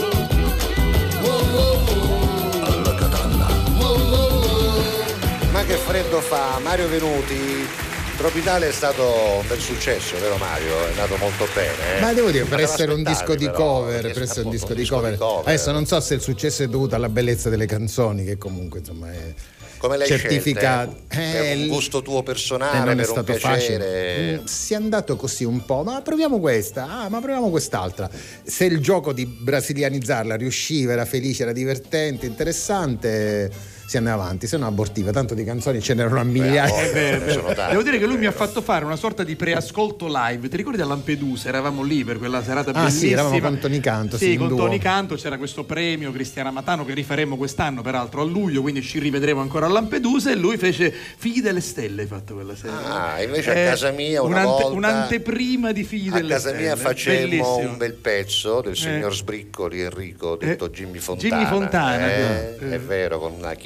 Ma che freddo fa, Mario Venuti. Tropitale è stato un bel successo, vero Mario? È andato molto bene. Ma devo dire, per essere un disco di cover, adesso non so se il successo è dovuto alla bellezza delle canzoni, che comunque insomma è come l'hai certificato. Per un gusto tuo personale, non è per stato un piacere. facile. Si è andato così un po', ma proviamo questa, ma proviamo quest'altra. Se il gioco di brasilianizzarla riusciva, era felice, era divertente, interessante, si andava avanti, se no abortiva, tanto di canzoni ce n'erano a migliaia. Devo dire che lui mi ha fatto fare una sorta di preascolto live. Ti ricordi a Lampedusa? Eravamo lì per quella serata bellissima. Sì, eravamo con Tony Canto. Sì, con Tony Canto c'era questo premio Cristiana Matano che rifaremo quest'anno, peraltro a luglio, quindi ci rivedremo ancora a Lampedusa, e lui fece Figli delle Stelle, hai fatto quella sera. Invece a casa mia volta un'anteprima di Figli delle Stelle. A casa mia facemmo bellissimo. Un bel pezzo del signor Sbriccoli Enrico, detto Jimmy Fontana. Jimmy Fontana. È vero, con una chitarra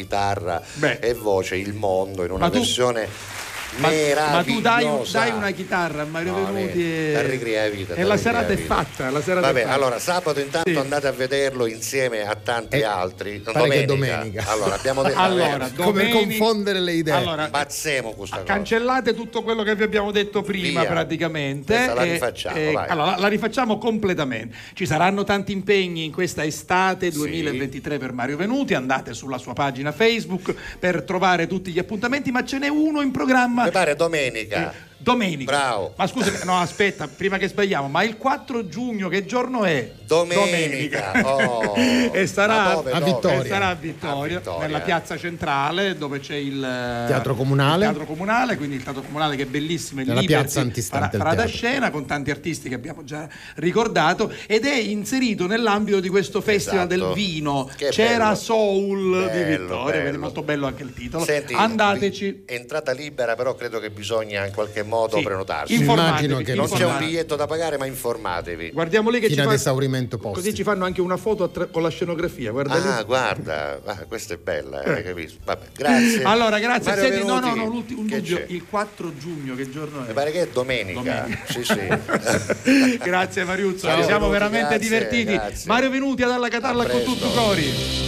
chitarra e voce Il Mondo in una versione ma tu dai una chitarra a Mario Venuti e la serata è fatta. Vabbè, allora sabato intanto andate a vederlo insieme a tanti altri. Domenica. Allora abbiamo detto come confondere le idee. Allora, bazzemo questa cosa. Cancellate tutto quello che vi abbiamo detto prima. Via. Praticamente. Questa la rifacciamo. Allora la rifacciamo completamente. Ci saranno tanti impegni in questa estate 2023 per Mario Venuti. Andate sulla sua pagina Facebook per trovare tutti gli appuntamenti, ma ce n'è uno in programma. Mi pare domenica. Bravo. Ma scusa, no, aspetta, prima che sbagliamo, ma il 4 giugno che giorno è? Domenica. Oh. E sarà a Vittoria. Sarà a Vittoria, nella piazza centrale dove c'è il teatro comunale. Quindi il teatro comunale che è bellissimo, nella piazza antistante farà da scena con tanti artisti che abbiamo già ricordato, ed è inserito nell'ambito di questo festival del vino. C'era bello. Soul di Vittoria, quindi molto bello anche il titolo. Senti, andateci. È entrata libera, però credo che bisogna in qualche modo prenotarsi. Immagino che non c'è un biglietto da pagare, ma informatevi. Guardiamo lì che fino ad esaurimento posti. Così ci fanno anche una foto con la scenografia. Guarda guarda, questa è bella, hai capito? Vabbè, grazie. Allora, grazie. Senti, un dubbio. Il 4 giugno che giorno è? Mi pare che è domenica. Sì. Grazie Mariuzzo, ci siamo veramente divertiti. Grazie. Mario Venuti ad Alla Catalla con tutto i cori.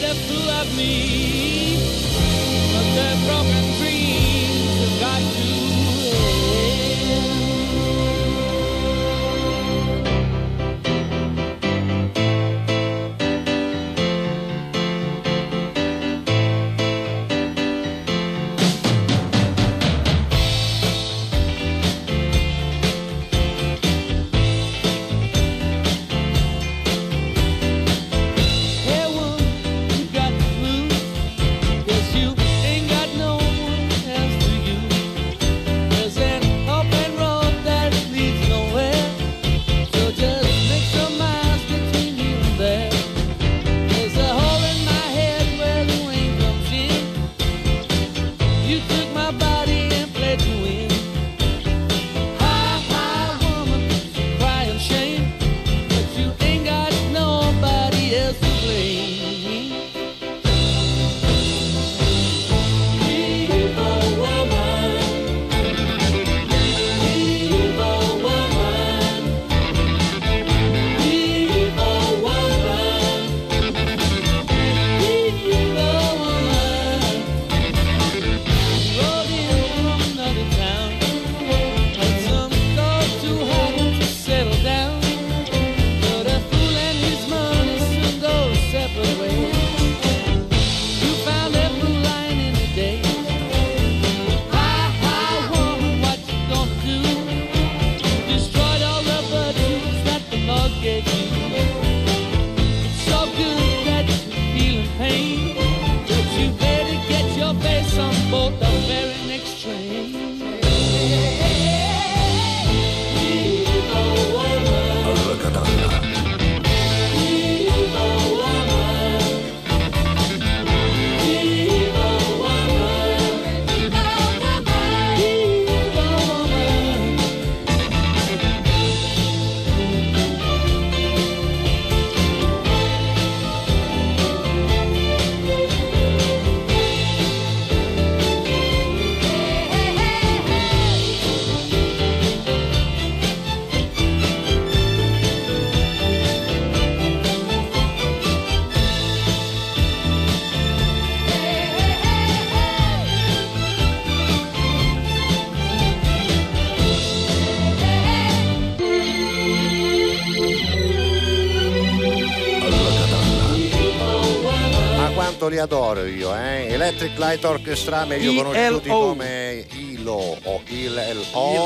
Li adoro io, Electric Light Orchestra, meglio conosciuti come ILO o ILO.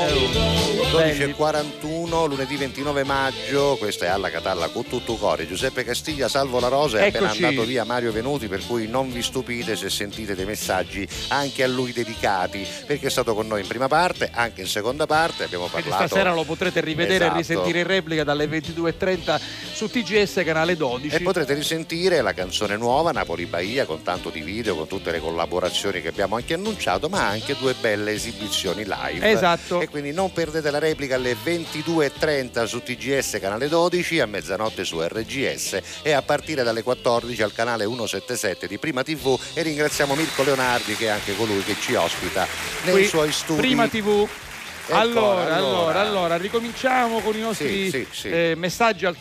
12:41, lunedì 29 maggio. Questa è Alla Catalla con tutto cuore. Giuseppe Castiglia, salvo la rosa, è appena andato via Mario Venuti, per cui non vi stupite se sentite dei messaggi anche a lui dedicati, perché è stato con noi in prima parte, anche in seconda parte abbiamo parlato. Stasera lo potrete rivedere e risentire in replica dalle 22:30 su TGS canale 12. E potrete risentire la canzone nuova Napoli Bahia con tanto di video, con tutte le collaborazioni che abbiamo anche annunciato, ma anche 2 belle esibizioni live. Esatto. E quindi non perdete la replica alle 22:30 su TGS canale 12, a mezzanotte su RGS e a partire dalle 14 al canale 177 di Prima TV. E ringraziamo Mirko Leonardi, che è anche colui che ci ospita nei Qui, suoi studi. Prima TV. Allora, ricominciamo con i nostri messaggi al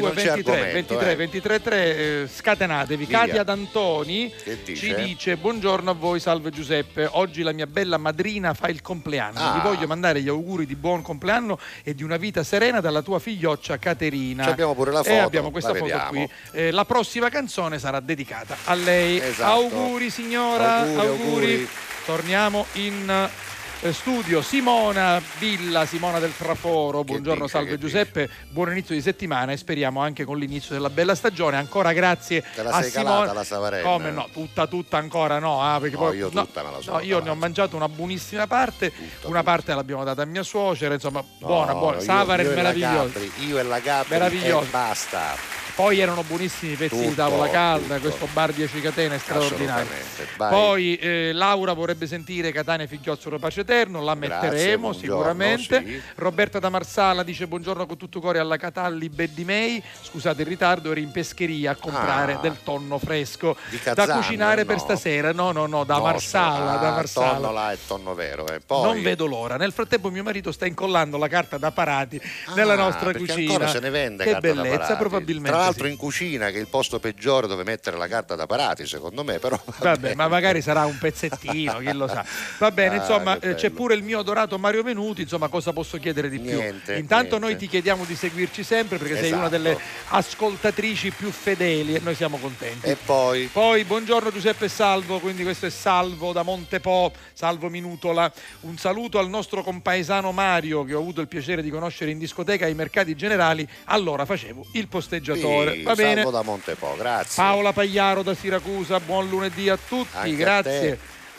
392 23 scatenatevi. Via. Katia D'Antoni ci dice: buongiorno a voi, salve Giuseppe, oggi la mia bella madrina fa il compleanno, vi voglio mandare gli auguri di buon compleanno e di una vita serena dalla tua figlioccia Caterina. Abbiamo pure la foto, abbiamo questa foto qui. La prossima canzone sarà dedicata a lei. Esatto. Auguri signora, auguri. Torniamo in studio. Simona Villa, Simona del Traforo, buongiorno, salve Giuseppe, buon inizio di settimana e speriamo anche con l'inizio della bella stagione. Ancora grazie a Simona. La Savarena? Come no, tutta ancora no, perché poi io tutta me la sono. Io ne ho mangiato una buonissima parte, una parte l'abbiamo data a mia suocera, insomma, buona. Savare meraviglioso. Io e la Gabri meraviglioso. E basta. Poi erano buonissimi pezzi di tavola calda, questo bar 10 catene straordinario. Poi Laura vorrebbe sentire Catania Figliozzolo Pace Eterno, la metteremo. Grazie, sicuramente. Sì. Roberta da Marsala dice: buongiorno con tutto cuore alla Catalli Beddi May. Scusate il ritardo, eri in pescheria a comprare del tonno fresco da cucinare per stasera. No, da Marsala. Da Marsala. Tonno là è tonno vero. Poi... Non vedo l'ora. Nel frattempo mio marito sta incollando la carta da parati nella nostra cucina. Ancora se ne vende che carta bellezza, da parati. probabilmente. Tra l'altro in cucina, che è il posto peggiore dove mettere la carta da parati, secondo me, però vabbè, ma magari sarà un pezzettino, chi lo sa. Va bene, insomma, c'è pure il mio adorato Mario Venuti, insomma, cosa posso chiedere di più? Intanto noi ti chiediamo di seguirci sempre, perché sei una delle ascoltatrici più fedeli e noi siamo contenti. E poi buongiorno Giuseppe Salvo, quindi questo è Salvo da Montepo, Salvo Minutola. Un saluto al nostro compaesano Mario, che ho avuto il piacere di conoscere in discoteca ai Mercati Generali, allora facevo il posteggiatore. Va bene. Salvo da Montepo, grazie. Paola Pagliaro da Siracusa, buon lunedì a tutti, anche grazie.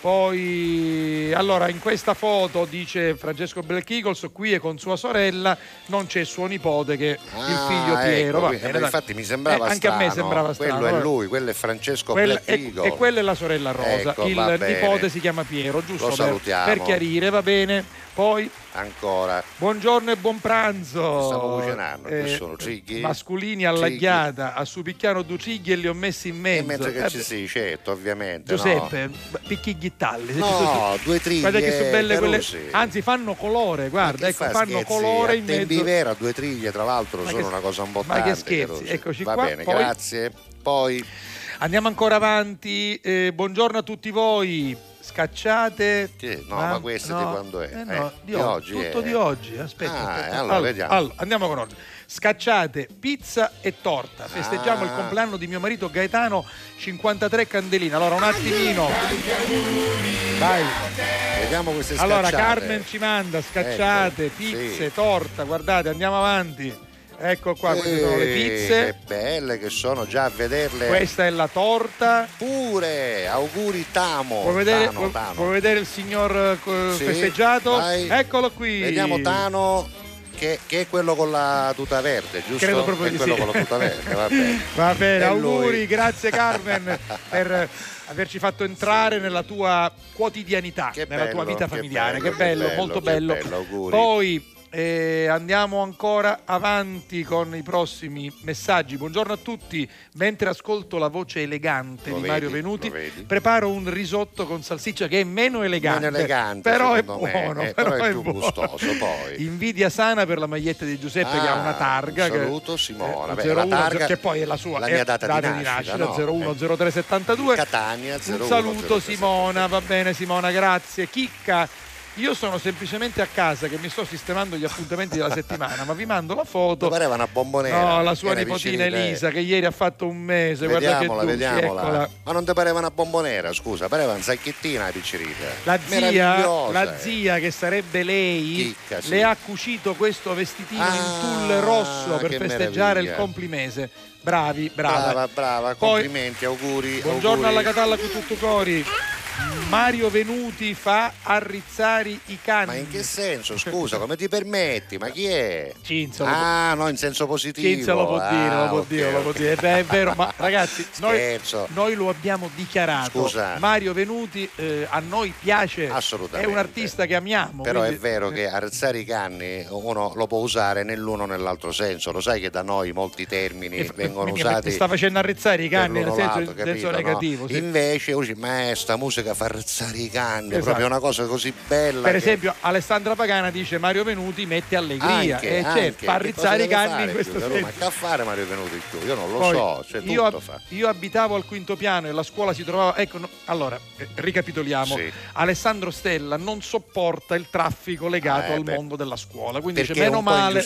Poi, allora, in questa foto dice Francesco Black Eagles, qui è con sua sorella, non c'è suo nipote che il figlio Piero. Ecco, infatti mi sembrava anche strano. a me sembrava strano. Quello è lui, quello è Francesco Black Eagles. E quella è la sorella Rosa, ecco, il nipote si chiama Piero, giusto? Lo salutiamo. Per chiarire, va bene. Poi ancora buongiorno e buon pranzo. Stiamo cucinando, che sono cighi masculini alla ghiata, a su picchiano due cighi e li ho messi in mezzo. E mentre che ci sei, certo, ovviamente. Giuseppe, picchi ghittalli. No, due triglie. Guarda che sono belle quelle. Anzi, fanno colore, guarda, ecco, fanno colore in mezzo. Vera, due triglie, tra l'altro, sono una cosa importante. Ma che scherzi, eccoci va qua. Bene, poi, grazie. Poi andiamo ancora avanti. Buongiorno a tutti voi. Scacciate. Ma questo di quando è? Di oggi. Tutto di oggi. Aspetta. Allora, vediamo. Allora, andiamo con oggi. Scacciate, pizza e torta. Festeggiamo il compleanno di mio marito Gaetano, 53 candeline. Allora, un attimino. Dai. Vediamo queste scacciate. Allora, Carmen ci manda scacciate, pizze, torta. Guardate, andiamo avanti. Ecco qua, queste sono le pizze. Che belle che sono già a vederle. Questa è la torta. Pure, auguri Tamo. Vuoi vedere il signor festeggiato? Vai. Eccolo qui. Vediamo Tano, che è quello con la tuta verde, giusto? Credo proprio di quello sì. con la tuta verde, va bene. Va bene, auguri, lui. grazie Carmen per averci fatto entrare nella tua quotidianità, nella tua vita familiare. Che bello, molto bello. Auguri. Poi andiamo ancora avanti con i prossimi messaggi. Buongiorno a tutti. Mentre ascolto la voce elegante di Mario Venuti, preparo un risotto con salsiccia che è meno elegante, però è buono, però è più gustoso. Poi invidia sana per la maglietta di Giuseppe che ha una targa. Saluto Simona. 01, la targa, che poi è la sua mia data di nascita, no? 010372. Catania 01. Un saluto Simona, va bene Simona, grazie. Chicca. Io sono semplicemente a casa che mi sto sistemando gli appuntamenti della settimana, ma vi mando la foto. Pareva una bombonera. No, la sua nipotina Elisa che ieri ha fatto un mese. Vediamola. Eccola. Ma non ti pareva una bombonera, scusa, pareva una sacchettina la piccerita. La zia che sarebbe lei, Chicca, sì. le ha cucito questo vestitino in tulle rosso per festeggiare il complimese. Brava. Poi, complimenti, auguri. Buongiorno auguri. alla Catalla con tutto cori. Mario Venuti fa arrizzare i cani. Ma in che senso? Scusa, come ti permetti? Ma chi è? Cinzia. No, in senso positivo. Cinzia lo può dire, lo può dire. Beh, è vero, ma ragazzi, noi lo abbiamo dichiarato. Scusa. Mario Venuti a noi piace. Assolutamente. È un artista che amiamo. Però quindi... è vero che arrizzare i canni uno lo può usare nell'uno o nell'altro senso. Lo sai che da noi molti termini vengono usati. Mi sta facendo arrizzare i canni nel senso, lato, capito, negativo. No? Sì. Invece, ma sta musica fa arrizzare i canni, esatto. È proprio una cosa così bella. Per esempio, Alessandra Pagana dice Mario Venuti mette allegria anche, fa arrizzare i canni in questo senso. Ma che fare Mario Venuti tu? Io non lo Poi, so, cioè, tutto fa. Io abitavo al quinto piano e la scuola si trovava. Ecco, allora, ricapitoliamo. Sì. Alessandro Stella non sopporta il traffico legato al mondo della scuola. Quindi perché dice: meno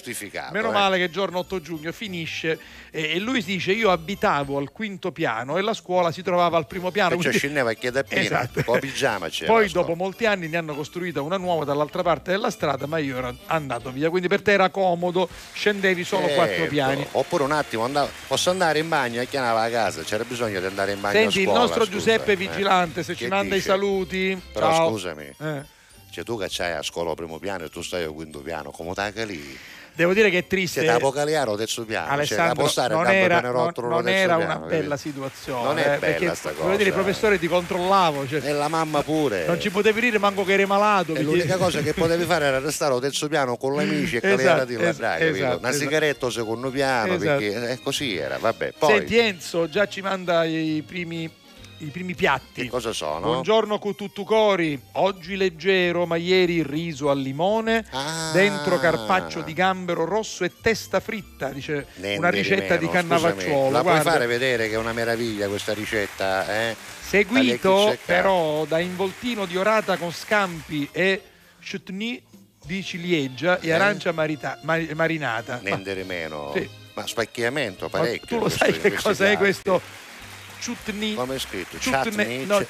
male che il giorno 8 giugno finisce. E lui dice: io abitavo al quinto piano e la scuola si trovava al primo piano. E quindi... scendeva a chiedere esatto. o pigiama c'era. Poi dopo molti anni ne hanno costruita una nuova dall'altra parte della strada, ma io ero andato via, quindi per te era comodo, scendevi solo 4 piani. Oppure un attimo, posso andare in bagno e chiamava a casa, c'era bisogno di andare in bagno. Senti, a scuola, il nostro scusa, Giuseppe Vigilante se ci manda i saluti. Però ciao. Scusami, cioè tu che c'hai a scuola al primo piano e tu stai al quinto piano, come te lì? Devo dire che è triste. Siete apocaliare o terzo piano? Alessandro, cioè, non era una bella situazione. Non è bella sta cosa. Voglio dire, il professore ti controllavo. Cioè, e la mamma pure. Non ci potevi dire manco che eri malato. E l'unica cosa che potevi fare era restare al terzo piano con gli amici e calerati una sigaretta al secondo piano, perché così era. Vabbè, poi. Senti, Enzo già ci manda i primi piatti. Che cosa sono? Buongiorno Cuttucori, oggi leggero ma ieri riso al limone, dentro carpaccio di gambero rosso e testa fritta, dice una ricetta di Cannavacciuolo. La puoi fare vedere che è una meraviglia questa ricetta, Seguito però da involtino di orata con scampi e chutney di ciliegia e arancia marinata. Nendere meno. Sì. Ma spacchiamento parecchio. Tu lo sai che cos'è questo? Chutney. Come è scritto? Chutney. No,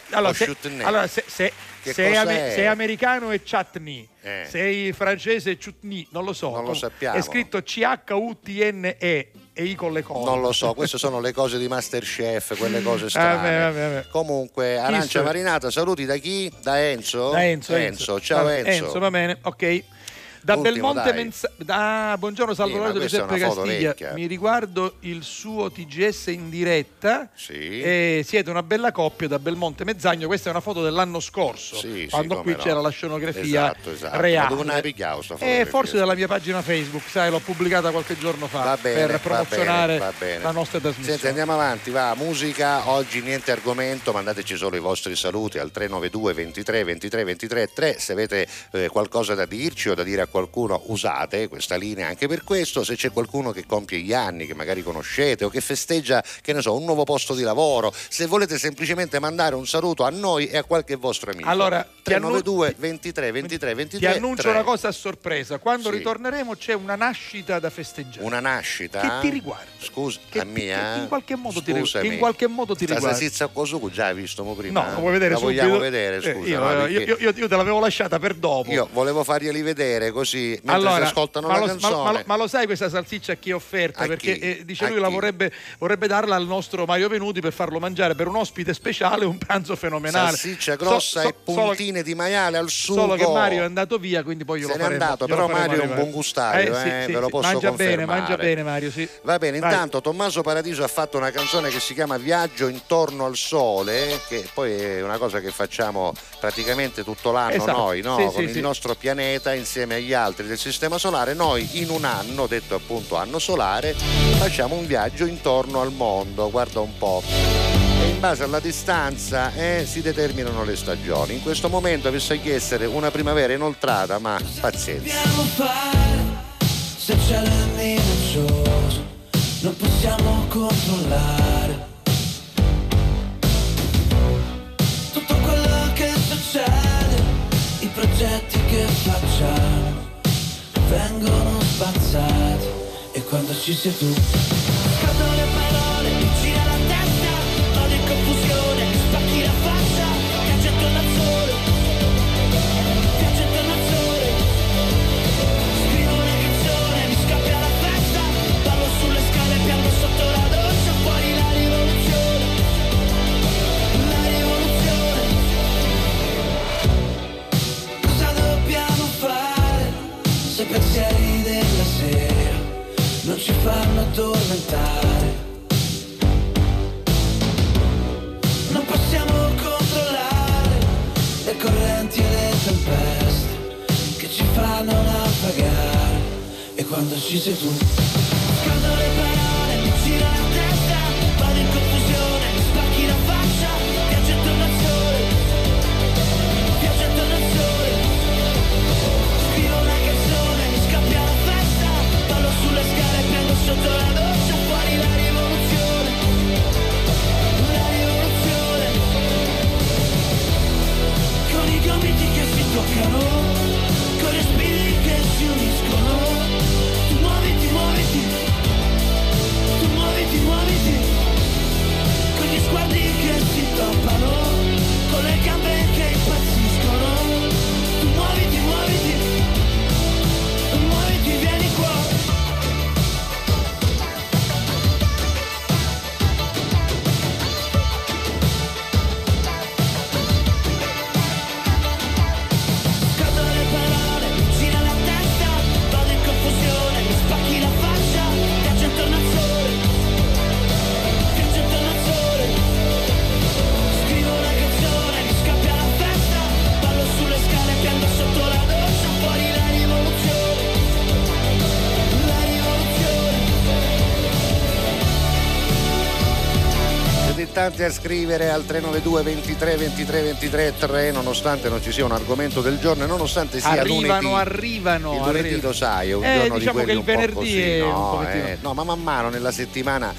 allora se è americano è chutney, sei francese è chutney, non lo so. Non lo sappiamo. È scritto CHUTNE e I con le cose. Non lo so, queste sono le cose di Masterchef, quelle cose strane. Vabbè. Comunque, arancia marinata, saluti da chi? Da Enzo? Da Enzo. Ciao Enzo. Enzo, va bene, ok. Da Belmonte buongiorno Salvatore Giuseppe Castiglia, mi riguardo il suo TGS in diretta, siete una bella coppia da Belmonte Mezzagno, questa è una foto dell'anno scorso, quando qui c'era la scenografia reale. Dove ne hai pigliato sta forse dalla mia pagina Facebook, sai, l'ho pubblicata qualche giorno fa per promozionare la nostra trasmissione. Senti, andiamo avanti, va, musica, oggi niente argomento, mandateci solo i vostri saluti al 392 23 23 23 3 se avete qualcosa da dirci o da dire a qualcuno, usate questa linea anche per questo. Se c'è qualcuno che compie gli anni, che magari conoscete o che festeggia, che ne so, un nuovo posto di lavoro, se volete semplicemente mandare un saluto a noi e a qualche vostro amico, allora 392 23 23 23 ti annuncio 3. Una cosa a sorpresa, quando ritorneremo c'è una nascita da festeggiare. Una nascita? Che ti riguarda? Scusa, a mia? In qualche modo ti riguarda. La salsiccia cosù già hai visto prima? No, vuoi vedere la subito? Vogliamo vedere, scusa. Io te l'avevo lasciata per dopo. Io volevo farglieli vedere così mentre si ascoltano la canzone. Ma lo sai questa salsiccia a chi è offerta? Perché dice lui la vorrebbe darla al nostro Mario Venuti per farlo mangiare per un ospite speciale, un pranzo fenomenale. Salsiccia grossa e puntine di maiale al sugo. Solo che Mario è andato via, quindi poi io lo faremo. Se n'è andato, però Mario è un buon gustaio, ve lo posso confermare. Mangia bene Mario, sì. Va bene, intanto Tommaso Paradiso ha fatto una canzone che si chiama Viaggio intorno al sole, che poi è una cosa che facciamo praticamente tutto l'anno noi, no? Con il nostro pianeta insieme agli altri del sistema solare. Noi in un anno, detto appunto anno solare, facciamo un viaggio intorno al mondo, guarda un po'. E in base alla distanza si determinano le stagioni. In questo momento avesse che essere una primavera inoltrata, ma pazienza. Dobbiamo fare se il cielo è minaccioso, non possiamo controllare tutto quello che succede, i progetti che facciamo vengono spazzati e quando ci sei tu scattano le parole, mi gira la testa, odio e confusione, mi spacchi la faccia, viaggio intorno al sole, viaggio intorno al sole, scrivo una canzone, mi scappia la festa, ballo sulle scale, piango sotto la doccia, fuori la rivoluzione, la rivoluzione. fanno addormentare. Non possiamo controllare le correnti e le tempeste che ci fanno naufragare. E quando ci sei tu, scaldo le parole, mi gira la testa, vado in confusione, mi spacchi la faccia, viaggio intorno al sole, viaggio intorno al sole. Scrivo una canzone, mi scappia la festa, ballo sulle scale, piango sotto la doccia, fuori la rivoluzione, la rivoluzione. Con i gomiti che si toccano, con i respiri che si uniscono. Tu muoviti, muoviti, tu muoviti, muoviti, con gli sguardi che si toppano, con le gambe che impazziscono. Tu muoviti, muoviti, muoviti, vieni qua. Scaldo le parole, mi gira la testa, vado in confusione, mi spacchi la faccia, viaggio intorno al sole, viaggio intorno al sole. Scrivo una canzone, mi scappia la festa, ballo sulle scale, piango sotto la doccia, fuori la rivoluzione, la rivoluzione. Siete in tanti a scrivere al 392 23 23 23 3, nonostante non ci sia un argomento del giorno e nonostante sia lunedì. Arrivano. Il lunedì lo sai, è un giorno diciamo di che il quelli un po' venerdì così, è un no, pochettino. no, ma man mano nella settimana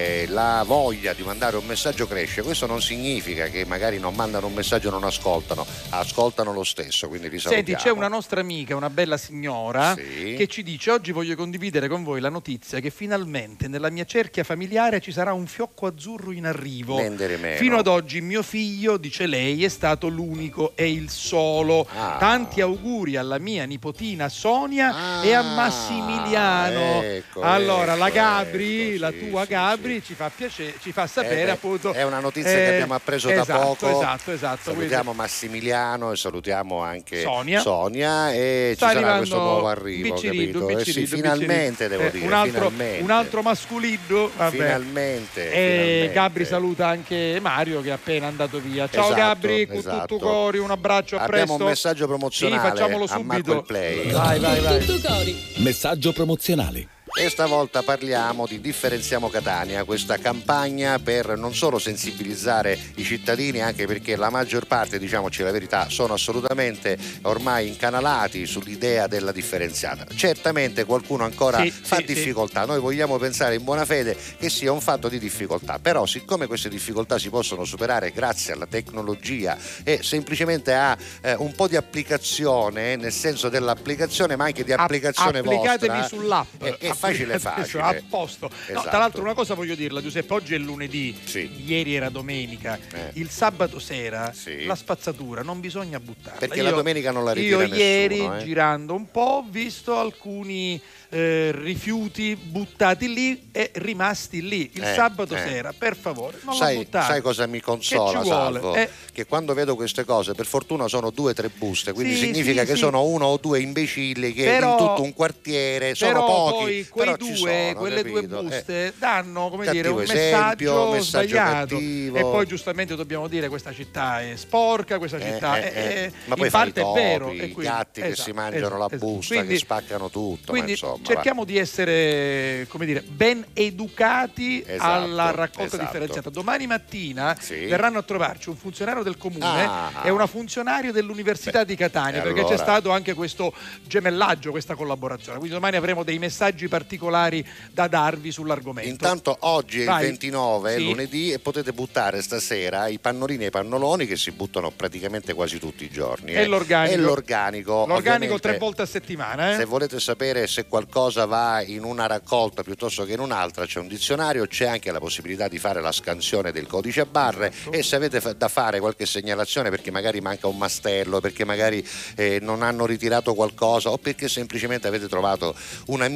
la voglia di mandare un messaggio cresce. Questo non significa che magari non mandano un messaggio e non ascoltano lo stesso, quindi li salutiamo. Senti, c'è una nostra amica, una bella signora, Sì. che ci dice: oggi voglio condividere con voi la notizia che finalmente nella mia cerchia familiare ci sarà un fiocco azzurro in arrivo. Vendere meno. Fino ad oggi mio figlio, dice lei, è stato l'unico e il solo. Tanti auguri alla mia nipotina Sonia e a Massimiliano. Ecco, allora, la ecco, Gabri, ecco, la sì, tua sì, Gabri ci fa piacere, ci fa sapere appunto. È una notizia che abbiamo appreso da poco. Esatto. Salutiamo Massimiliano e salutiamo anche Sonia e sta ci sarà arrivando questo nuovo arrivo, capito? Sì, finalmente devo dire, un altro masculino, vabbè. Finalmente. Gabri saluta anche Mario che è appena andato via. Ciao Esatto, Gabri, con esatto. tutto cori, un abbraccio, a presto. Abbiamo un messaggio promozionale. Sì, facciamolo a subito. Marco il Play. Vai. Tutto cori. Messaggio promozionale. E stavolta parliamo di Differenziamo Catania, questa campagna per non solo sensibilizzare i cittadini, anche perché la maggior parte, diciamoci la verità, sono assolutamente ormai incanalati sull'idea della differenziata. Certamente qualcuno ancora fa difficoltà, noi vogliamo pensare in buona fede che sia un fatto di difficoltà, però siccome queste difficoltà si possono superare grazie alla tecnologia e semplicemente a un po' di applicazione, nel senso dell'applicazione ma anche di applicazione applicatevi vostra, sull'app. è facile. A posto. No, Esatto. tra l'altro una cosa voglio dirla, Giuseppe, oggi è lunedì, ieri era domenica, il sabato sera la spazzatura non bisogna buttarla. Perché la domenica non la ritira nessuno. Io ieri girando un po' ho visto alcuni rifiuti buttati lì e rimasti lì. Il sabato sera, per favore, non la buttate. Sai cosa mi consola, Salvo? Che quando vedo queste cose, per fortuna sono 2 o 3 buste, quindi significa che sono 1 o 2 imbecilli che in tutto un quartiere sono pochi. Quelle 2 buste danno, come dire, un messaggio sbagliato. Cattivo. E poi giustamente dobbiamo dire questa città è sporca, questa città ma poi in parte topi, è vero. I gatti che si mangiano la busta, quindi, che spaccano tutto. Quindi insomma, cerchiamo di essere, come dire, ben educati alla raccolta differenziata. Domani mattina verranno a trovarci un funzionario del comune e una funzionaria dell'Università di Catania, perché c'è stato anche questo gemellaggio, questa collaborazione. Quindi domani avremo dei messaggi particolari da darvi sull'argomento. Intanto oggi è il 29, è lunedì, e potete buttare stasera i pannolini e i pannoloni che si buttano praticamente quasi tutti i giorni. E l'organico. L'organico 3 volte a settimana. Se volete sapere se qualcosa va in una raccolta piuttosto che in un'altra, c'è un dizionario, c'è anche la possibilità di fare la scansione del codice a barre, e se avete da fare qualche segnalazione perché magari manca un mastello, perché magari non hanno ritirato qualcosa o perché semplicemente avete trovato una mini discarica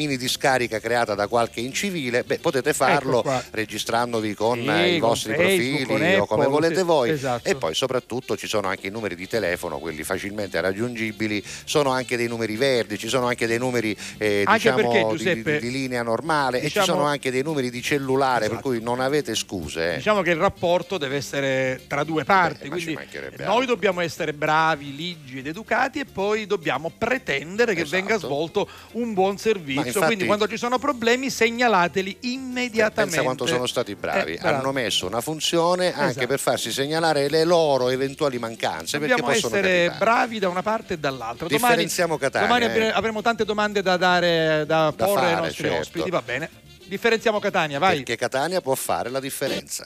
discarica creata da qualche incivile, potete farlo registrandovi con i vostri Facebook, profili o come volete voi. Esatto. E poi soprattutto ci sono anche i numeri di telefono, quelli facilmente raggiungibili, sono anche dei numeri verdi, ci sono anche dei numeri diciamo perché, Giuseppe, di linea normale, diciamo, e ci sono anche dei numeri di cellulare, esatto, per cui non avete scuse. Diciamo che il rapporto deve essere tra due parti, quindi noi dobbiamo essere bravi, ligi ed educati e poi dobbiamo pretendere che venga svolto un buon servizio, infatti, quindi quando ci sono problemi segnalateli immediatamente. Pensa quanto sono stati bravi, hanno messo una funzione anche per farsi segnalare le loro eventuali mancanze. Dobbiamo perché possono essere capitare. Bravi da una parte e dall'altra. Differenziamo Catania. Domani avremo tante domande da porre ai nostri ospiti, va bene. Differenziamo Catania, vai. Perché Catania può fare la differenza.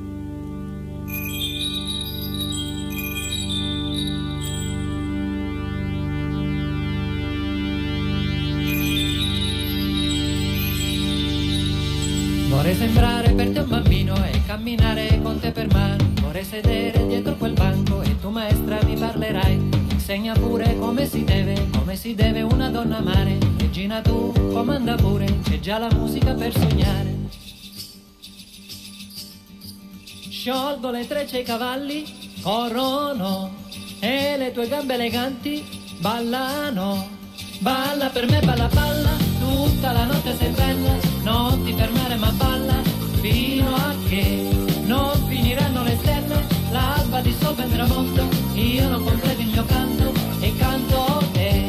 Vorrei sembrare per te un bambino e camminare con te per mano. Vorrei sedere dietro quel banco e tu maestra mi parlerai. Insegna pure come si deve una donna amare. Regina tu comanda pure, c'è già la musica per sognare. Sciolgo le trecce e i cavalli corrono e le tue gambe eleganti ballano. Balla per me, balla, balla, tutta la notte sei bella. Non ti fermare ma balla, fino a che non finiranno le stelle. L'alba di sopra il tramonto, io non completo il mio canto e canto te.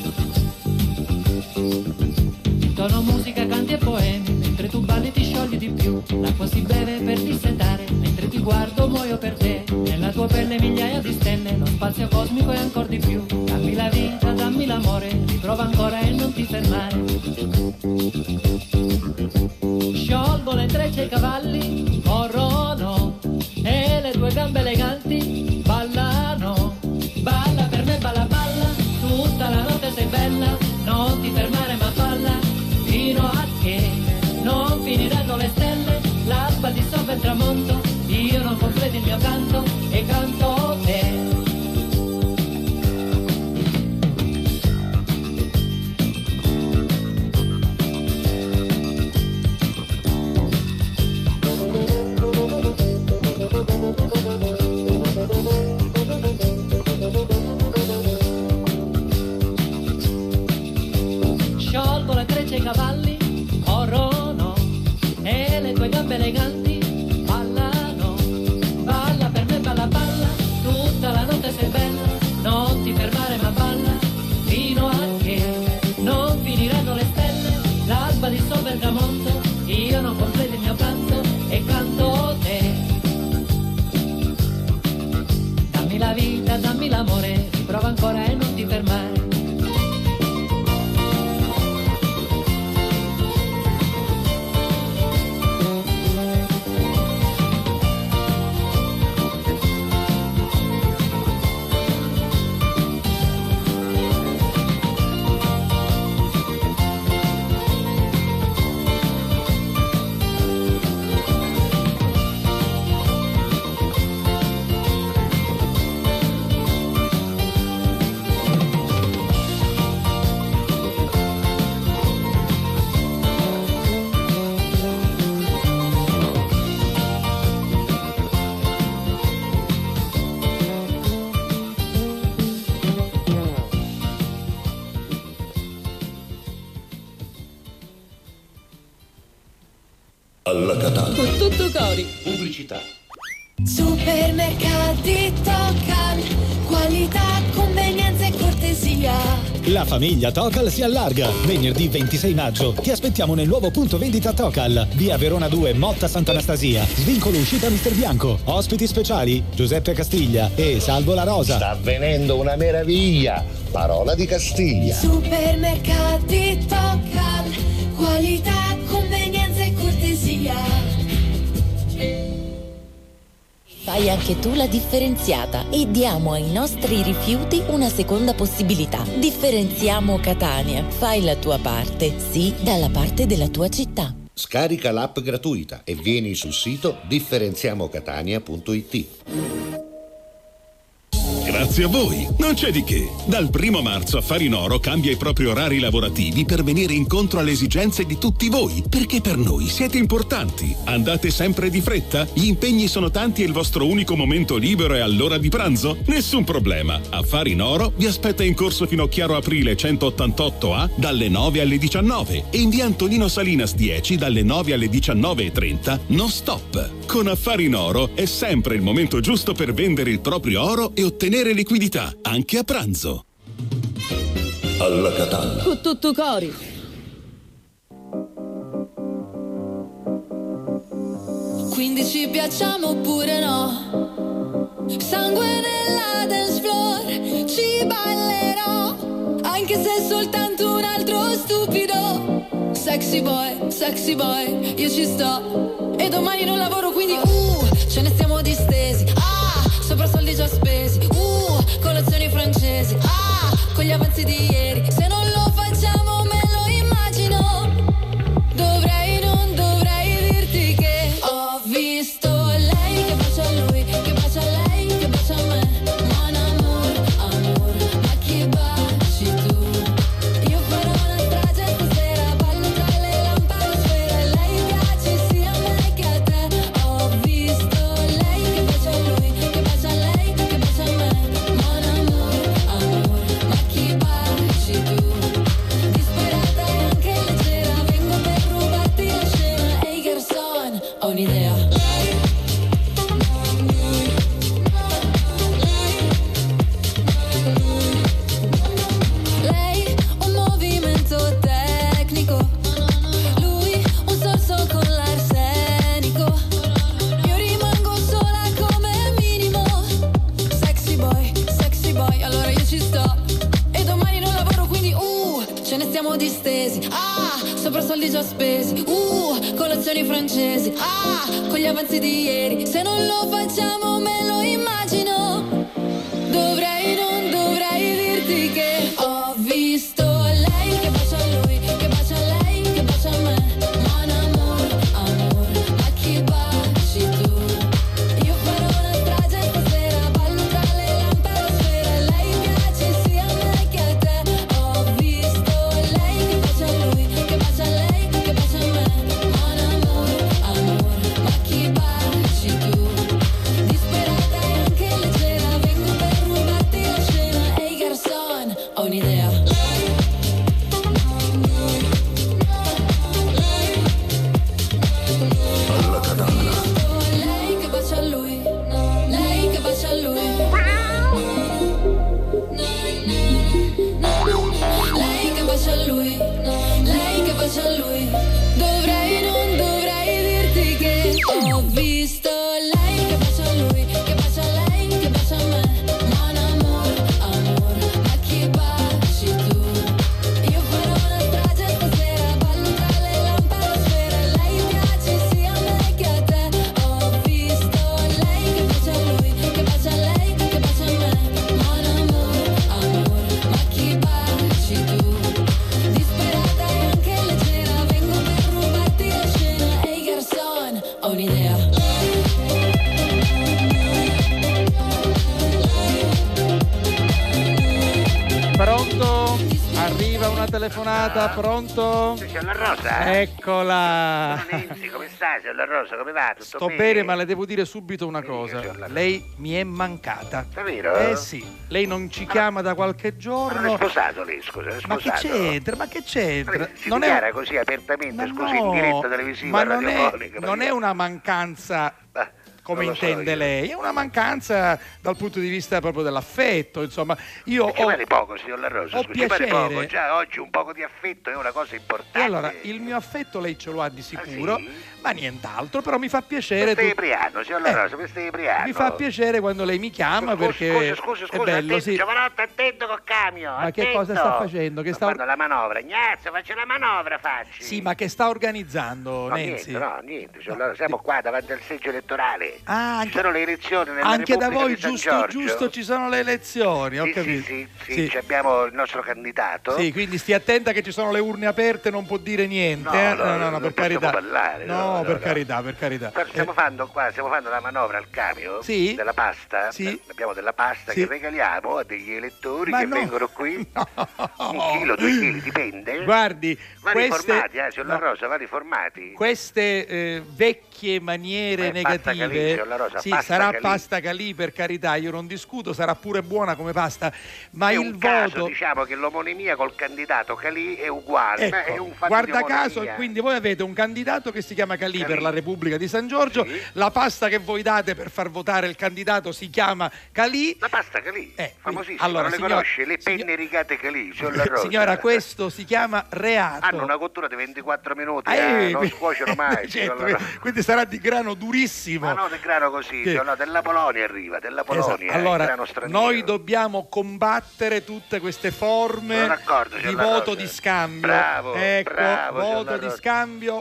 Intono musica, canti e poemi, mentre tu balli ti sciogli di più. L'acqua si beve per dissetare, mentre ti guardo muoio per te. Nella tua pelle migliaia di stelle, lo spazio cosmico è ancora di più. Dammi la vita, dammi l'amore, riprova ancora e non ti fermare. Sciolgo le trecce e i cavalli corrono e le tue gambe eleganti ballano. Balla per me, balla, balla, tutta la notte sei bella. Non ti fermare ma balla, fino a che non finiranno le stelle. L'alba di sopra il tramonto, io non completo il mio canto e canto te. Sciolgo le trecce e i cavalli corrono e le tue gambe eleganti ballano. Balla per me, balla, balla, tutta la notte sei bella. Non ti fermare ma balla, fino a che non finiranno le stelle. L'alba di sopra il tramonto, io non completo il mio canto e canto te. Dammi la vita, dammi l'amore, riprova ancora e non ti fermare. Alla Catania. Con tutto cori. Pubblicità. Supermercati Tocal, qualità, convenienza e cortesia. La famiglia Tocal si allarga. Venerdì 26 maggio ti aspettiamo nel nuovo punto vendita Tocal, via Verona 2, Motta Sant'Anastasia. Svincolo uscita Mister Bianco. Ospiti speciali Giuseppe Castiglia e Salvo La Rosa. Sta avvenendo una meraviglia. Parola di Castiglia. Supermercati Tocal, qualità, convenienza e cortesia. Fai anche tu la differenziata e diamo ai nostri rifiuti una seconda possibilità. Differenziamo Catania. Fai la tua parte, sì, dalla parte della tua città. Scarica l'app gratuita e vieni sul sito differenziamocatania.it. Grazie a voi, non c'è di che. Dal 1 marzo Affari in Oro cambia i propri orari lavorativi per venire incontro alle esigenze di tutti voi, perché per noi siete importanti. Andate sempre di fretta? Gli impegni sono tanti e il vostro unico momento libero è all'ora di pranzo? Nessun problema. Affari in Oro vi aspetta in corso Finocchiaro Aprile 188A dalle 9 alle 19 e in via Antonino Salinas 10 dalle 9 alle 19:30 non stop. Con Affari in Oro è sempre il momento giusto per vendere il proprio oro e ottenere liquidità, anche a pranzo. Alla Catalla. Con tutto cori. Quindi ci piacciamo oppure no? Sangue nella dance floor, ci ballerò, anche se è soltanto un altro stupido. Sexy boy, io ci sto. E domani non lavoro, quindi ce ne stiamo distesi. Sopra soldi già spesi. Colazioni francesi. Con gli avanzi di ieri. Se non lo facciamo me lo immagino. Non dovrei dirti che ho visto lei che bacia a lui, che bacia a lei, che bacia a me. Mon amour, ma chi baci tu? Io farò una strage stasera, ballo tra le lampadosfere. Lei piace sia a me che a te. Ho visto lei che bacia a lui, che bacia a lei, che bacia a me. Mon amour, ma chi baci tu? Disperata e anche leggera, vengo per rubarti la scena. Ehi garçon, ho un'idea. Lei un movimento tecnico, lui un sorso con l'arsenico. Io rimango sola come minimo. Sexy boy, allora io ci sto. E domani non lavoro, quindi ce ne stiamo distesi. Sopra soldi già spesi. Colazioni francesi. Con gli avanzi di ieri. Se non lo facciamo me lo immagino. Non dovrei dirti che ho visto lei che bacia a lui, che bacia a lei, che bacia a me. Mon amour, ma chi baci tu? Io farò una strage stasera, ballo tra le lampadosfere. Lei piace sia a me che a te. Ho visto lei che bacia a lui, che bacia a lei, che bacia a me. Mon amour, ma chi baci tu? Disperata e anche leggera, vengo per rubarti la scena. Ehi garçon, ho un'idea. Alla Catalla. Lei che bacia a lui, lei che bacia a lui. Lei che bacia a lui, lei che bacia a lui. Non dovrei dirti che ho visto lei che bacia a lui, che bacia a lei, che bacia a me. Mon amour, ma chi baci tu? Io farò una strage stasera, ballo tra le lampadosfere. Lei piace sia a me che a te. Ho visto lei che bacia a lui, che bacia a lei, che bacia a me. Mon amour, ma chi baci tu? Disperata e anche leggera, vengo per rubarti la scena. Ehi garçon, ho un'idea. Pronto? Arriva una telefonata, pronto? Signor La Rosa? Eccola. Sono Nenzi, come stai, signor La Rosa? Come va? Tutto Sto bene? bene, ma le devo dire subito una cosa. Lei mi è mancata. Davvero? Eh sì, lei non ci chiama da qualche Ma giorno. non è sposato lei, scusa, è Ma che sposato? c'entra? Ma che c'entra? Si dichiara così apertamente, scusi, in diretta televisiva, ma non radiofonica. non è una mancanza come non lo so intende io. lei, è una mancanza dal punto di vista proprio dell'affetto, insomma. Io Perché vale poco, signor La Rosa? ho Scusi, vale piacere. poco. Già oggi un poco di affetto è una cosa importante. E allora, il mio affetto lei ce lo ha di sicuro, ma nient'altro, però mi fa piacere. Stai ibriano, signor La Rosa, mi stai ibriano. Mi fa piacere quando lei mi chiama perché Scusi, è bello, attento, sì. giovanotto, attento col camion. Ma che cosa sta facendo? Che sta Fanno la manovra, Ignazio, faccio la manovra, facci. Sì, ma che sta organizzando, No, Nenzi? niente, signor La Rosa, siamo qua davanti al seggio elettorale. elezioni. Ci sono le elezioni nella anche Repubblica da voi, di San giusto, Giorgio. giusto, ci sono le elezioni, ho capito. Sì. Abbiamo il nostro candidato. Sì, quindi stia attenta che ci sono le urne aperte, non può dire niente. No, per carità. Parlare, per carità, per carità. Stiamo facendo la manovra al cambio della pasta. Abbiamo della pasta che regaliamo a degli elettori che vengono qui. 1 chilo, 2 chili, dipende. Guardi, vari formati, signor La Rosa, vari formati. Queste vecchie maniere negative, sarà pasta Calì, per carità, io non discuto, sarà pure buona come pasta, ma è il un caso, voto, diciamo che l'omonimia col candidato Calì è uguale, ma è un fatto guarda di caso, quindi voi avete un candidato che si chiama Calì per la Repubblica di San Giorgio, la pasta che voi date per far votare il candidato si chiama Calì. La pasta Calì, famosissima, allora, non le conosce? Le penne rigate Calì, signor La Rosa. Signora, questo si chiama reato. Hanno una cottura di 24 minuti, non scuociono mai. Certo, quindi sarà di grano durissimo. Ma no, del grano così, della Polonia arriva, della Polonia. Allora, grano straniero. noi dobbiamo combattere tutte queste forme di voto di scambio. Bravo, voto di scambio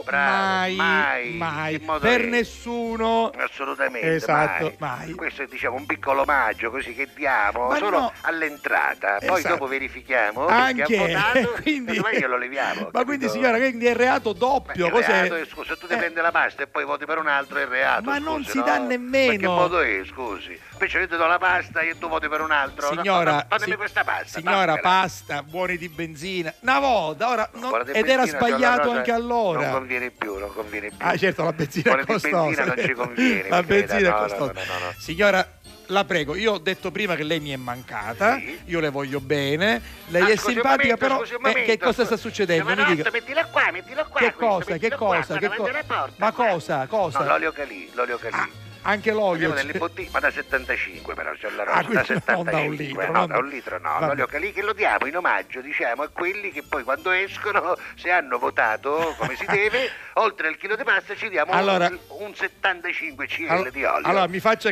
mai. Per nessuno. Assolutamente. Esatto, mai. Questo è, diciamo, un piccolo omaggio così che diamo solo all'entrata, poi dopo verifichiamo anche ha votato, quindi e glielo leviamo. Ma quindi, signora, quindi è reato doppio? Reato, scusa, tu ti prendi la pasta e poi voti per un altro, è reato. Ma non si dà nemmeno. Ma che modo è, scusi? Invece io ti do la pasta e tu voti per un altro. Signora, fatemi questa pasta. Signora, pasta, buoni di benzina. Una volta, ora ed era sbagliato anche allora. Non conviene più. Ah, certo, la benzina è costosa. Buoni di benzina non ci conviene. La benzina è costosa. No. Signora, la prego, io ho detto prima che lei mi è mancata, io le voglio bene, lei è simpatica, però che cosa sta succedendo? Mi dica. Mettila qua. Che cosa? Ma cosa? No, l'olio Calì. Anche l'olio delle bottiglie, ma da 75 però c'è la rosa, da 75, non da un litro, da un litro no, l'olio Calì che lo diamo in omaggio, diciamo, a quelli che poi quando escono, se hanno votato come si deve, oltre al chilo di pasta ci diamo un 75 cl di olio. Allora mi faccia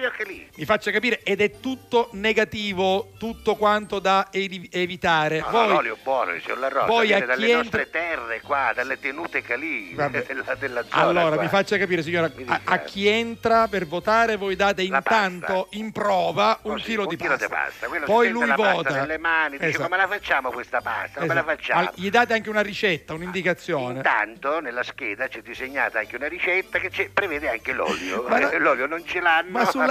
capire, ed è tutto negativo, tutto quanto da evitare. No, l'olio buono, signor La Rosa, viene dalle nostre terre qua, dalle tenute Calì della zona. Allora qua. mi faccia capire, signora, a chi entra per votare voi date intanto in prova un chilo di pasta. Poi lui vota nelle mani, dice come la facciamo questa pasta? Come la facciamo? Gli date anche una ricetta, un'indicazione. Intanto nella scheda c'è disegnata anche una ricetta che prevede anche l'olio. L'olio non ce l'hanno.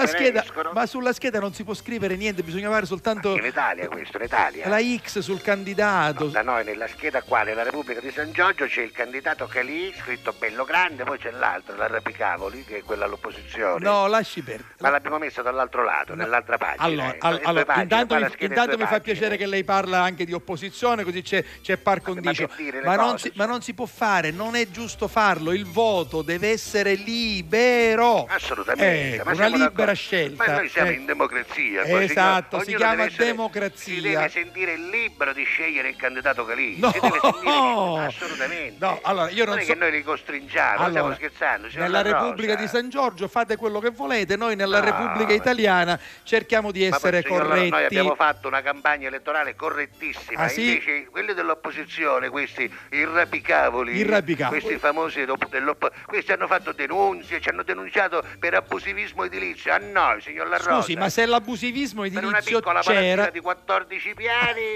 Ma sulla scheda non si può scrivere niente, bisogna fare soltanto in Italia in Italia. La X sul candidato. Da noi nella scheda qua nella Repubblica di San Giorgio c'è il candidato Calì scritto bello grande, poi c'è l'altro, l'Arrapicavoli, che è quella all'opposizione. No, lasci perdere. Ma l'abbiamo messo dall'altro lato, nell'altra pagina. Allora, intanto mi fa piacere che lei parla anche di opposizione, così c'è par condicio. Ma non si può fare, non è giusto farlo. Il voto deve essere libero. Assolutamente. Una libera scelta. Ma noi siamo in democrazia. Esatto, si chiama democrazia. Si deve sentire libero di scegliere il candidato Calì. No. Si deve sentire assolutamente. No, allora io non è che noi li costringiamo, stiamo scherzando. Nella Repubblica di San Giorgio fate quello che volete, noi nella Repubblica Italiana cerchiamo di essere corretti. Noi abbiamo fatto una campagna elettorale correttissima, invece quelli dell'opposizione, questi irrapicavoli, questi famosi questi hanno fatto denunce, ci hanno denunciato per abusivismo edilizio a noi, signor La Rosa. Scusi, ma se l'abusivismo edilizio per una piccola c'era di 14 piani,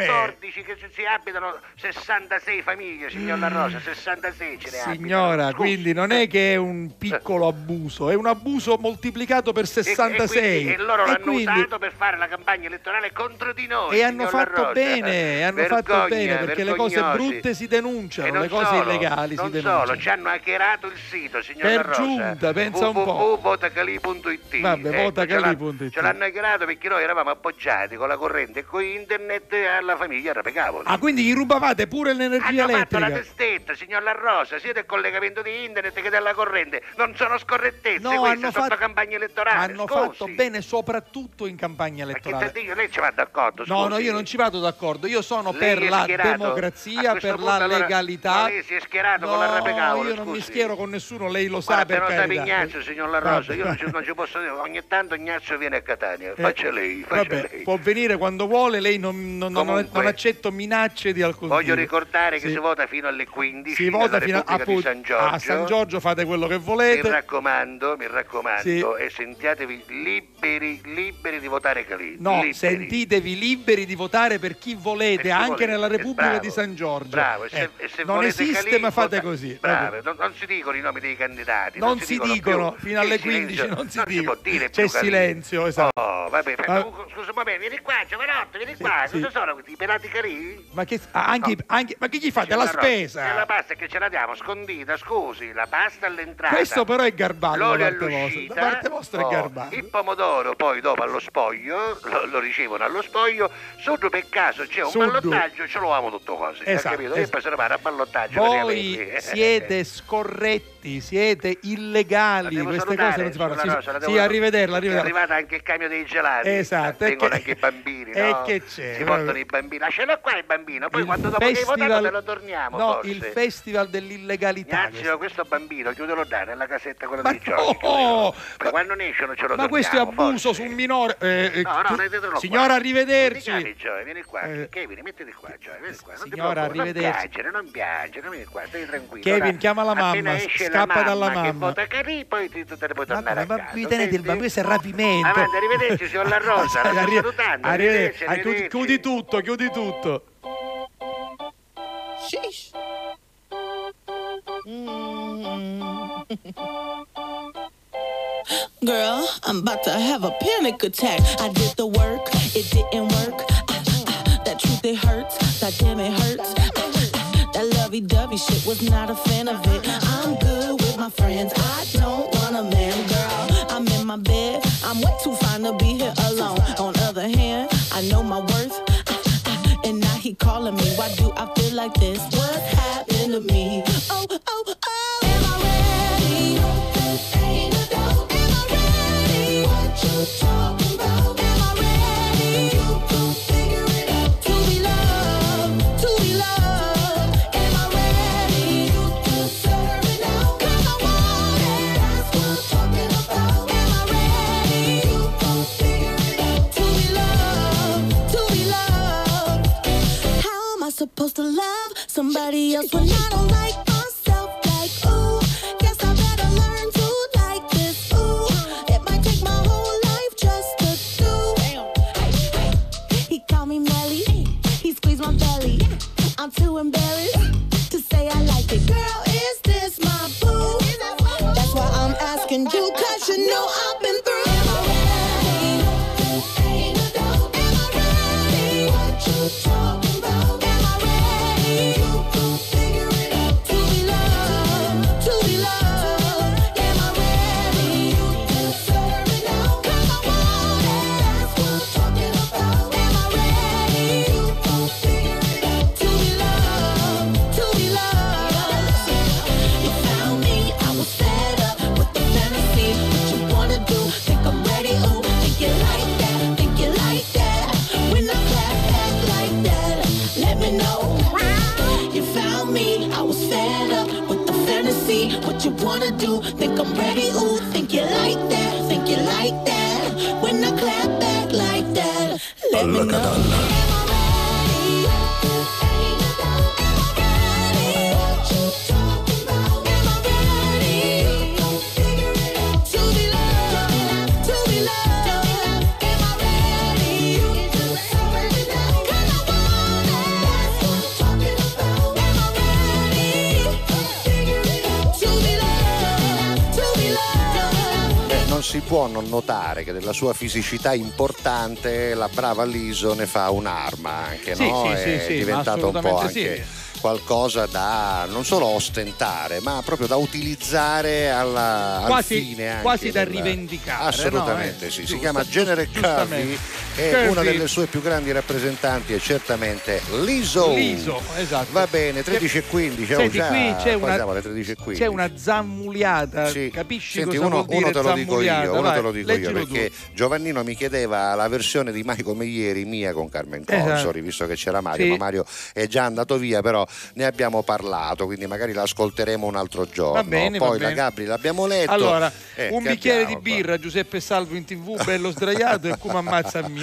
14 che si abitano 66 famiglie, signor La Rosa, 66 ce ne abitano. Signora, quindi non è che è un piccolo abuso, è un abuso moltiplicato per 66 e loro l'hanno usato per fare la campagna elettorale contro di noi e hanno fatto bene, perché le cose brutte si denunciano, le cose illegali si denunciano. Non solo, ci hanno hackerato il sito, signor La Rosa, per giunta, pensa un po', www.votacali.it. Vabbè, votacali.it. Ce l'hanno hackerato perché noi eravamo appoggiati con la corrente e con internet alla famiglia Arrapicavoli. Ah, quindi gli rubavate pure l'energia elettrica? Hanno fatto la testetta, signor La Rosa, sia del collegamento di internet che della corrente, non sono scorrettezze. No, hanno fatto campagna elettorale. Hanno fatto bene soprattutto in campagna elettorale. Ma lei ci va d'accordo? No, io non ci vado d'accordo. Io sono per la democrazia, per la legalità. Ma lei si è schierato con l'Arrapicavoli. Io non mi schiero con nessuno, lei lo sa, per carità. Però Ignazio, signor La Rosa, io non ci posso dire. Ogni tanto Ignazio viene a Catania. Faccia lei. Può venire quando vuole, lei non accetto minacce di alcun tipo. Voglio ricordare che si vota fino alle 15. Si vota fino a San Giorgio. A San Giorgio fate quello che volete. Mi raccomando, Però mi raccomando, e sentiatevi liberi di votare Calì. No, sentitevi liberi di votare per chi volete, anche nella Repubblica di San Giorgio. Bravo, e se non esiste Calì, ma fate così. Bravo, non si dicono i nomi dei candidati. Non si dicono più. fino alle 15, non si può dire c'è più silenzio, esatto. Oh, vabbè, scusa un momento, vieni qua, Giovanotto, vieni qua. Cosa sono questi i pelati Calì? Ma che ma che gli fate? La spesa? È la pasta che ce la diamo scondita, scusi, la pasta all'entrata. Questo però è garbato. L'olio da parte vostra è garbato. Il pomodoro poi dopo allo spoglio, lo ricevono allo spoglio, sotto per caso c'è un ballottaggio, ce lo amo tutto cose. Esatto, capito? E poi se ne va a ballottaggio. Voi siete scorretti, siete illegali, queste cose non si fanno. Sì, arrivederla. È arrivato anche il camion dei gelati. Esatto. Vengono anche i bambini, no? E che c'è? Si portano i bambini. Lascialo qua il bambino, poi quando dopo che hai votato te lo torniamo. No, forse. il festival dell'illegalità. Ignazio, questo bambino chiudelo là nella casetta quella dei giochi. Poi quando ne escono ce lo torniamo. Ma questo è abuso su un minore. No, signora, arrivederci. Vieni qua. Kevin, mettiti qua, Gioia, vieni qua. Signora, arrivederci. Non piangere, vieni qua, stai tranquillo. Kevin, chiama la mamma, scappa dalla mamma. Che vota Calì, poi tu te ne puoi tornare a casa. Ma vi tenete il bambino, questo è rapimento. Avanti, arrivederci, signor La Rosa. Arrivederci. Chiudi tutto. Sheesh. Girl, I'm about to have a panic attack. I did the work, it didn't work. That truth, it hurts. That damn, it hurts. That lovey-dovey shit, was not a fan of it. I'm good with my friends. I don't want a man, girl. I'm in my bed. I'm way too fine to be here alone. On the other hand, I know my worth. And now he calling me. Why do I feel like this? What's happened to me? Oh. Am I ready? Ain't no doubt. Am I ready? What you talking about? Am I ready? You gon' figure it out. To be loved. Am I ready? You deserve it now. 'Cause I want it. That's what I'm talking about. Am I ready? You gon' figure it out. To be loved. How am I supposed to love somebody else when I don't like myself? Like, ooh, guess I better learn to like this. Ooh, it might take my whole life just to do. He called me Melly, he squeezed my belly. I'm too embarrassed to say I like it. Girl, is this my boo? That's why I'm asking you, 'cause you know I've been through. Am I ready? Ain't no doubt. Am I ready? What you talking about? Am I ready? You gon' figure it out. To be loved. Am I ready? You deserve it now. 'Cause I want it. That's what I'm talking about. Am I ready? You gon' figure it out. To be loved. You found me, I was fed up with the fantasy. What you wanna do? Think I'm ready? Ooh, think you like that? Think you like that? When I clap back like that, let me know. You found me, I was fed up with the fantasy. What you wanna do? Think I'm ready? Ooh, think you like that? Think you like that? When I clap back like that, let me know. Am I ready? Ain't no doubt. Am I ready? What you talking about? Am I ready? You gon' figure it out. To be loved. Am I ready? You deserve it now. 'Cause I want it. That's what I'm talking about. Am I ready? Figure it out. To be loved. Non si può non notare che della sua fisicità importante la brava Liso ne fa un'arma anche, no? È diventato un po' anche qualcosa da non solo ostentare, ma proprio da utilizzare al fine anche quasi da rivendicare. Assolutamente, no? sì. Si chiama Jennifer Curvy e una delle sue più grandi rappresentanti è certamente Liso, esatto. Va bene, 13:15. Senti, qui passiamo alle 13:15. c'è una zammuliata, sì. Capisci? Senti, cosa vuol dire uno te lo dico zammuliata? io perché Giovannino mi chiedeva la versione di Mai come ieri mia con Carmen Consoli, visto che c'era Mario, ma Mario è già andato via, però ne abbiamo parlato, quindi magari l'ascolteremo un altro giorno. Va bene, poi la Gabri l'abbiamo letto. Allora, un bicchiere di birra, Giuseppe Salvo in TV, bello sdraiato, e come ammazza a me.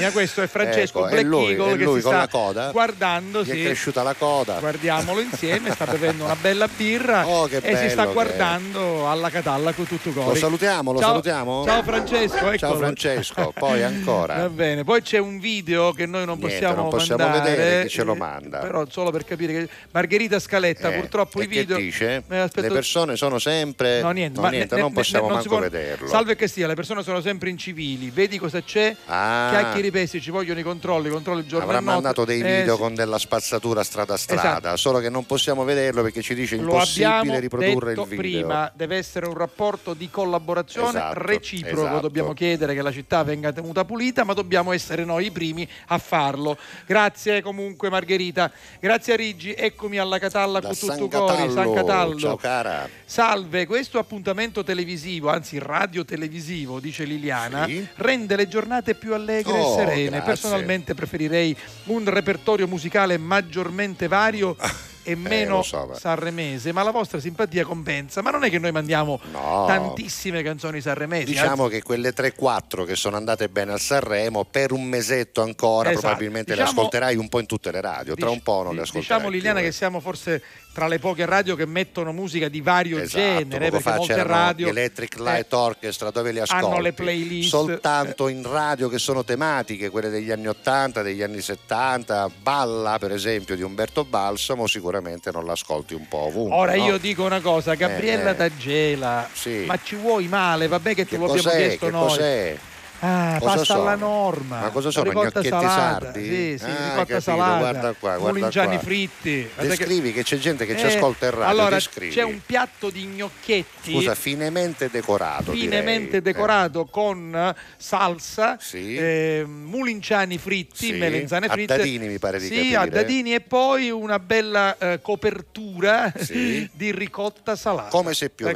campagna. Questo è Francesco Black Eagle che si sta guardando. Gli è cresciuta la coda. Guardiamolo insieme, sta bevendo una bella birra e si sta guardando alla Catalla con tutto cori. Lo salutiamo? Ciao Francesco, eccolo. Ciao Francesco, poi ancora. Va bene, poi c'è un video che noi non possiamo vedere, chi ce lo manda. Però solo per capire che Margherita Scaletta purtroppo i video dice? Le persone sono sempre non possiamo manco vederlo. Salve che sia, le persone sono sempre incivili, vedi cosa c'è? Chiacchieri pesi, ci vogliono i controlli giorno avrà e notte. mandato dei video con della spazzatura strada, esatto. Solo che non possiamo vederlo perché ci dice impossibile riprodurre il video. Prima deve essere un rapporto di collaborazione reciproco, dobbiamo chiedere che la città venga tenuta pulita, ma dobbiamo essere noi i primi a farlo. Grazie comunque Margherita, grazie a Riggi, eccomi alla Catalla con tutto cori, San Catallo. Ciao cara. Salve, questo appuntamento televisivo, anzi radiotelevisivo, dice Liliana, rende le giornate più allegre e serene. Grazie. Personalmente preferirei un repertorio musicale maggiormente vario e meno sanremese, ma la vostra simpatia compensa. Ma non è che noi mandiamo tantissime canzoni sanremesi. Diciamo che quelle 3-4 che sono andate bene a Sanremo per un mesetto ancora probabilmente le ascolterai un po' in tutte le radio, tra un po' non le ascolterai. Diciamo Liliana che siamo forse tra le poche radio che mettono musica di vario genere, perché molte radio Electric Light Orchestra dove li ascolti hanno le playlist soltanto in radio che sono tematiche, quelle degli anni 80, degli anni 70. Balla per esempio di Umberto Balsamo sicuramente non l'ascolti un po' ovunque. Ora io dico una cosa, Gabriella D'Agela, ma ci vuoi male? Vabbè che te lo abbiamo chiesto noi. Cos'è? Pasta alla norma. Ma cosa sono? Ricotta Gnocchetti salata. sardi? Sì, ricotta salata. Guarda qua. Mulinciani fritti. Descrivi che c'è gente che ci ascolta in radio. Allora, c'è un piatto di gnocchetti. Scusa, finemente decorato. Decorato con salsa, mulinciani fritti, melenzane fritte. A dadini mi pare di capire. Sì, a dadini e poi una bella copertura di ricotta salata. Come se piovesse.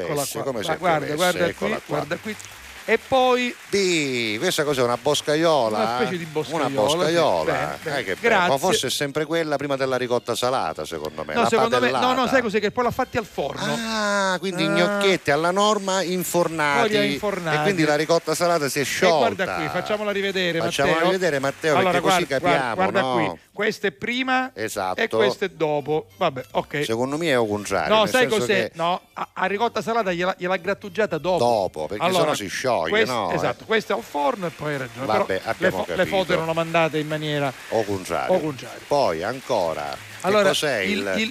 Guarda qui. E poi questa cosa è una boscaiola, una specie di boscaiola, ma forse è sempre quella prima della ricotta salata, secondo me. Secondo me sai cos'è, che poi l'ha fatti al forno. Quindi i gnocchetti alla norma infornati. E quindi la ricotta salata si è sciolta. Guarda qui, facciamola rivedere Matteo, allora, perché così capiamo. Guarda qui, questo è prima e questo è dopo. Vabbè, ok. Secondo me è un contrario. No, sai cos'è? No, a ricotta salata gliela grattugiata dopo. Perché sennò si scioglie. Esatto, questo è al forno e poi hai ragione. Vabbè, però le foto erano mandate in maniera o contrario. Poi ancora, allora, cos'è il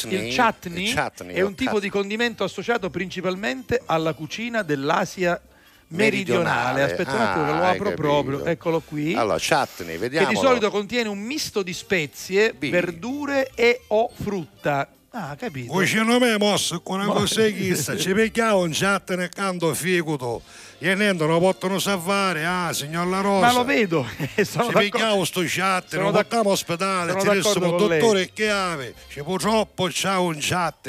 chutney è un tipo di condimento associato principalmente alla cucina dell'Asia meridionale. Aspetta un attimo che lo apro proprio, eccolo qui. Allora, chutney, vediamo. Che di solito contiene un misto di spezie, verdure e o frutta. Capito. Cucino me mosso con una cosa chissà, ci picchiamo un chat nel canto ficuto e niente non possono salvare, signor La Rosa. Ma lo vedo. Ci picchiamo sto chat, non portiamo all'ospedale, ci dessimo dottore che ave, ci purtroppo c'ha un chat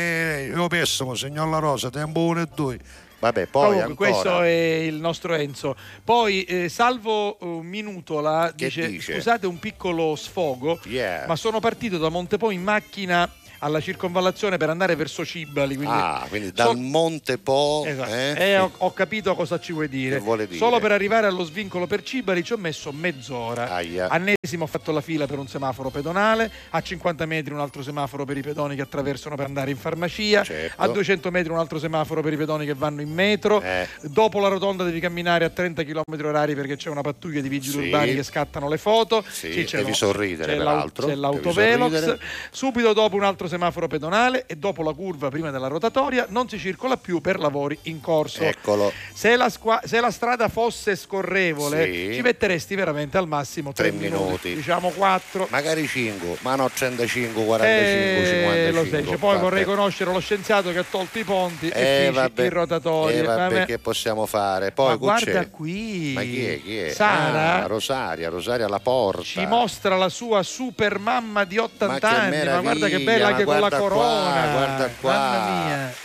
io pessimo, signor La Rosa, tempo 1 e 2. Vabbè, poi comunque, questo è il nostro Enzo. Poi Salvo Minutola dice scusate un piccolo sfogo, ma sono partito da Montepo in macchina alla circonvallazione per andare verso Cibali, quindi dal Monte Po. Esatto. Ho capito cosa ci vuoi dire. Solo per arrivare allo svincolo per Cibali ci ho messo mezz'ora. A Nesimo ho fatto la fila per un semaforo pedonale, a 50 metri un altro semaforo per i pedoni che attraversano per andare in farmacia, a 200 metri un altro semaforo per i pedoni che vanno in metro, dopo la rotonda devi camminare a 30 km/h perché c'è una pattuglia di vigili urbani che scattano le foto, devi sorridere peraltro, c'è l'autovelox, subito dopo un altro semaforo pedonale e dopo la curva prima della rotatoria non si circola più per lavori in corso. Eccolo. Se la strada fosse scorrevole ci metteresti veramente al massimo 3 minuti, diciamo 4, magari 5, ma no 35, 45, 55. Lo sai, poi vorrei conoscere lo scienziato che ha tolto i ponti e i rotatori. Vabbè, che possiamo fare? Poi guarda qui. Ma chi è? Sara Rosaria alla porta. Ci mostra la sua super mamma di 80 anni, ma guarda che bella anche con la corona. Guarda qua. Mamma mia.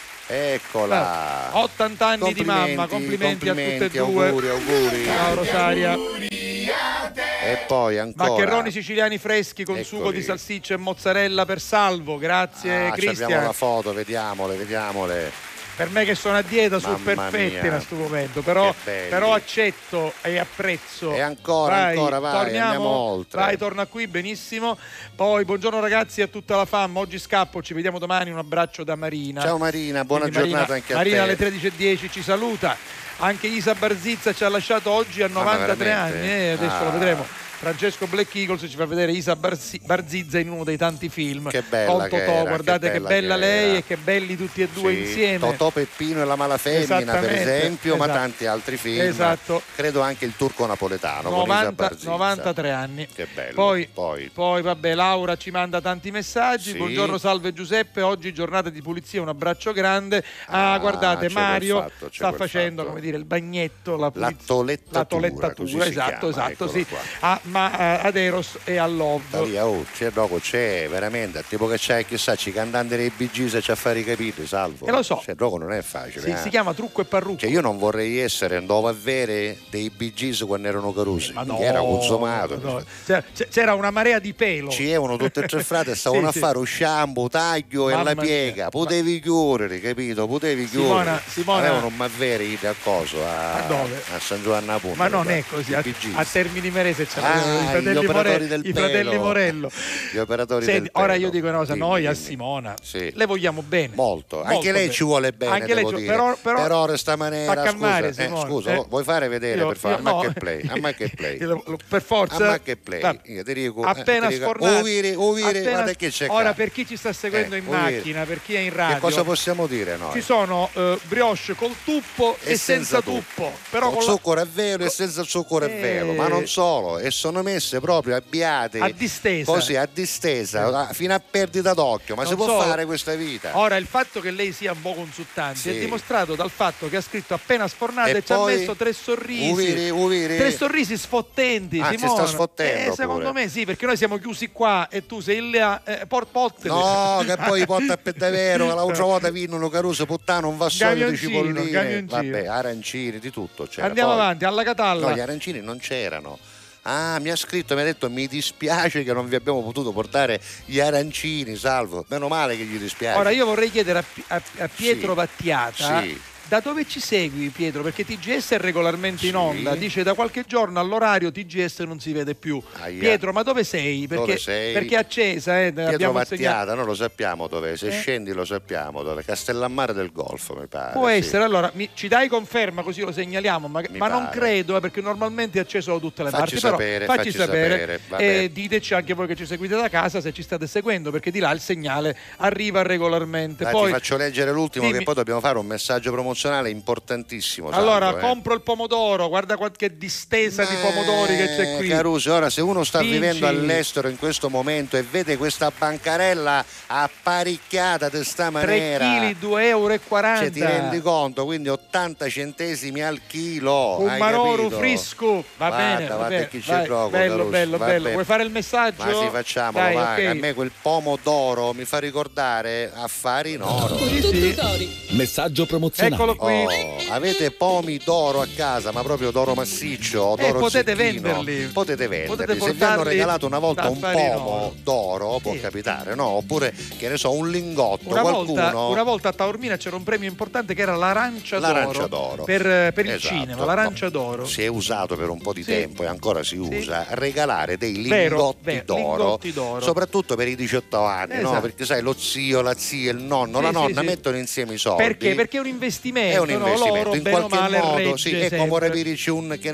Eccola. 80 anni di mamma, complimenti a tutte e due. Auguri. Ciao Rosaria. E poi ancora maccheroni siciliani freschi con sugo di salsiccia e mozzarella per Salvo. Grazie Cristian. Abbiamo la foto, vediamole. Per me che sono a dieta sono perfette in questo momento, però accetto e apprezzo. E ancora, vai, andiamo oltre. Vai, torna qui, benissimo. Poi buongiorno ragazzi a tutta la fam, oggi scappo, ci vediamo domani, un abbraccio da Marina. Ciao Marina, buona giornata anche a te. Marina alle 13:10 ci saluta. Anche Isa Barzizza ci ha lasciato oggi a 93 anni, adesso lo vedremo. Francesco Black Eagles ci fa vedere Isa Barzizza in uno dei tanti film. Che bella con Totò, che era, guardate che bella lei e che belli tutti e due insieme. Totò, Peppino e la Malafemmina per esempio, ma tanti altri film. Esatto. Credo anche il Turco Napoletano 93 anni. Che bello. Poi vabbè, Laura ci manda tanti messaggi. Buongiorno, salve Giuseppe, oggi giornata di pulizia, un abbraccio grande. Guardate, Mario sta facendo come dire il bagnetto, la tolettatura, esatto, sì. Ad Eros e a Love. C'è veramente, tipo che c'è chissà ci cantante dei Bee Gees e ci affari capiti, Salvo. E lo so. Non è facile. Si chiama trucco e parrucco. Io non vorrei essere, andavo a avere dei Bee Gees quando erano carusi. Era consumato. C'era una marea di pelo. Ci erano tutte e tre frate, stavano a fare lo shampoo, taglio e la piega. Potevi chiudere, capito? Simona. Avevano un veri da coso a San Giovanni a Punta. Ma non è così. A Termini Merese c'erano i fratelli Morello. Gli operatori del ora io dico una cosa, noi a Simona le vogliamo bene. Molto. Anche lei ci vuole bene, anche devo dire. Però questa maniera, scusa, vuoi fare vedere per favore? A Marketplay. Per forza. A Marketplay. Appena sfornato. Guarda che c'è. Ora per chi ci sta seguendo in macchina, per chi è in radio. Che cosa possiamo dire noi? Ci sono brioche col tuppo e senza tuppo. Però con zucchero è vero e senza zucchero è vero, ma non solo, e sono messe proprio avviate a distesa, così a distesa fino a perdita d'occhio, ma non si può fare questa vita. Ora il fatto che lei sia un po' consultante è dimostrato dal fatto che ha scritto appena sfornata e ci ha messo 3 sorrisi, 3 sorrisi sfottenti. Si sta sfottendo secondo me sì, perché noi siamo chiusi qua e tu sei là no, che poi porta per davvero l'altra volta vinno Caruso puttano un vassoio di cipolline, vabbè, arancini, di tutto c'era. Andiamo avanti, alla Catalla. No, gli arancini non c'erano. Mi ha scritto, mi ha detto mi dispiace che non vi abbiamo potuto portare gli arancini, Salvo. Meno male che gli dispiace. Ora io vorrei chiedere a Pietro Vattiata da dove ci segui, Pietro? Perché TGS è regolarmente in onda, dice da qualche giorno all'orario TGS non si vede più. Pietro, ma dove sei? Perché è accesa, Pietro Vattiata, noi lo sappiamo dove, se scendi lo sappiamo dove, Castellammare del Golfo mi pare. Può essere, allora ci dai conferma così lo segnaliamo, ma non credo, perché normalmente è acceso da tutte le parti. Facci sapere. E diteci anche voi che ci seguite da casa se ci state seguendo, perché di là il segnale arriva regolarmente. Poi ti faccio leggere l'ultimo, che poi dobbiamo fare un messaggio promozionale importantissimo. Allora, compro il pomodoro, guarda qualche distesa di pomodori che c'è qui. Caruso, ora se uno sta vivendo all'estero in questo momento e vede questa bancarella apparecchiata di sta maniera, 3 kg, 2,40 €. Cioè, ti rendi conto? Quindi 80 centesimi al chilo. Un Manoru frisco. Va bene. Chi c'è gioco, bello. Vuoi fare il messaggio? Ma sì, facciamolo. Dai, okay. A me quel pomodoro mi fa ricordare affari in oro. Messaggio promozionale. Qui. Avete pomi d'oro a casa, ma proprio d'oro massiccio, d'oro potete zecchino. venderli. Potete venderli. Se vi hanno regalato una volta un pomo d'oro, può capitare, no? Oppure, che ne so, un lingotto. Una volta a Taormina c'era un premio importante che era l'arancia d'oro per il cinema. L'arancia d'oro si è usato per un po' di tempo e ancora si usa regalare dei lingotti d'oro, soprattutto per i 18 anni, no? Perché sai, lo zio, la zia, il nonno, la nonna mettono insieme i soldi. Perché è un investimento. È un investimento, loro, in qualche modo è come capirci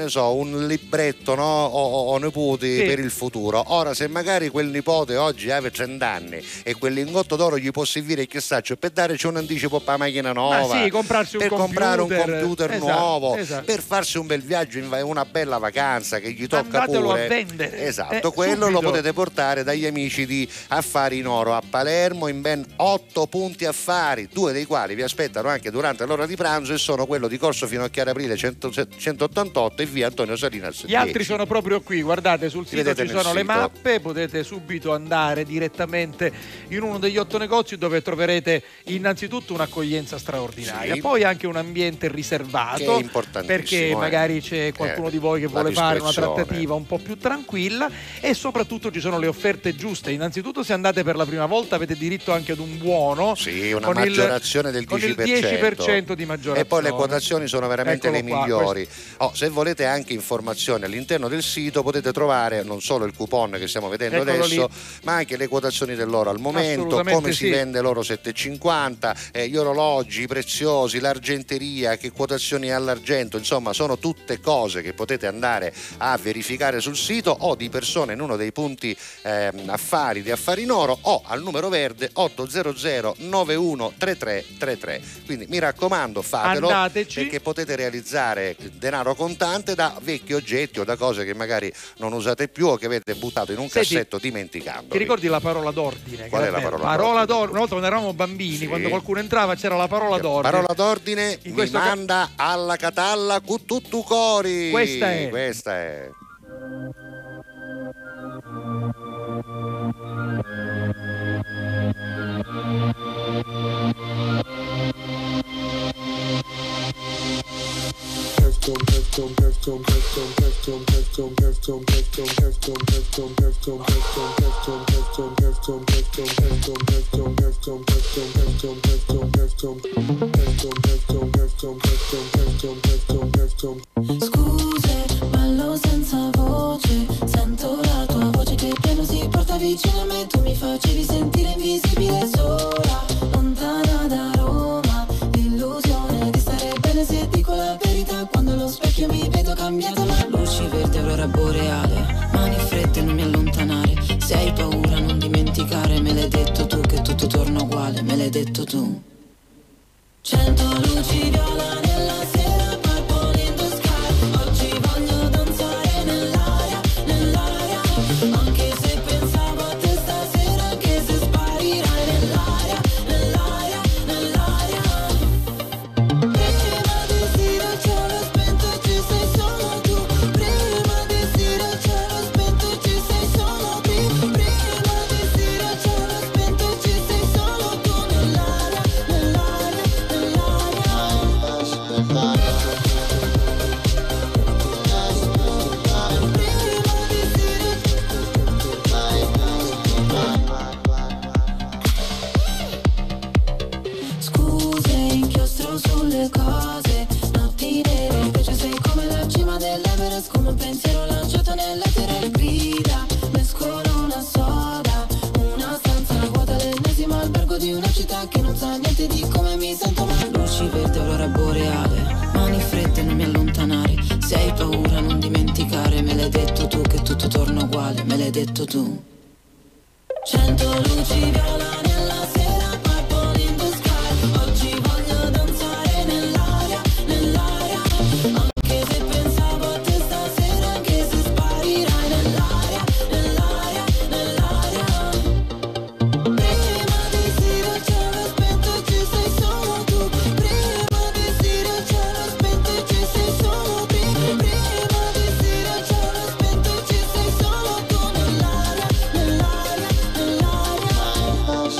un libretto, no? o nipoti per il futuro. Ora se magari quel nipote oggi aveva 30 anni e quel lingotto d'oro gli può servire, chissà, per darci un anticipo per la macchina nuova, per comprare un computer nuovo, per farsi un bel viaggio, una bella vacanza che gli tocca a vendere. Quello lo potete portare dagli amici di Affari in Oro a Palermo in ben 8 punti affari, 2 dei quali vi aspettano anche durante l'ora di di pranzo e sono quello di Corso Finocchiaro Aprile 188 e via Antonio Salinas. Gli altri sono proprio qui, guardate sul sito ci sono le mappe, potete subito andare direttamente in uno degli 8 negozi dove troverete innanzitutto un'accoglienza straordinaria, poi anche un ambiente riservato, perché magari c'è qualcuno di voi che vuole fare una trattativa un po' più tranquilla, e soprattutto ci sono le offerte giuste. Innanzitutto, se andate per la prima volta avete diritto anche ad un buono, una maggiorazione del 10%, con il 10% di maggiorazione, e poi le quotazioni sono veramente le migliori. Se volete anche informazioni all'interno del sito potete trovare non solo il coupon che stiamo vedendo adesso, ma anche le quotazioni dell'oro al momento, come si vende l'oro 7,50, gli orologi, i preziosi, l'argenteria, che quotazioni ha l'argento, insomma sono tutte cose che potete andare a verificare sul sito o di persona in uno dei punti affari di Affari in Oro o al numero verde 800 91 3333. Quindi mi raccomando, fatelo. Andateci, perché potete realizzare denaro contante da vecchi oggetti o da cose che magari non usate più o che avete buttato in un cassetto dimenticando. Ti ricordi la parola d'ordine? Qual è la parola d'ordine? Una volta quando eravamo bambini, quando qualcuno entrava c'era la parola d'ordine. Parola d'ordine mi manda alla Catalla con tutto cori. Questa è. Scuse, ballo senza voce, sento la tua voce che piano si porta vicino a me, tu mi facevi sentire invisibile sola, lontana da Roma, l'illusione di stare bene se dico la verità, quando allo specchio mi vedo cambiata, ma luci verde, aurora boreale, mani fredde, non mi allontanare, se hai paura non dimenticare, me l'hai detto tu che tutto torna uguale, me l'hai detto tu. 100 luci viola nella sera, purple in the sky, oggi voglio danzare nell'aria, nell'aria, anche se pensavo a te stasera, anche se sparirai nell'aria, nell'aria, nell'aria. Prima di stire il cielo spento ci sei solo tu, prima di stire il cielo spento ci sei solo tu, prima di stire il cielo spento ci sei solo tu, nell'aria, nell'aria. Scuse, inchiostro sulle cose, notti nere, invece sei come la cima dell'Everest, come un pensiero lanciato nell'etere, grida, mescolo una soda, una stanza vuota, l'ennesimo albergo di una città che non sa niente di come mi sento, ma luci verde, aurora boreale, mani fredde, non mi allontanare, se hai paura non dimenticare, me l'hai detto tu che tutto torna uguale, me l'hai detto tu. 100 luci viola nella sera, purple in the sky, oggi voglio danzare nell'aria, nell'aria, anche se pensavo a te stasera, anche se sparirai nell'aria, nell'aria, nell'aria. Prima di stire il cielo spento ci sei solo tu, prima di stire il cielo spento ci sei solo tu, prima di stire il cielo spento ci sei solo tu, nell'aria, nell'aria, nell'aria.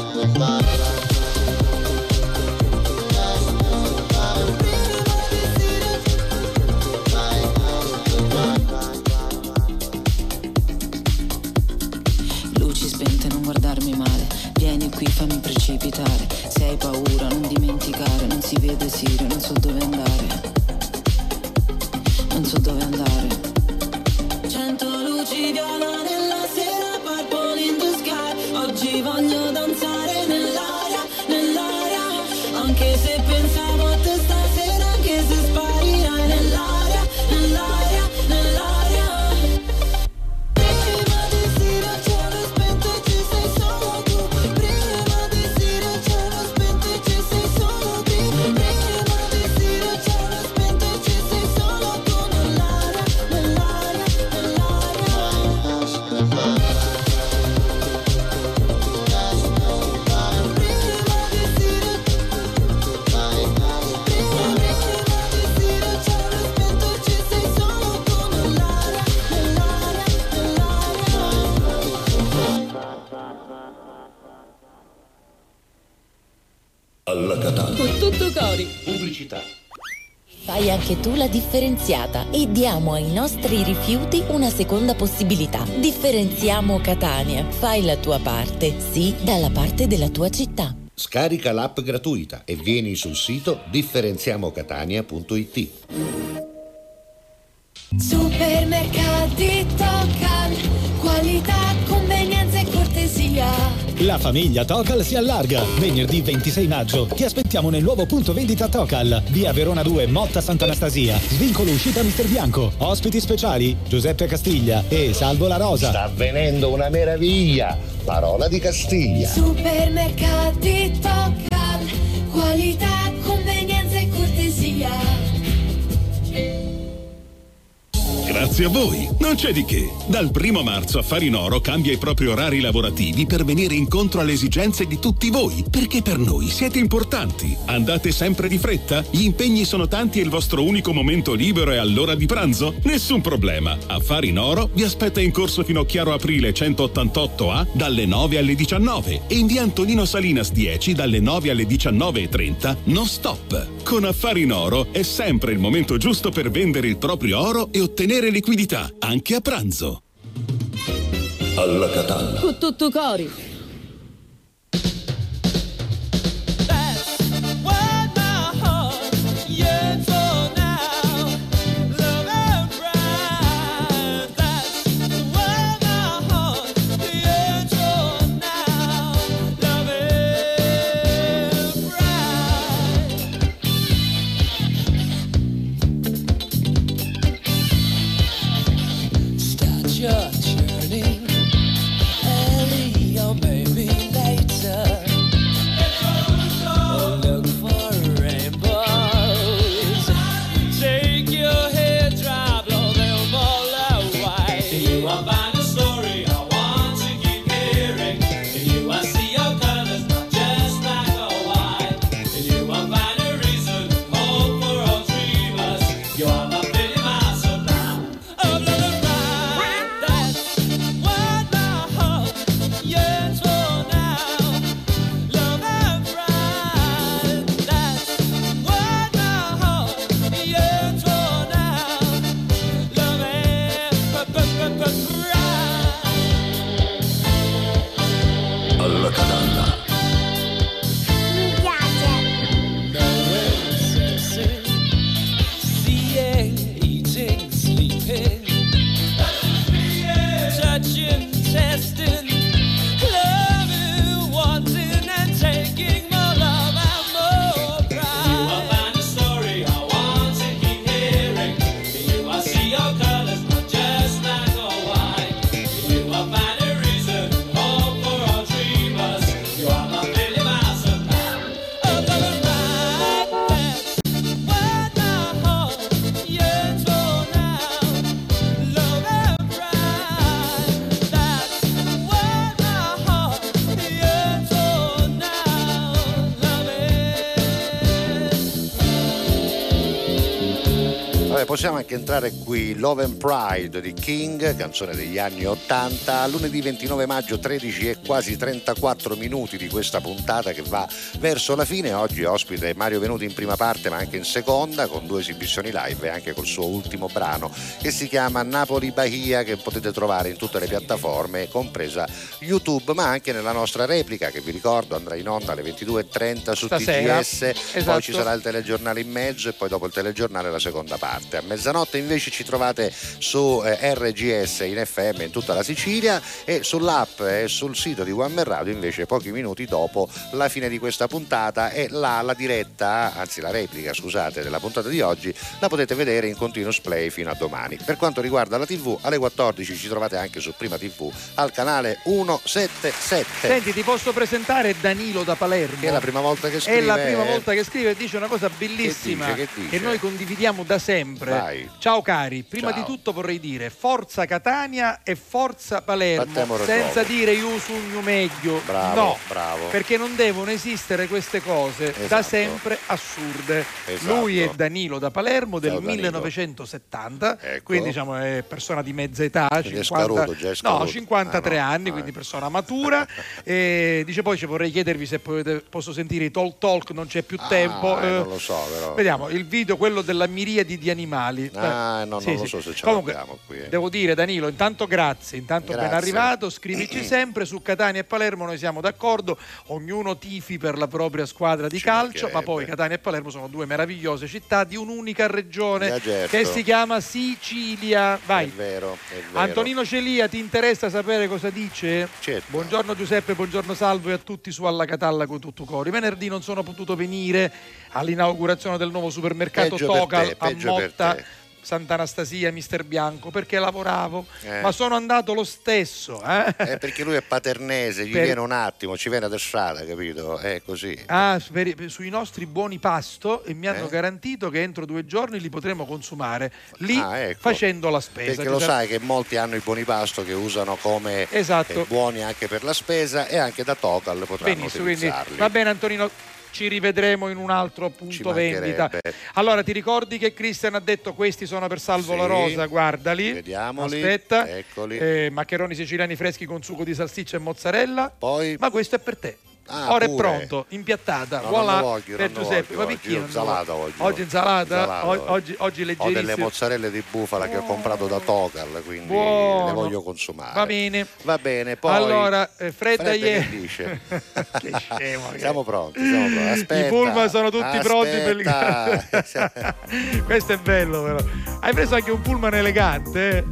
Fai anche tu la differenziata e diamo ai nostri rifiuti una seconda possibilità. Differenziamo Catania. Fai la tua parte, sì, dalla parte della tua città. Scarica l'app gratuita e vieni sul sito differenziamocatania.it. Supermercati Tocal, qualità, convenienza e cortesia. La famiglia Tocal si allarga. Venerdì 26 maggio ti aspettiamo nel nuovo punto vendita Tocal, via Verona 2, Motta Sant'Anastasia. Svincolo uscita Mister Bianco. Ospiti speciali Giuseppe Castiglia e Salvo La Rosa. Sta avvenendo una meraviglia. Parola di Castiglia. Supermercati Tocal, qualità, convenienza e cortesia. Grazie a voi, non c'è di che. Dal 1 marzo Affari in Oro cambia i propri orari lavorativi per venire incontro alle esigenze di tutti voi, perché per noi siete importanti. Andate sempre di fretta? Gli impegni sono tanti e il vostro unico momento libero è all'ora di pranzo? Nessun problema. Affari in Oro vi aspetta in corso Finocchiaro Aprile 188A dalle 9 alle 19 e in via Antonino Salinas 10 dalle 9 alle 19:30 non stop. Con Affari in Oro è sempre il momento giusto per vendere il proprio oro e ottenere liquidità, anche a pranzo. Alla Catalla. Con tutto cori. Possiamo anche entrare qui, Love and Pride di King, canzone degli anni 80, lunedì 29 maggio 13 e quasi 34 minuti di questa puntata che va verso la fine. Oggi ospite Mario Venuti in prima parte ma anche in seconda con 2 esibizioni live e anche col suo ultimo brano che si chiama Napoli Bahia, che potete trovare in tutte le piattaforme compresa YouTube, ma anche nella nostra replica che vi ricordo andrà in onda alle 22:30 su Stasera. TGS, Esatto. Poi ci sarà il telegiornale in mezzo e poi dopo il telegiornale la seconda parte. A mezzanotte invece ci trovate su RGS in FM in tutta la Sicilia e sull'app e sul sito di One Man Radio invece pochi minuti dopo la fine di questa puntata, e la diretta, anzi la replica scusate, della puntata di oggi la potete vedere in continuous play fino a domani. Per quanto riguarda la TV, alle 14 ci trovate anche su Prima TV al canale 177. Senti, ti posso presentare Danilo da Palermo, che è la prima volta che scrive. È la prima volta che scrive e dice una cosa bellissima Che dice? che noi condividiamo da sempre. sempre. Vai. Ciao cari, prima Ciao. di tutto vorrei dire forza Catania e forza Palermo, senza dire io sogno meglio. Bravo, no, bravo. perché non devono esistere queste cose da Esatto. sempre assurde. Esatto. Lui è Danilo da Palermo del Ciao, Danilo. 1970, Ecco. quindi diciamo è persona di mezza età, Quindi è scaruto, già è no, scaruto. 53 anni, quindi persona matura. E dice poi ci vorrei chiedervi se posso sentire i Talk, non c'è più tempo. Non lo so, però. Vediamo il video, quello della miriadi di animali. No, non lo so se ce Comunque, l'abbiamo qui. devo dire Danilo, intanto grazie, intanto ben Grazie. arrivato, scrivici sempre su Catania e Palermo, noi siamo d'accordo, ognuno tifi per la propria squadra di calcio, ma poi Catania e Palermo sono due meravigliose città di un'unica regione certo. che si chiama Sicilia. Vai. È vero. Antonino Celia, ti interessa sapere cosa dice? Certo. Buongiorno Giuseppe, buongiorno Salvo e a tutti su Alla Catalla con tutto cori. Venerdì non sono potuto venire all'inaugurazione del nuovo supermercato Peggio per Tocal te, a peggio per Motta te. Sant'Anastasia, Mister Bianco, perché lavoravo, Eh. ma sono andato lo stesso. Perché lui è paternese, gli viene un attimo, ci viene da strada, capito? È così. Sui nostri buoni pasto e mi hanno garantito che entro 2 giorni li potremo consumare lì Ecco. facendo la spesa. Perché lo sai che molti hanno i buoni pasto che usano come Esatto. buoni anche per la spesa e anche da Total potranno Benissimo, quindi utilizzarli. va bene Antonino, ci rivedremo in un altro punto vendita. mancherebbe. Allora ti ricordi che Cristian ha detto questi sono per Salvo Sì. La Rosa, guardali. Vediamoli. Aspetta. Eccoli. Maccheroni siciliani freschi con sugo di salsiccia e mozzarella. Poi ma questo è per te. Ah, Ora pure. è pronto, impiattata. No, voilà, non lo voglio, per non lo Giuseppe. voglio Ma perché oggi, insalata voglio. Oggi insalata? Insalata. Oggi Ho leggerissimo. delle mozzarelle di bufala che ho comprato da Tocal, quindi Buono. le voglio consumare. Va bene. Va bene, poi Allora, Fredda che ieri. dice? Che scemo. Siamo pronti. Aspetta. I pullman sono tutti pronti per Aspetta. Questo è bello però. Hai preso anche un pullman elegante?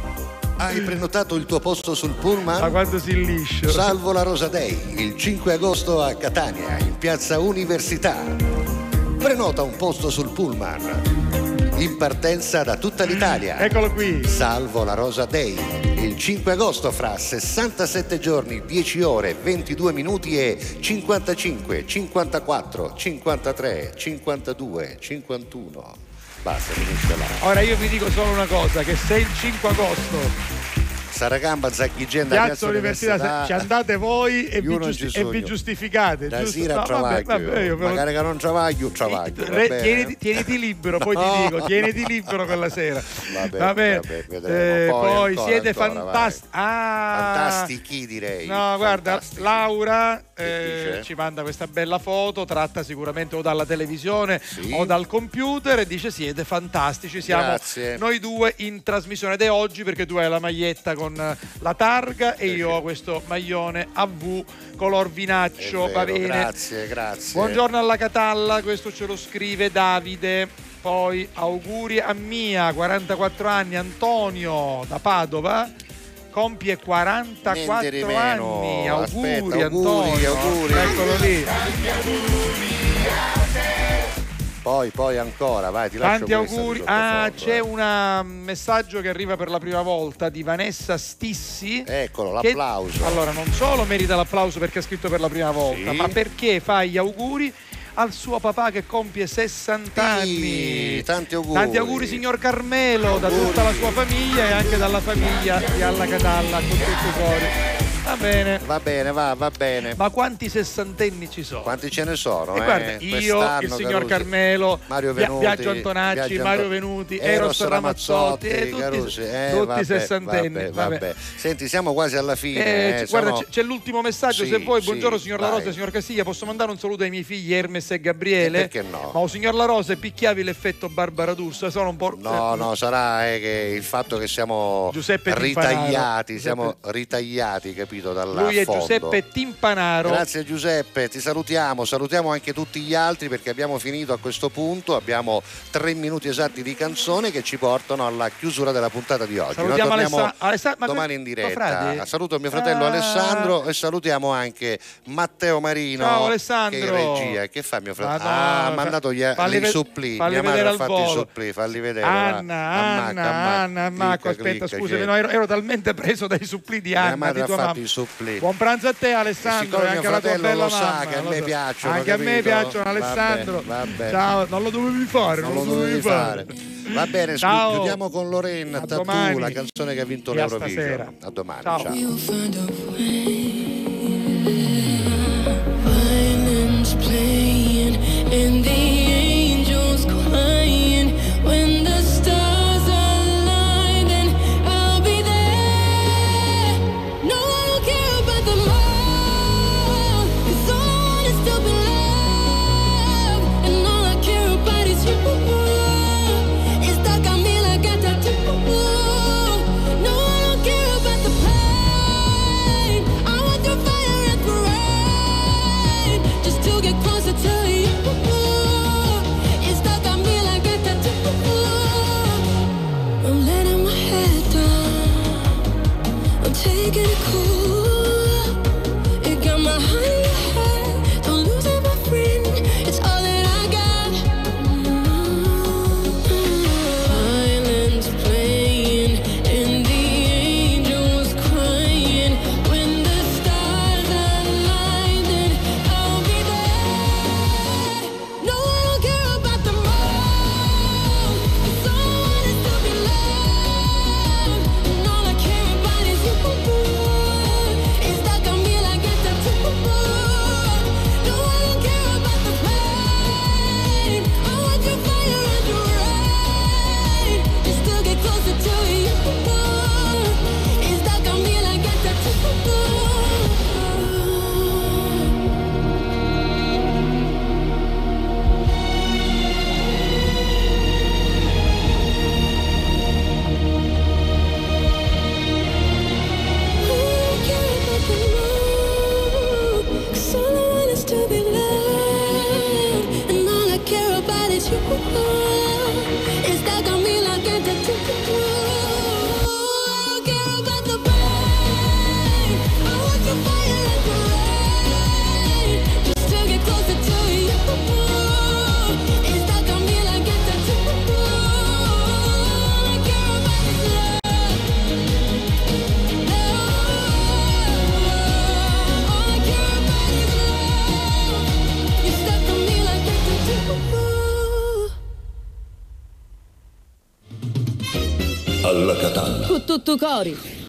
Hai prenotato il tuo posto sul pullman? Ma quando si liscio. Salvo La Rosa Day, il 5 agosto a Catania, in piazza Università. Prenota un posto sul pullman. In partenza da tutta l'Italia. Eccolo qui. Salvo La Rosa Day, il 5 agosto fra 67 giorni, 10 ore, 22 minuti e 55, 54, 53, 52, 51. Basta, finisce là. Ora io vi dico solo una cosa, che se il 5 agosto Saragamba, Zacchigenda, Piazza Università ci andate voi e vi giustificate. da giusto? sera No, travaglio, vabbè, magari che non travaglio. tieniti libero, poi ti dico, tieniti libero quella sera. Va bene. Vedremo. Poi ancora, siete ancora, fantastici. Fantastichi, direi. No, guarda, Fantastici. Laura dice? ci manda questa bella foto, tratta sicuramente o dalla televisione o dal computer, e dice siete fantastici, siamo Grazie. noi due in trasmissione, ed è oggi perché tu hai la maglietta con la targa e io ho questo maglione AV color vinaccio. È Va vero, bene. Grazie. Buongiorno alla Catalla, questo ce lo scrive Davide. Poi auguri a Mia, 44 anni, Antonio da Padova. Compie 44 Niente di meno. anni. Auguri, Aspetta, Antonio. auguri. Eccolo lì. Poi ancora, vai, ti lascio Tanti questa auguri. di sottofondo, C'è un messaggio che arriva per la prima volta di Vanessa Stissi. Eccolo, che, l'applauso. allora, non solo merita l'applauso perché ha scritto per la prima volta, Sì. ma perché fa gli auguri al suo papà che compie 60 anni. Tanti auguri. Tanti auguri signor Carmelo, da tutta la sua famiglia e anche dalla famiglia di Alla Catalla con tutti i cori. Va bene. Va bene, va bene. Ma quanti sessantenni ci sono? Quanti ce ne sono? E guarda, io, Quest'anno, il signor Carusi, Carmelo, Mario Venuti, Biagio Antonacci, Mario Venuti, Eros Ramazzotti, Carusi, tutti sessantenni. Vabbè. Senti, siamo quasi alla fine. Guarda, sono- c'è l'ultimo messaggio. Sì, se vuoi, sì, buongiorno signor La vai. Rosa e signor Castiglia. Posso mandare un saluto ai miei figli Hermes e Gabriele? Perché no? Ma signor La Rosa, picchiavi l'effetto Barbara D'Urso? Sono un po'. No, sarà che il fatto che siamo Giuseppe ritagliati, Timpanaro. siamo ritagliati, capito, dal Lui è fondo. Giuseppe Timpanaro. Grazie Giuseppe, ti salutiamo anche tutti gli altri perché abbiamo finito a questo punto, abbiamo 3 minuti esatti di canzone che ci portano alla chiusura della puntata di oggi. Salutiamo Noi torniamo ma domani in tuo diretta. frate? Saluto mio fratello Alessandro e salutiamo anche Matteo Marino. Ciao, Alessandro. Che è in regia. Che fa mio fratello? Madonna, Ha mandato i supplì. falli Mia madre vedere ha al fatto i volo. supplì, falli vedere. Anna, Marco, aspetta, scusami, no, ero talmente preso dai supplì di Mia Anna, madre di ha tua fatto mamma. i supplì. Buon pranzo a te Alessandro Siccome e anche mio alla tua fratello bella lo sa mamma. che a me Lo so. piacciono, Anche a me capito? piacciono Alessandro. Vabbè. Ciao, non lo dovevi fare, Non lo dovevi fare. Va bene, chiudiamo con Lorraine Tattoo, la canzone che ha vinto l'Eurovision. A domani. Ciao. Violins playing and the angels crying. When the stars align, then I'll be there. No, I don't care about the mall, 'cause all I want is to be loved, and all I care about is you. It's stuck on me like a tattoo. No, I don't care about the pain. I want your fire and rain, just to get closer to you. It's stuck on me like a tattoo. I'm letting my head down, I'm taking it cool. It got my heart in your head, don't lose it, my friend. It's all that I got. Violins playing and the angels crying. When the stars align, then I'll be there. No, I don't care about the mall, 'cause all I want is to be loved, and all I care about is you. It's stuck on me like a tattoo. No, I don't care about the pain. I want your fire and your rain, just to get closer to you. It's stuck on me like a tattoo. Cause all I want is to be loved, and all I care about is you. It's stuck on me like a tattoo. I don't care about the pain. I want your fire and your rain, just to get closer to you. It's stuck on me like a tattoo. All I care about is love. All I care about is love. You're stuck on me like a tattoo. Alla Catalla. Con tutto cori.